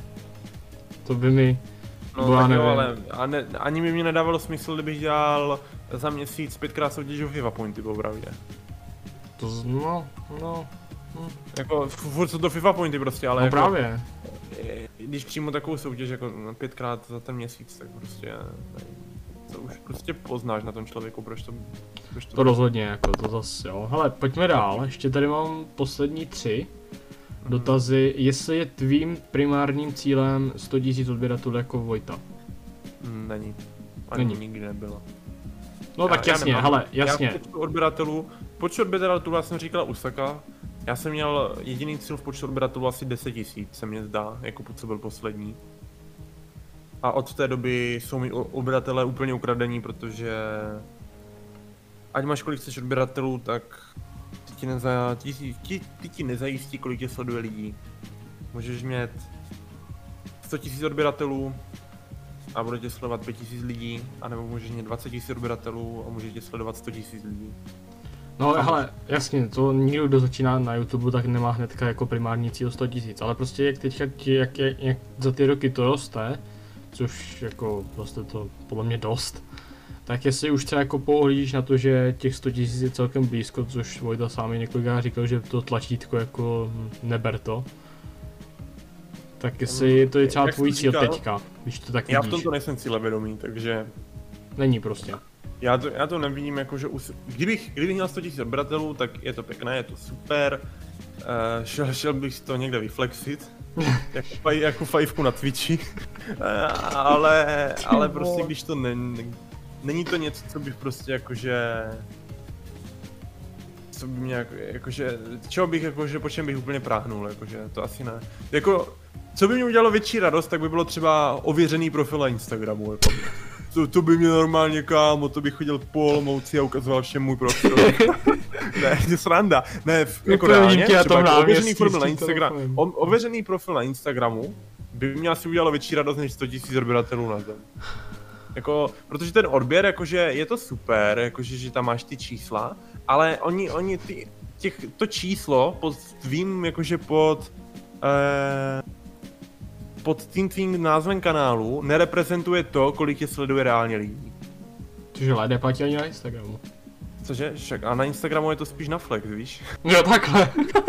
To by mi... No tak jo, ale ani by mě nedávalo smysl, kdybych dělal za měsíc 5krát soutěž o FIFA Pointy, popravdě. To no. Jako furt jsou to FIFA Pointy prostě, ale no jako, právě. Když přijmu takovou soutěž jako 5krát za ten měsíc, tak prostě to už prostě poznáš na tom člověku, proč to... To rozhodně, jako to zase jo. Hele, pojďme dál, ještě tady mám poslední 3 dotazy, jestli je tvým primárním cílem 100 000 odběratelů jako Vojta. Není. Ani nikdy nebylo. No tak jasně, hele, jasně. Počtu odběratelů já jsem říkal Usaka. Já jsem měl jediný cíl v počtu odběratelů asi 10 000, se mně zdá, jako co byl poslední. A od té doby jsou mi odběratelé úplně ukradení, protože ať máš kolik chceš odběratelů, tak ty ti nezajistí, kolik tě sleduje lidí. Můžeš mít 100 000 odběratelů a bude tě sledovat 5 000 lidí, anebo můžeš mít 20 000 odběratelů a můžeš tě sledovat 100 000 lidí. No hele, jasně, to nikdo, kdo začíná na YouTube, tak nemá hnedka jako primární cíl 100 000, ale prostě jak teďka, jak za ty roky to roste, což jako roste to podle mě dost, tak jestli už třeba jako pohlídíš na to, že těch 100 000 je celkem blízko, což Vojta sám několikrát říkal, že to tlačítko jako neber to, tak jestli to je třeba tvůj cíl teďka, když to tak vidíš. Já v tomto nejsem cílevědomý, takže... Není prostě. Já to nevidím jako, že kdybych měl 100 000 odběratelů, tak je to pěkné, je to super. Šel bych si to někde vyflexit, jako fajfku na Twitchi. ale prostě když to není to něco, co bych prostě jakože... Co by mě jakože... Čeho bych jakože, po čem bych úplně práhnul, jakože to asi ne. Jako, co by mě udělalo větší radost, tak by bylo třeba ověřený profil na Instagramu, jako. To by mě normálně, kámo, to bych chodil po Olomouci a ukazoval všem můj profil. Ne, to je sranda. Ne, jako reálně, třeba jako ověřený profil na Instagramu by mě asi udělalo větší radost než 100 000 odběratelů na zem. Jako, protože ten odběr, jakože je to super, jakože že tam máš ty čísla, ale to číslo pod tvým, jakože pod tím tvým názvem kanálu nereprezentuje to, kolik tě sleduje reálně lidí. Cože lidé platí ani na Instagramu. Cože? Však a na Instagramu je to spíš na flex, víš? Jo, takhle.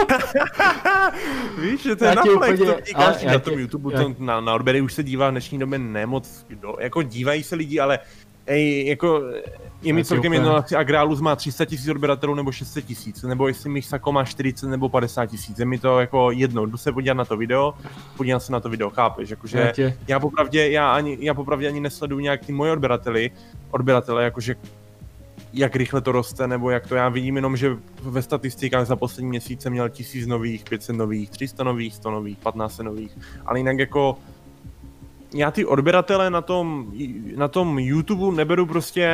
Víš, že to je na flex, to díkáš na tom YouTube, na odběry už se dívá v dnešní době nemoc kdo, jako dívají se lidi, ale jako je mi celkem jedno, jestli Agrálus má 300 000 odběratelů nebo 600 000, nebo jestli Mixako má 40 nebo 50 000, je mi to jako jedno, jdu se podívat na to video, podívám se na to video, chápeš, jakože já popravdě ani nesleduju nějak ty moje odběratele, jakože jak rychle to roste, nebo jak to já vidím jenom, že ve statistikách za poslední měsíc jsem měl 1000 nových, 500 nových, 300 nových, 100 nových, 15 nových, ale jinak jako já ty odběratele na tom YouTube neberu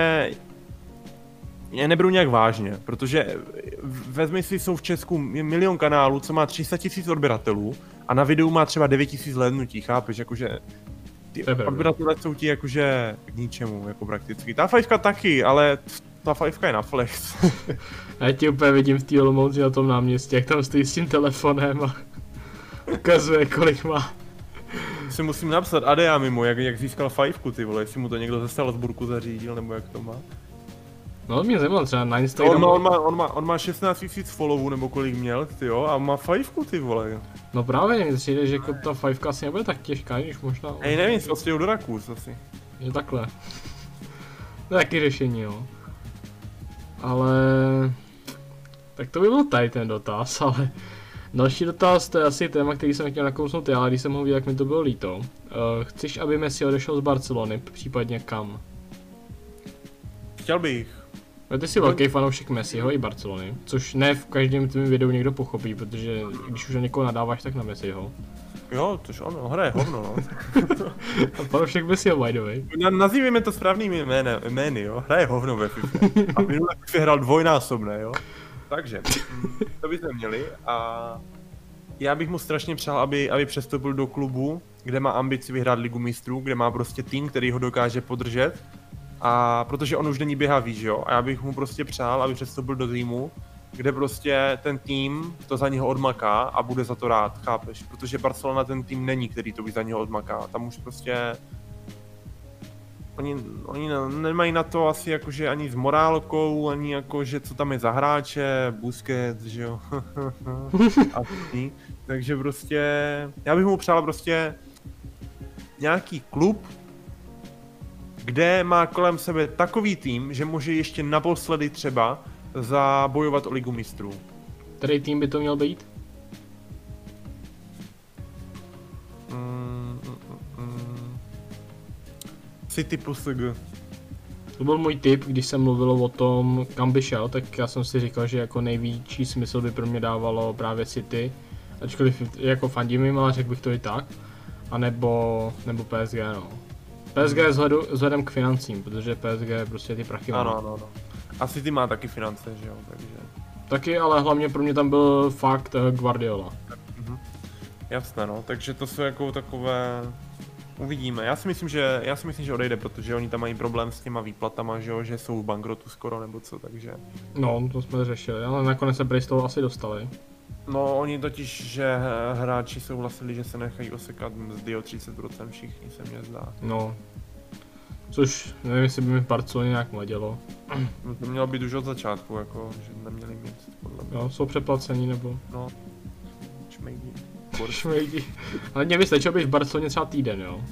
nějak vážně, protože vezmi si, jsou v Česku milion kanálů, co má 300 000 odběratelů a na videu má třeba 9 000 hlédnutí, chápeš, jakože ty odběratele jsou ti jakože k ničemu, jako prakticky. Ta fajfka taky, ale ta fajfka je na flex. Já ti úplně vidím v té Olomouci na tom náměstí, jak tam stojí s tím telefonem a ukazuje, kolik má. Si musím napsat Adea mimo, jak získal fajfku, ty vole, jestli mu to někdo ze Salzburgu zařídil, nebo jak to má. No mě zajímalo, třeba na Instagramu. On má 16 000 followů, nebo kolik měl, ty jo, a má fajfku, ty vole. No právě, mi přijde, že jako ta fajfka asi nebude tak těžká, když možná... Hej, nevím, co stějou do Rakous asi. Je takhle. To je taky řešení, jo. Ale... Tak to by byl tady ten dotaz, ale... Další dotaz, to je asi téma, který jsem chtěl nakousnout já, ale když jsem ho viděl, jak mi to bylo líto. Chceš, aby Messi odešel z Barcelony, případně kam? Chtěl bych. Ty jsi velký fanoušek Messiho i Barcelony, což ne v každém tvém videu někdo pochopí, protože když už na někoho nadáváš, tak na Messiho. Jo, tož ono, hraje hovno, no. Fanoušek Messiho, by the way. Nazývejme to správnými jmény, jo. Hraje hovno ve FIFA. A minule FIFA hrál dvojnásobné, jo. Takže, to bychom měli a já bych mu strašně přál, aby přestoupil do klubu, kde má ambici vyhrát Ligu mistrů, kde má prostě tým, který ho dokáže podržet. A protože on už není běhavý, že jo? A já bych mu prostě přál, aby přestoupil do týmu, kde prostě ten tým to za něho odmaká a bude za to rád, chápeš? Protože Barcelona ten tým není, který to by za něho odmaká. Tam už prostě... Oni nemají na to asi jakože ani s morálkou, ani jakože co tam je za hráče, Busquets, že jo? Asi. Takže prostě... Já bych mu přál prostě nějaký klub, kde má kolem sebe takový tým, že může ještě naposledy třeba zabojovat o Ligu mistrů. Který tým by to měl být? City plus G. To byl můj tip, když jsem mluvil o tom, kam by šel, tak já jsem si říkal, že jako největší smysl by pro mě dávalo právě City. Ačkoliv jako fandím jim, ale řekl bych to i tak. A nebo PSG, no. PSG je vzhledem k financím, protože PSG prostě ty prachy má. Ano. A City má taky finance, že jo, takže... Taky, ale hlavně pro mě tam byl fakt Guardiola. Jasné, no, takže to jsou jako takové... Uvidíme, já si myslím, že odejde, protože oni tam mají problém s těma výplatama, že jo, že jsou v bankrotu skoro nebo co, takže... No, to jsme řešili, ale nakonec se prý z toho asi dostali. No, oni totiž, že hráči souhlasili, že se nechají osekat mzdy o 30%, všichni se mně zdá. No, což nevím, jestli by mi v Barceloně nějak mladělo. No, to mělo být už od začátku, jako, že neměli mít, podle mě. Jo, jsou přeplacení nebo... No, šmejdi. Šmejdi. Ale mě by stačilo být v Barceloně třeba týden, jo.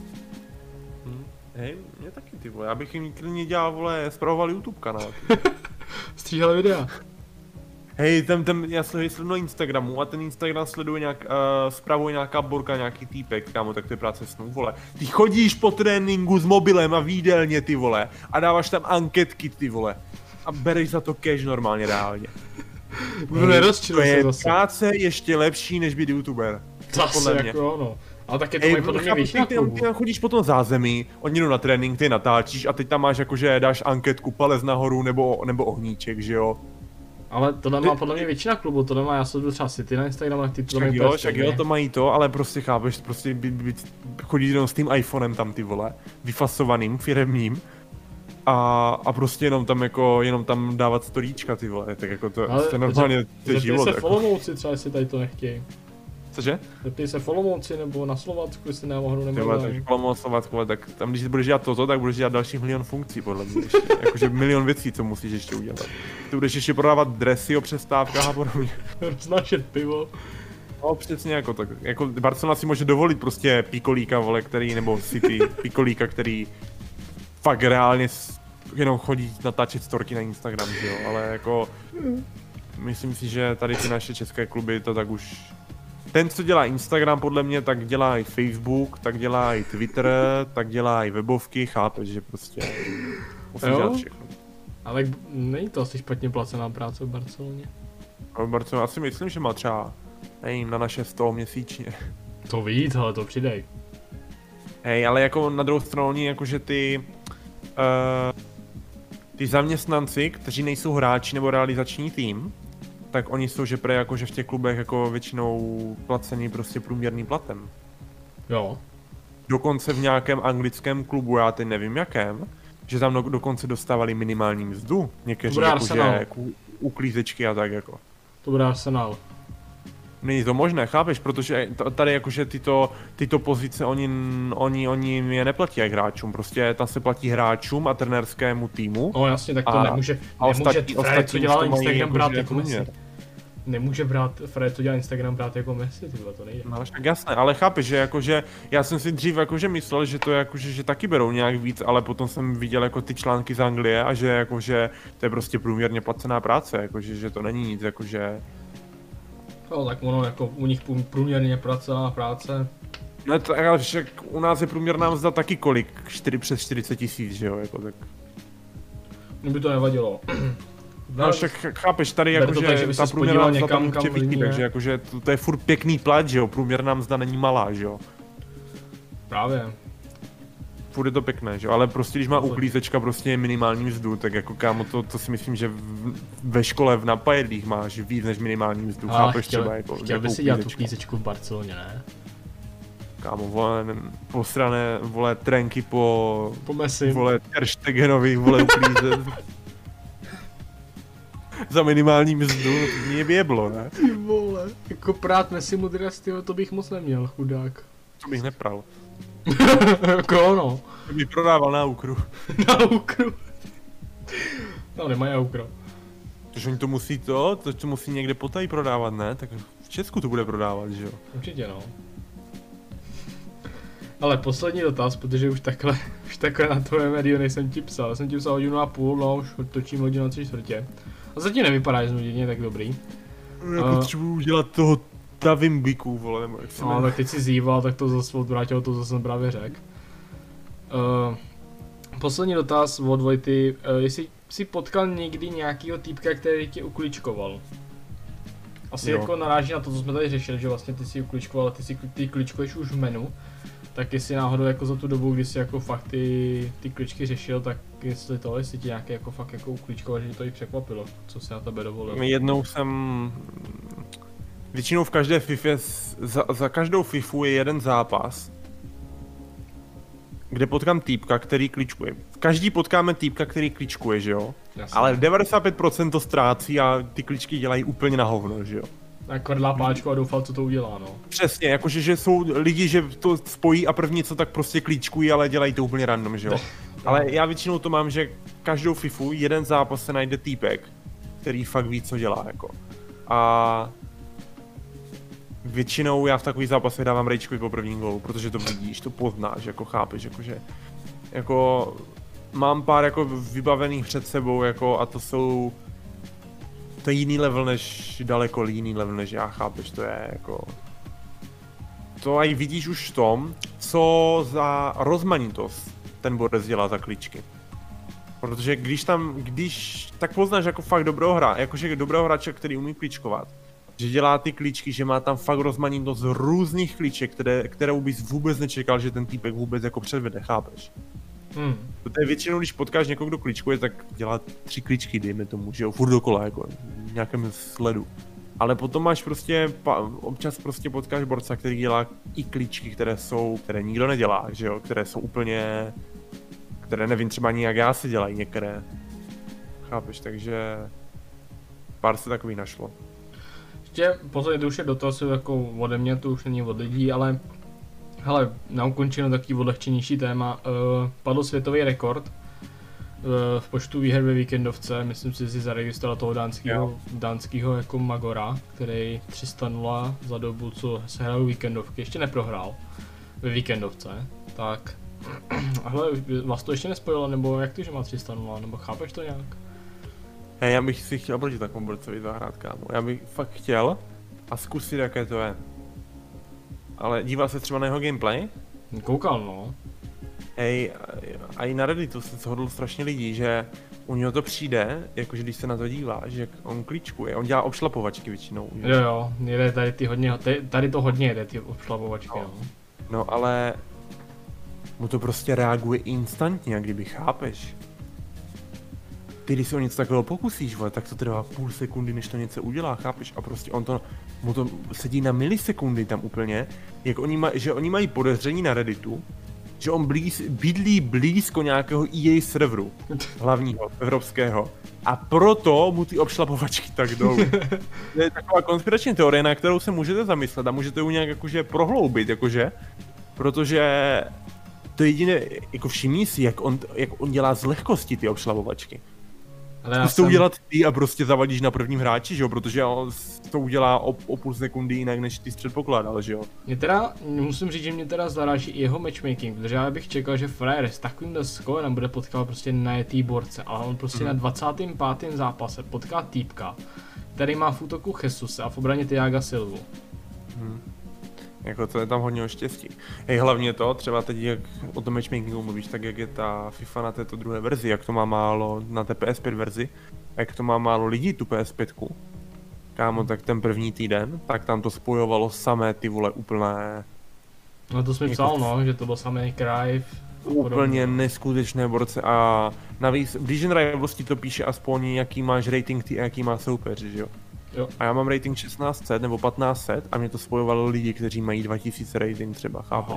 Hej, mě taky, ty vole, já bych jim klidně dělal, vole, spravoval YouTube kanál. Stříhal videa. Hej, já sleduji na Instagramu a ten Instagram sleduje zpravuje nějaká borka, nějaký týpek, kámo, tak to je práce snů, vole. Ty chodíš po tréninku s mobilem a výdelně, ty vole, a dáváš tam anketky, ty vole. A bereš za to cash normálně, reálně. To je práce ještě lepší, než být YouTuber. Zase jako ono. Ale tak je to mají podle mě většina klubů. Ty chodíš po tom zázemí, oni jdou na trénink, ty natáčíš a teď tam máš jakože dáš anketku, palec nahoru nebo ohníček, že jo. Ale to nemá podle mě většina klubů, to nemá, já sleduju třeba City na Instagramu, tak ty to mají však jo, to mají to, ale prostě chápeš, prostě chodí jenom s tím iPhonem tam, ty vole, vyfasovaným, firemním. A prostě jenom tam dávat storíčka, ty vole, tak jako to je normálně to život. Zeptej se Olomouci třeba, jestli tady to nechtějí. Cože? Zeptej se Olomouci nebo na Slovácku, jestli nemá hru nebo ne. Olomouc, Slovácku, tak tam když budeš dělat toto, tak budeš dělat dalších milion funkcí, podle mě ještě. Jakože milion věcí, co musíš ještě udělat. Ty budeš ještě prodávat dresy o přestávkách a podobně. Roznášet pivo. No přesně jako tak, jako Barcelona si může dovolit prostě pikolíka, vole, který, nebo City, pikolíka, který fakt reálně jenom chodí natáčet storky na Instagram, že jo, ale jako myslím si, že tady ty naše české kluby to tak už... Ten, co dělá Instagram podle mě, tak dělá i Facebook, tak dělá i Twitter, tak dělá i webovky, chápeš, že prostě musí dělat všechno. Ale není to asi špatně placená práce v Barceloně. A v Barceloně asi myslím, že má třeba, nevím, na naše 100 měsíčně. To víc, ale to přidej. Hej, ale jako na druhou stranu oni jakože ty zaměstnanci, kteří nejsou hráči nebo realizační tým, tak oni jsou, že jakože v těch klubech jako většinou placení prostě průměrným platem. Jo. Dokonce v nějakém anglickém klubu, já teď nevím jakém, že tam dokonce dostávali minimální mzdu, někteří Dobrá, jakože uklízečky a tak jako. To bude Arsenal. Není to možné, chápeš, protože tady jakože tyto pozice oni je neplatí jak hráčům, prostě tam se platí hráčům a trenérskému týmu. No jasně, tak to nemůže Fred, co dělá Instagram, brát jako Messi. Nemůže Fred, co dělá Instagram, brát jako Messi, tyhle, to nejde. No tak jasné, ale chápeš, že jakože, já jsem si dřív jakože myslel, že to jakože, že taky berou nějak víc, ale potom jsem viděl jako ty články z Anglie a že jakože to je prostě průměrně placená práce, jakože, že to není nic, jakože... No tak ono jako u nich průměrně placená práce. No tak ale však u nás je průměrná mzda taky kolik? Přes 40 000, že jo, jako tak. Mně by to nevadilo. No však chápeš, tady jakože ta průměrná mzda tam určitě vidí, takže jakože to je furt pěkný plat, že jo, průměrná mzda není malá, že jo. Právě. Furt je to pěkné, že jo, ale prostě když má uklízečka prostě minimální mzdu, tak jako kámo, to si myslím, že ve škole v napajedlých máš víc než minimální mzdu, chápeš třeba jako. Chtěl by si dělat uklízečku v Barceloně, ne? Kámo, vole, posrané, vole, trenky po Messi. Vole, Ter Stegenovi, vole, uklízet. Za minimální mzdu, mě věblo, ne? Ty vole, jako prát Messi mu dres, to bych moc neměl, chudák. To bych nepral. Jako ono. To bych prodával na úkru. Na úkru. No nemají úkru. Protože oni to musí to musí někde potají prodávat, ne? Tak v Česku to bude prodávat, že jo? Určitě no. Ale poslední dotaz, protože už takhle na tvoje médiu nejsem ti psal. Jsem ti psal 1,5 hodiny, no už točím 1,3 a zatím nevypadá znuděně tak dobrý. Já potřebuji udělat toho Tavimbiku, vole, nebo jak se no, tak teď si zýval, tak to zase odvrátilo to, co jsem právě řekl. Poslední dotaz od Vojty, jestli jsi potkal někdy nějakýho týpka, který tě ukličkoval? Asi jo. Jako naráží na to, co jsme tady řešili, že vlastně ty si ukličkoval, ale ty kličkuješ už v menu. Tak jestli náhodou jako za tu dobu, kdy jsi jako fakt ty kličky řešil, tak jestli ti nějaký jako fakt jako ukličkoval, že to jí překvapilo, co si na tebe dovolil. Jednou většinou v každé FIFA, za každou FIFU je jeden zápas, kde potkám týpka, který kličkuje. Každý potkáme týpka, který kličkuje, že jo? Jasně. Ale 95% to ztrácí a ty kličky dělají úplně na hovno, že jo? Tak kvrdlá páčku a doufal, co to udělá, no. Přesně, jakože že jsou lidi, že to spojí a první co tak prostě klíčkují, ale dělají to úplně random, že jo. Ale já většinou to mám, že každou FIFU jeden zápas se najde týpek, který fakt ví, co dělá, jako. A většinou já v takových zápasech dávám rejčkovi po prvním gólu, protože to vidíš, to poznáš, jako chápeš, jakože, jako mám pár jako vybavených před sebou, jako a to je jiný level než, daleko jiný level než já, chápeš, to je jako... To aj vidíš už v tom, co za rozmanitost ten borec dělá za kličky. Protože když tak poznáš jako fakt dobrého hráče, který umí kličkovat, že dělá ty kličky, že má tam fakt rozmanitost různých kliček, kterou bys vůbec nečekal, že ten týpek vůbec jako předvede, chápeš? To je většinou, když potkáš někoho, kdo kličkuje, tak dělá 3 kličky, dejme tomu, že jo, furt dokola, jako v nějakém sledu. Ale potom máš prostě, občas prostě potkáš borca, který dělá i kličky, které nikdo nedělá, že jo, které jsou úplně, které nevím, třeba ani jak já si dělají některé. Chápeš, takže pár se takových našlo. Ještě posledně to už je dotaz jako ode mě, to už není od lidí, ale hele, na ukončeno takový odlehčenější téma. Padl světový rekord v počtu výher ve víkendovce, myslím si, že si zaregistroval toho dánského jako Magora, který 300-0 za dobu, co se hrál víkendovky, ještě neprohrál ve víkendovce, tak hele, vás to ještě nespojilo, nebo jak to, že má 300-0, nebo chápeš to nějak? Hej, já bych si chtěl proti takovému borcovi zahrát, kámo, já bych fakt chtěl a zkusit, jaké to je. Ale díval se třeba na jeho gameplay? Koukal, no. Hej, a i na Redditu se shodl strašně lidí, že u něho to přijde, jakože když se na to dívá, že on kličkuje, on dělá obšlapovačky většinou. Že? Jo, jede tady to hodně jede ty obšlapovačky, no. No ale mu to prostě reaguje instantně, jak kdyby, chápeš? Ty, když se o něco takového pokusíš, vole, tak to trvá půl sekundy, než to něco udělá, chápeš? A prostě mu to sedí na milisekundy tam úplně, jak oni mají podezření na Redditu, že on bydlí blízko nějakého EA serveru, hlavního, evropského. A proto mu ty obšlapovačky tak jdou. To je taková konspirační teorie, na kterou se můžete zamyslet a můžete ji nějak jakože prohloubit, jakože. Protože to jediné, jako všimni si, jak on dělá z lehkosti ty obšlapovačky. Zkus to udělat ty a prostě zavadíš na prvním hráči, že jo, protože on to udělá o půl sekundy jinak, než ty jsi předpokládal, že jo. Mě teda, musím říct, že mě teda zaráží i jeho matchmaking, protože já bych čekal, že frajer s takovýmhle skorem bude potkávat prostě na jetý borce, ale on prostě na 25. zápase potká týpka, který má v útoku Jesuse a v obraně Thiaga Silvu. Jako to je tam hodně o štěstí. Hej, hlavně to, třeba teď jak o tom matchmakingu mluvíš, tak jak je ta FIFA na této druhé verzi, jak to má málo na té PS5 verzi, jak to má málo lidí tu PS5. Kámo, tak ten první týden, tak tam to spojovalo samé ty vole úplné... No to jsi mi psal, no, že to byl samý Cruyff. Úplně neskutečné borce a navíc v Legion Rivals ti to píše aspoň jaký máš rating ty a jaký má soupeř, že jo. Jo. A já mám rating 1600 nebo 1500 a mě to spojovalo lidi, kteří mají 2000 rating třeba, chápeš?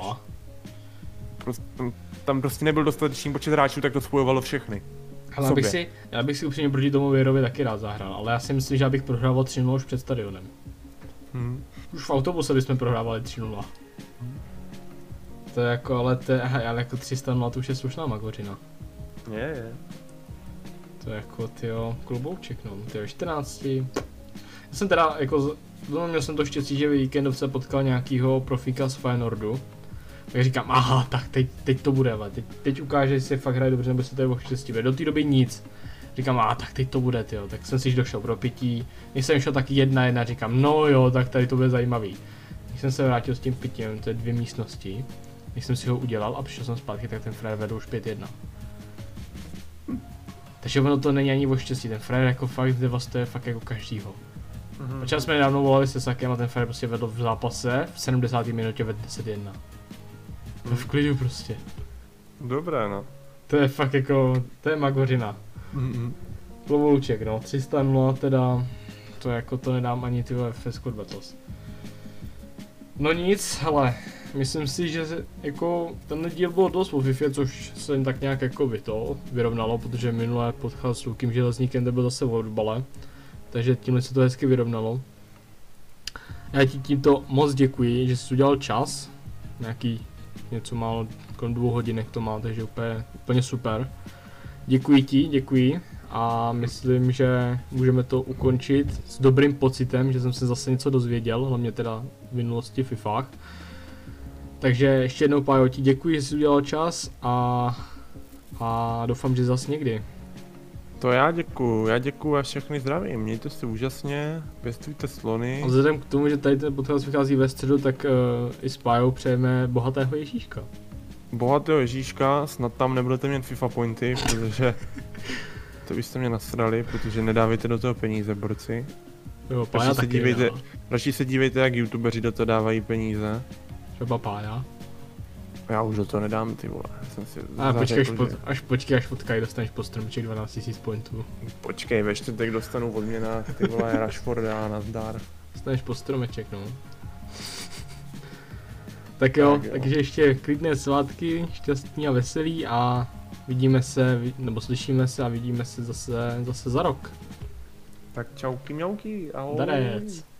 Tam prostě nebyl dostatečný počet hráčů, tak to spojovalo všechny. Ale já bych si upřímně proti tomu Věrovi taky rád zahrál, ale já si myslím, že já bych prohrával 3-0 už před stadionem. Už v autobuse bychom prohrávali 3-0. To je jako, ale jako 300 to už je slušná magořina. Je. To je jako, tyjo, klobouček, no, tyjo, 14. Já jsem teda, jako, měl jsem to štěstí, že víkendovce potkal nějakýho profíka z Feyenoordu. Tak říkám, aha, tak teď to bude, ale teď ukáže, jestli fakt hraje dobře, nebo se to je o štěstí. Do té doby nic. Říkám, tak teď to bude, tyjo, tak jsem si došel pro pití. Když jsem šel taky 1-1, říkám, no jo, tak tady to bude zajímavý. Když jsem se vrátil s tím pitím, to je 2 místnosti. Když jsem si ho udělal a přišel jsem zpátky, tak ten frajer vedl už 5-1. Takže ono to není ani o štěstí, ten frajer jako fakt devastuje fakt jako každýho. Počal jsme nedávno volali se Sakem a ten frajer prostě vedl v zápase v 70. minutě ve 10-1. To v klidu prostě. Dobré, no. To je fakt jako, to je magořina. Plovouček, no, 300-0 teda, to jako to nedám ani ty vole v Squad Battles. No nic, hele, myslím si, že jako tenhle díl bylo dost o FIFA, což se jim tak nějak jako vyrovnalo, protože minulé potkal s Lukým Železníkem, to byl zase o fotbale, takže tímhle se to hezky vyrovnalo. Já ti tímto moc děkuji, že jsi udělal čas, nějaký něco málo, kolem 2 hodinek to má, takže úplně super. Děkuji a myslím, že můžeme to ukončit s dobrým pocitem, že jsem se zase něco dozvěděl, hlavně teda v minulosti v FIFách. Takže ještě jednou, Pájo, ti děkuji, že jsi udělal čas a doufám, že zase někdy. To já děkuju a všechny zdravím, mějte se úžasně, pěstujte slony. A vzhledem k tomu, že tady ten podcast vychází ve středu, tak i s Pájou přejeme bohatého Ježíška. Bohatého Ježíška, snad tam nebudete mít FIFA pointy, protože to byste mě nasrali, protože nedávejte do toho peníze, borci. Jo, Pája taky radši se dívejte, jak youtubeři do toho dávají peníze. Třeba Pája. Já už do toho nedám, ty vole. Počkej, až potkají, dostaneš pod stromček 12 000 pointů. Počkej, ve čtvrtek dostanu v odměnách, ty vole, Rashforda a nazdar. Dostaneš pod stromeček, no. Tak jo, takže ještě klidné svátky, šťastný a veselý a vidíme se, nebo slyšíme se a vidíme se zase za rok. Tak čauky mňauky, ahoj. Darec.